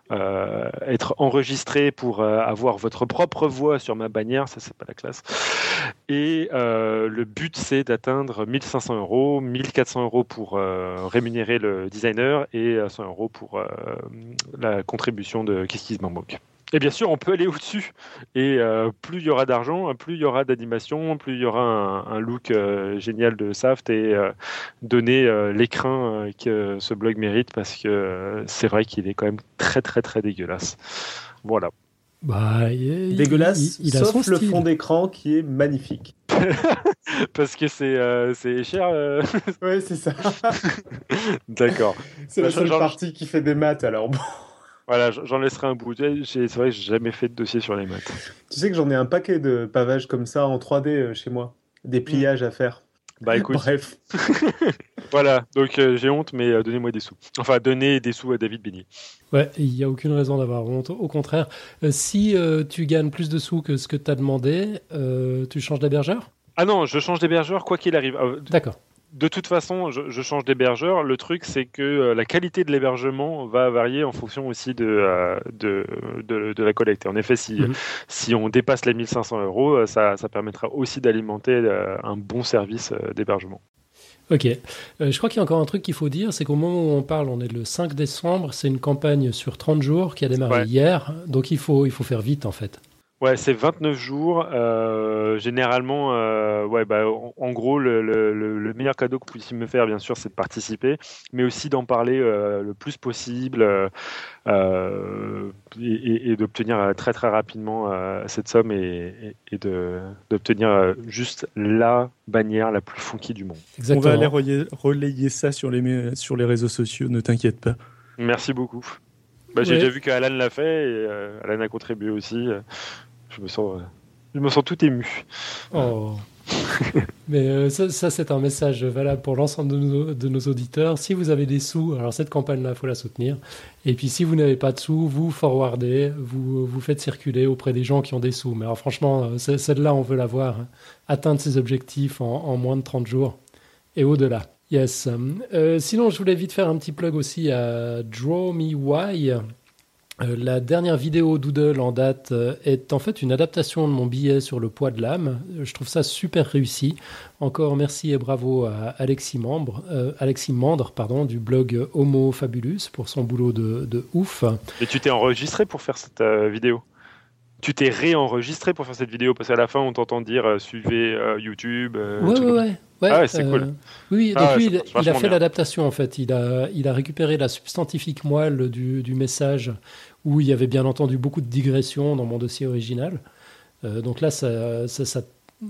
être enregistré pour avoir votre propre voix sur ma bannière, ça c'est pas la classe. Et le but c'est d'atteindre 1 500 €, 1 400 € pour rémunérer le designer et 100 € pour la contribution de KissKissBangBang. Et bien sûr, on peut aller au-dessus. Et plus il y aura d'argent, plus il y aura d'animation, plus il y aura un look génial de Saft et donner l'écrin que ce blog mérite parce que c'est vrai qu'il est quand même très très très dégueulasse. Voilà. Bah, Dégueulasse, il a sauf son le style. fond d'écran qui est magnifique. Parce que c'est cher. Ouais, c'est ça. D'accord. C'est la Bah, seule genre- partie qui fait des maths, alors bon. Voilà, j'en laisserai un bout. C'est vrai que j'ai jamais fait de dossier sur les maths. Tu sais que j'en ai un paquet de pavages comme ça en 3D chez moi. Des pliages à faire. Bah écoute, Bref. voilà. Donc j'ai honte, mais donnez-moi des sous. Enfin, donnez des sous à David Beignet. Ouais, il n'y a aucune raison d'avoir honte. Au contraire, si tu gagnes plus de sous que ce que tu as demandé, tu changes d'hébergeur? Ah non, je change d'hébergeur quoi qu'il arrive. D'accord. De toute façon, je change d'hébergeur. Le truc, c'est que la qualité de l'hébergement va varier en fonction aussi de la collecte. Et en effet, si on dépasse les 1 500 €, ça permettra aussi d'alimenter un bon service d'hébergement. Ok. Je crois qu'il y a encore un truc qu'il faut dire, c'est qu'au moment où on parle, on est le 5 décembre, c'est une campagne sur 30 jours qui a démarré Ouais. hier, donc il faut faire vite en fait. Ouais, c'est 29 jours. Généralement, en gros, le meilleur cadeau que vous puissiez me faire, bien sûr, c'est de participer, mais aussi d'en parler le plus possible et d'obtenir très très rapidement cette somme et d'obtenir juste la bannière la plus funky du monde. Exactement. On va aller relayer ça sur les réseaux sociaux, ne t'inquiète pas. Merci beaucoup. J'ai Ouais. déjà vu qu'Alan l'a fait et Alan a contribué aussi. Je me sens tout ému. Oh. Mais ça, c'est un message valable pour l'ensemble de nos auditeurs. Si vous avez des sous, alors cette campagne-là, il faut la soutenir. Et puis si vous n'avez pas de sous, vous forwardez, vous faites circuler auprès des gens qui ont des sous. Mais alors franchement, celle-là, on veut la voir, hein. Atteindre ses objectifs en moins de 30 jours et au-delà. Yes. Sinon, je voulais vite faire un petit plug aussi à Draw Me Why. La dernière vidéo Doodle en date est en fait une adaptation de mon billet sur le poids de l'âme. Je trouve ça super réussi. Encore merci et bravo à Alexis Mandre, du blog Homo Fabulus pour son boulot de ouf. Et tu t'es enregistré pour faire cette vidéo? Tu t'es réenregistré pour faire cette vidéo? Parce qu'à la fin, on t'entend dire suivez YouTube. Ouais. Ah ouais, c'est cool. Oui, Ah, donc lui, ça marche il a vachement fait bien. l'adaptation en fait. Il a récupéré la substantifique moelle du message où il y avait bien entendu beaucoup de digressions dans mon dossier original. Donc là, c'est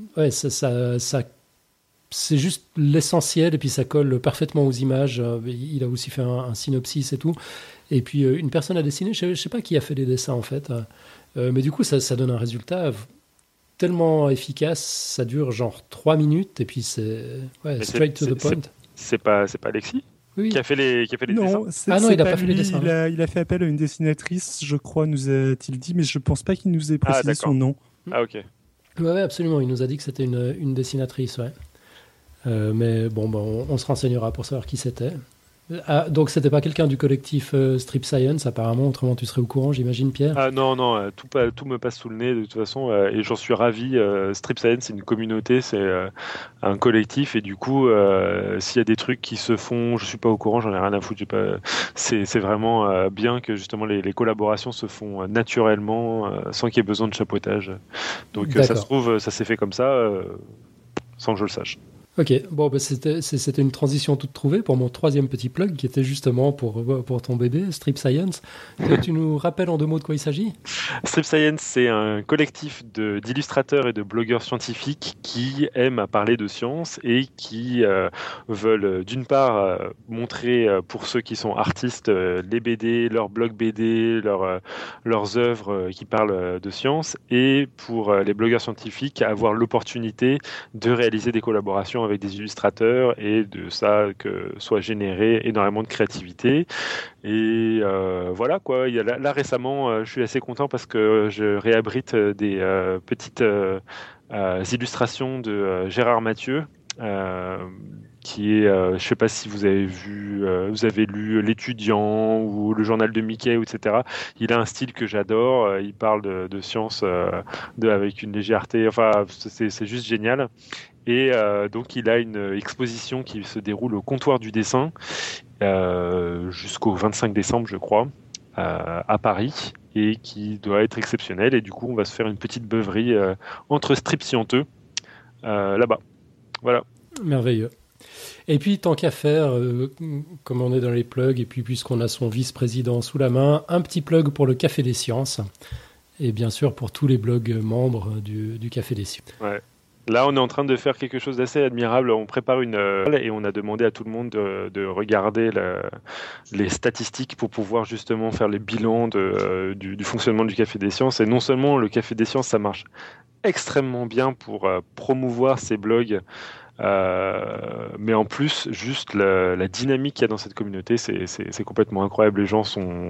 juste l'essentiel et puis ça colle parfaitement aux images. Il a aussi fait un synopsis et tout. Et puis une personne a dessiné, je sais pas qui a fait les dessins en fait, mais du coup ça donne un résultat tellement efficace, ça dure genre 3 minutes et puis c'est straight to the point. C'est pas Alexis Oui. qui a fait les dessins? Non, Ah non, c'est il a pas fait les lui. dessins. Il a fait appel à une dessinatrice, je crois, nous a-t-il dit, mais je pense pas qu'il nous ait précisé d'accord. son nom. Ah ok. Ouais, absolument. Il nous a dit que c'était une dessinatrice, ouais. Mais bon, on se renseignera pour savoir qui c'était. Ah, donc c'était pas quelqu'un du collectif Strip Science apparemment, autrement tu serais au courant, j'imagine, Pierre. Ah non, tout me passe sous le nez de toute façon et j'en suis ravi. Strip Science, c'est une communauté, c'est un collectif et du coup, s'il y a des trucs qui se font, je suis pas au courant, j'en ai rien à foutre. C'est vraiment bien que justement les collaborations se font naturellement sans qu'il y ait besoin de chapeautage. Donc ça se trouve, ça s'est fait comme ça sans que je le sache. Ok, bon, c'était une transition toute trouvée pour mon troisième petit plug qui était justement pour ton bébé, Strip Science. Tu nous rappelles en 2 mots de quoi il s'agit? Strip Science, c'est un collectif d'illustrateurs et de blogueurs scientifiques qui aiment à parler de science et qui veulent d'une part montrer pour ceux qui sont artistes les BD, leurs blogs BD, leurs œuvres qui parlent de science et pour les blogueurs scientifiques avoir l'opportunité de réaliser des collaborations avec des illustrateurs et de ça que soit généré énormément de créativité et voilà quoi. Là récemment je suis assez content parce que je réabrite des petites illustrations de Gérard Mathieu qui est, je sais pas si vous avez vu, vous avez lu L'Étudiant ou le journal de Mickey, etc. Il a un style que j'adore. Il parle de science avec une légèreté. Enfin, c'est juste génial. Et donc, il a une exposition qui se déroule au Comptoir du Dessin jusqu'au 25 décembre, je crois, à Paris, et qui doit être exceptionnelle. Et du coup, on va se faire une petite beuverie entre stripsianteux là-bas. Voilà. Merveilleux. Et puis, tant qu'à faire, comme on est dans les plugs, et puis puisqu'on a son vice-président sous la main, un petit plug pour le Café des Sciences, et bien sûr pour tous les blogs membres du Café des Sciences. Ouais. Là, on est en train de faire quelque chose d'assez admirable. On prépare et on a demandé à tout le monde de regarder les statistiques pour pouvoir justement faire les bilans du fonctionnement du Café des Sciences. Et non seulement le Café des Sciences, ça marche extrêmement bien pour promouvoir ces blogs, mais en plus, juste la dynamique qu'il y a dans cette communauté, c'est complètement incroyable. Les gens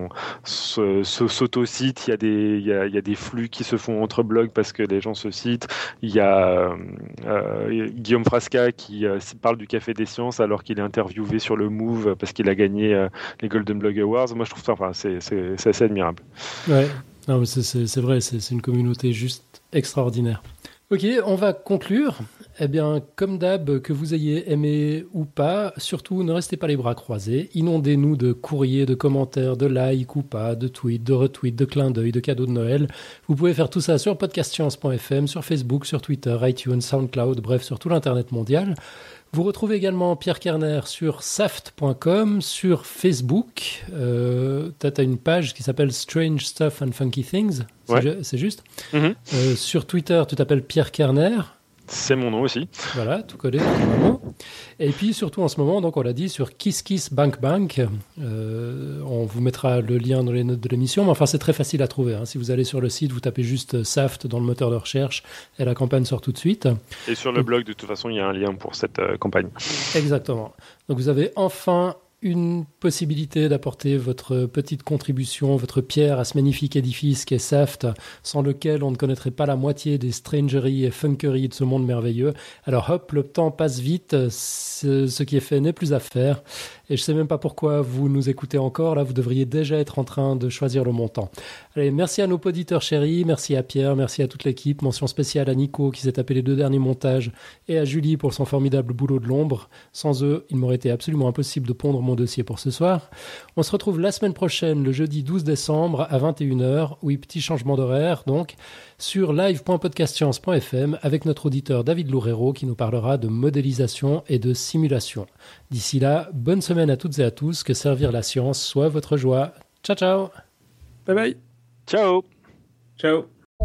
s'auto-citent, il y a des flux qui se font entre blogs parce que les gens se citent. Il y a Guillaume Frasca qui parle du Café des Sciences alors qu'il est interviewé sur le Move parce qu'il a gagné les Golden Blog Awards. Moi, je trouve ça, c'est assez admirable. Ouais, non, mais c'est vrai, c'est une communauté juste extraordinaire. Ok, on va conclure. Eh bien, comme d'hab, que vous ayez aimé ou pas, surtout ne restez pas les bras croisés. Inondez-nous de courriers, de commentaires, de likes ou pas, de tweets, de retweets, de clins d'œil, de cadeaux de Noël. Vous pouvez faire tout ça sur podcastscience.fm, sur Facebook, sur Twitter, iTunes, SoundCloud, bref, sur tout l'Internet mondial. Vous retrouvez également Pierre Kerner sur saft.com, sur Facebook. Tu as une page qui s'appelle Strange Stuff and Funky Things, c'est juste. Mm-hmm. Sur Twitter, tu t'appelles Pierre Kerner. C'est mon nom aussi. Voilà, tout collé, vraiment. Et puis surtout en ce moment, donc on l'a dit, sur Kiss Kiss Bank Bank. On vous mettra le lien dans les notes de l'émission, mais enfin c'est très facile à trouver. Hein. Si vous allez sur le site, vous tapez juste Saft dans le moteur de recherche et la campagne sort tout de suite. Et sur le blog, de toute façon, il y a un lien pour cette campagne. Exactement. Donc vous avez enfin une possibilité d'apporter votre petite contribution, votre pierre à ce magnifique édifice qu'est Saft, sans lequel on ne connaîtrait pas la moitié des strangeries et funkeries de ce monde merveilleux. Alors hop, le temps passe vite, ce qui est fait n'est plus à faire. Et je ne sais même pas pourquoi vous nous écoutez encore, là vous devriez déjà être en train de choisir le montant. Allez, merci à nos auditeurs chéris, merci à Pierre, merci à toute l'équipe, mention spéciale à Nico qui s'est tapé les 2 derniers montages et à Julie pour son formidable boulot de l'ombre. Sans eux, il m'aurait été absolument impossible de pondre mon dossier pour ce soir. On se retrouve la semaine prochaine, le jeudi 12 décembre à 21h, oui, petit changement d'horaire donc, sur live.podcastscience.fm avec notre auditeur David Loureiro qui nous parlera de modélisation et de simulation. D'ici là, bonne semaine à toutes et à tous, que servir la science soit votre joie. Ciao, ciao. Bye bye. Ciao. Ciao.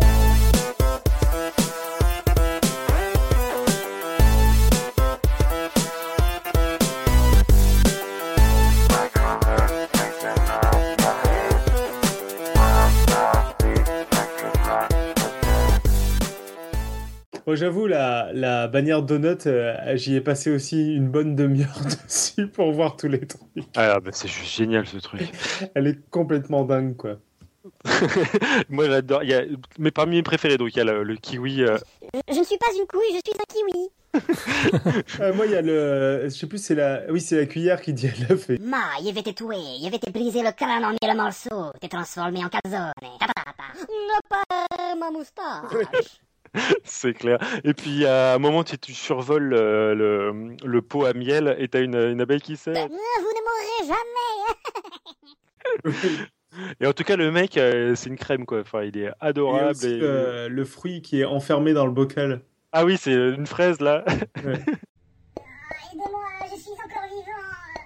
Moi, j'avoue, la bannière Donut, j'y ai passé aussi une bonne demi-heure dessus pour voir tous les trucs. Ah, bah, c'est juste génial ce truc. Elle est complètement dingue, quoi. Moi, j'adore. Mais parmi mes préférés, donc il y a le kiwi. Je ne suis pas une couille, je suis un kiwi. Moi, il y a je sais plus, c'est la cuillère qui dit elle le fait. Ma, je vais te tuer, je vais te briser le crâne en mille morceaux, te transformer en calzone. Ne pas ma moustache. C'est clair. Et puis à un moment, tu survoles le pot à miel et t'as une abeille qui sait. Vous ne mourrez jamais. Et en tout cas, le mec, c'est une crème, quoi. Enfin, il est adorable. Et aussi, le fruit qui est enfermé dans le bocal. Ah oui, c'est une fraise, là. Ouais. Aidez-moi, je suis encore vivant.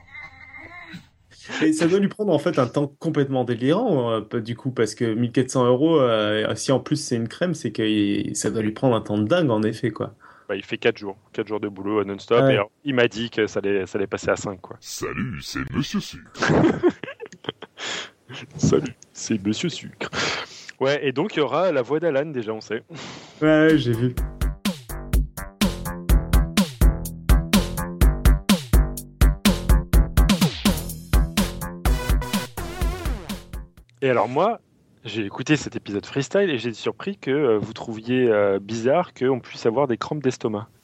Et ça doit lui prendre en fait un temps complètement délirant, du coup, parce que 1400 €, si en plus c'est une crème, c'est que ça doit lui prendre un temps de dingue, en effet, quoi. Bah, il fait 4 jours. 4 jours de boulot non-stop. Ouais. Et alors, il m'a dit que ça allait passer à 5, quoi. Salut, c'est Monsieur Sucre. Salut, c'est Monsieur Sucre. Ouais, et donc il y aura la voix d'Alan, déjà, on sait. Ouais, j'ai vu. Et alors moi, j'ai écouté cet épisode freestyle et j'ai été surpris que vous trouviez bizarre qu'on puisse avoir des crampes d'estomac.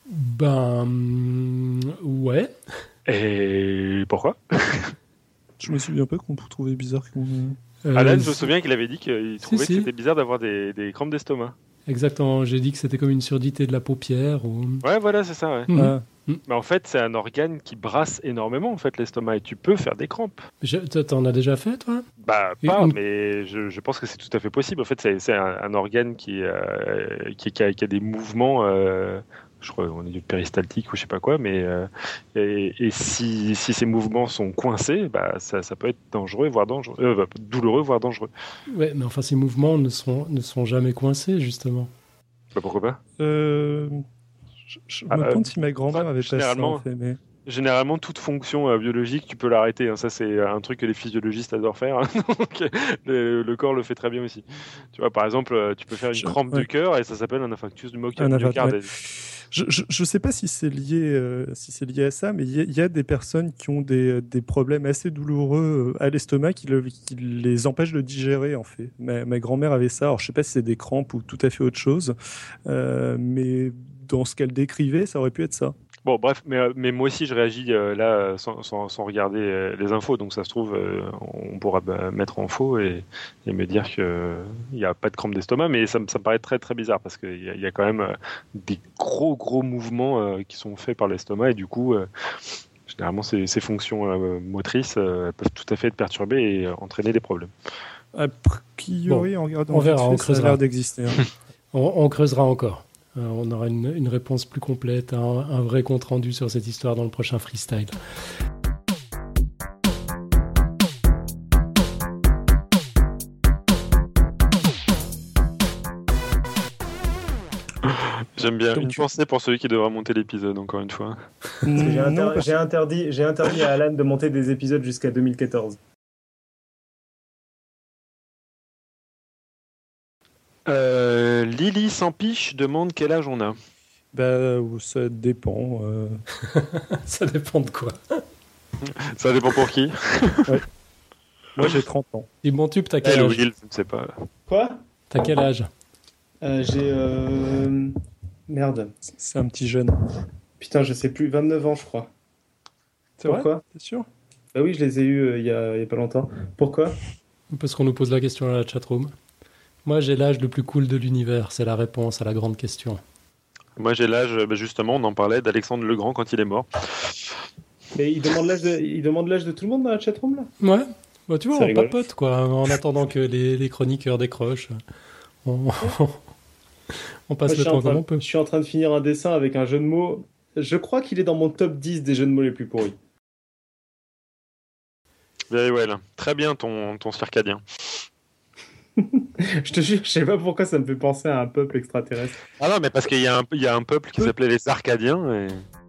Ouais. Et pourquoi? Je me souviens pas qu'on trouvait bizarre qu'on... Alan, je me souviens qu'il avait dit qu'il trouvait que si. c'était bizarre d'avoir des crampes d'estomac. Exactement, j'ai dit que c'était comme une surdité de la paupière. Ou... Ouais, voilà, c'est ça, ouais. Mhm. Mais en fait, c'est un organe qui brasse énormément, en fait, l'estomac, et tu peux faire des crampes. T'en as déjà fait, toi? Bah, pas, mais je pense que c'est tout à fait possible. En fait, c'est un organe qui a des mouvements, je crois qu'on est du péristaltique ou je sais pas quoi, mais et si ces mouvements sont coincés, bah, ça peut être dangereux, voire douloureux, voire dangereux. Ouais, mais enfin, ces mouvements ne sont jamais coincés, justement. Bah, pourquoi pas? Je me demande si ma grand-mère avait pas ça, en fait, mais... Généralement, toute fonction biologique, tu peux l'arrêter. Hein. Ça, c'est un truc que les physiologistes adorent faire. Hein. Donc, le corps le fait très bien aussi. Tu vois, par exemple, tu peux faire une crampe du cœur et ça s'appelle un infarctus du myocarde. Je sais pas si c'est lié, à ça, mais il y a des personnes qui ont des problèmes assez douloureux à l'estomac qui les empêchent de digérer, en fait. Ma grand-mère avait ça. Alors, je sais pas si c'est des crampes ou tout à fait autre chose, mais dans ce qu'elle décrivait, ça aurait pu être ça. Bon, bref, mais moi aussi, je réagis là sans regarder les infos. Donc, ça se trouve, on pourra mettre en faux et me dire qu'il n'y a pas de crampe d'estomac. Mais ça me paraît très, très bizarre parce qu'il y a quand même des gros mouvements qui sont faits par l'estomac. Et du coup, généralement, ces fonctions motrices peuvent tout à fait être perturbées et entraîner des problèmes. A priori, en regardant on verra, on ça a l'air d'exister. Hein. on creusera encore. On aura une réponse plus complète, un vrai compte-rendu sur cette histoire dans le prochain freestyle. J'aime bien. Une pensée pour celui qui devra monter l'épisode, encore une fois. J'ai interdit à Alan de monter des épisodes jusqu'à 2014. Lily Sampiche demande quel âge on a. Bah, ça dépend. Ça dépend de quoi? Ça dépend pour qui. Ouais. Moi, j'ai 30 ans. Et mon tube, t'as quel âge? Will, je ne sais pas. Quoi? T'as quel âge? J'ai... Merde. C'est un petit jeune. Putain, je sais plus. 29 ans, je crois. C'est Pourquoi? vrai? T'es sûr? Bah oui, je les ai eus il y a pas longtemps. Pourquoi? Parce qu'on nous pose la question à la chatroom. Moi, j'ai l'âge le plus cool de l'univers. C'est la réponse à la grande question. Moi, j'ai l'âge, justement, on en parlait, d'Alexandre le Grand quand il est mort. Mais il demande l'âge de tout le monde dans la chatroom, là? Ouais. Bah, tu vois, on papote, quoi. En attendant que les chroniqueurs décrochent. On passe le temps comme on peut. Je suis en train de finir un dessin avec un jeu de mots. Je crois qu'il est dans mon top 10 des jeux de mots les plus pourris. Very well. Très bien ton circadien. Je te jure, je sais pas pourquoi ça me fait penser à un peuple extraterrestre. Ah non, mais parce qu'il y a un peuple qui s'appelait les Arcadiens et...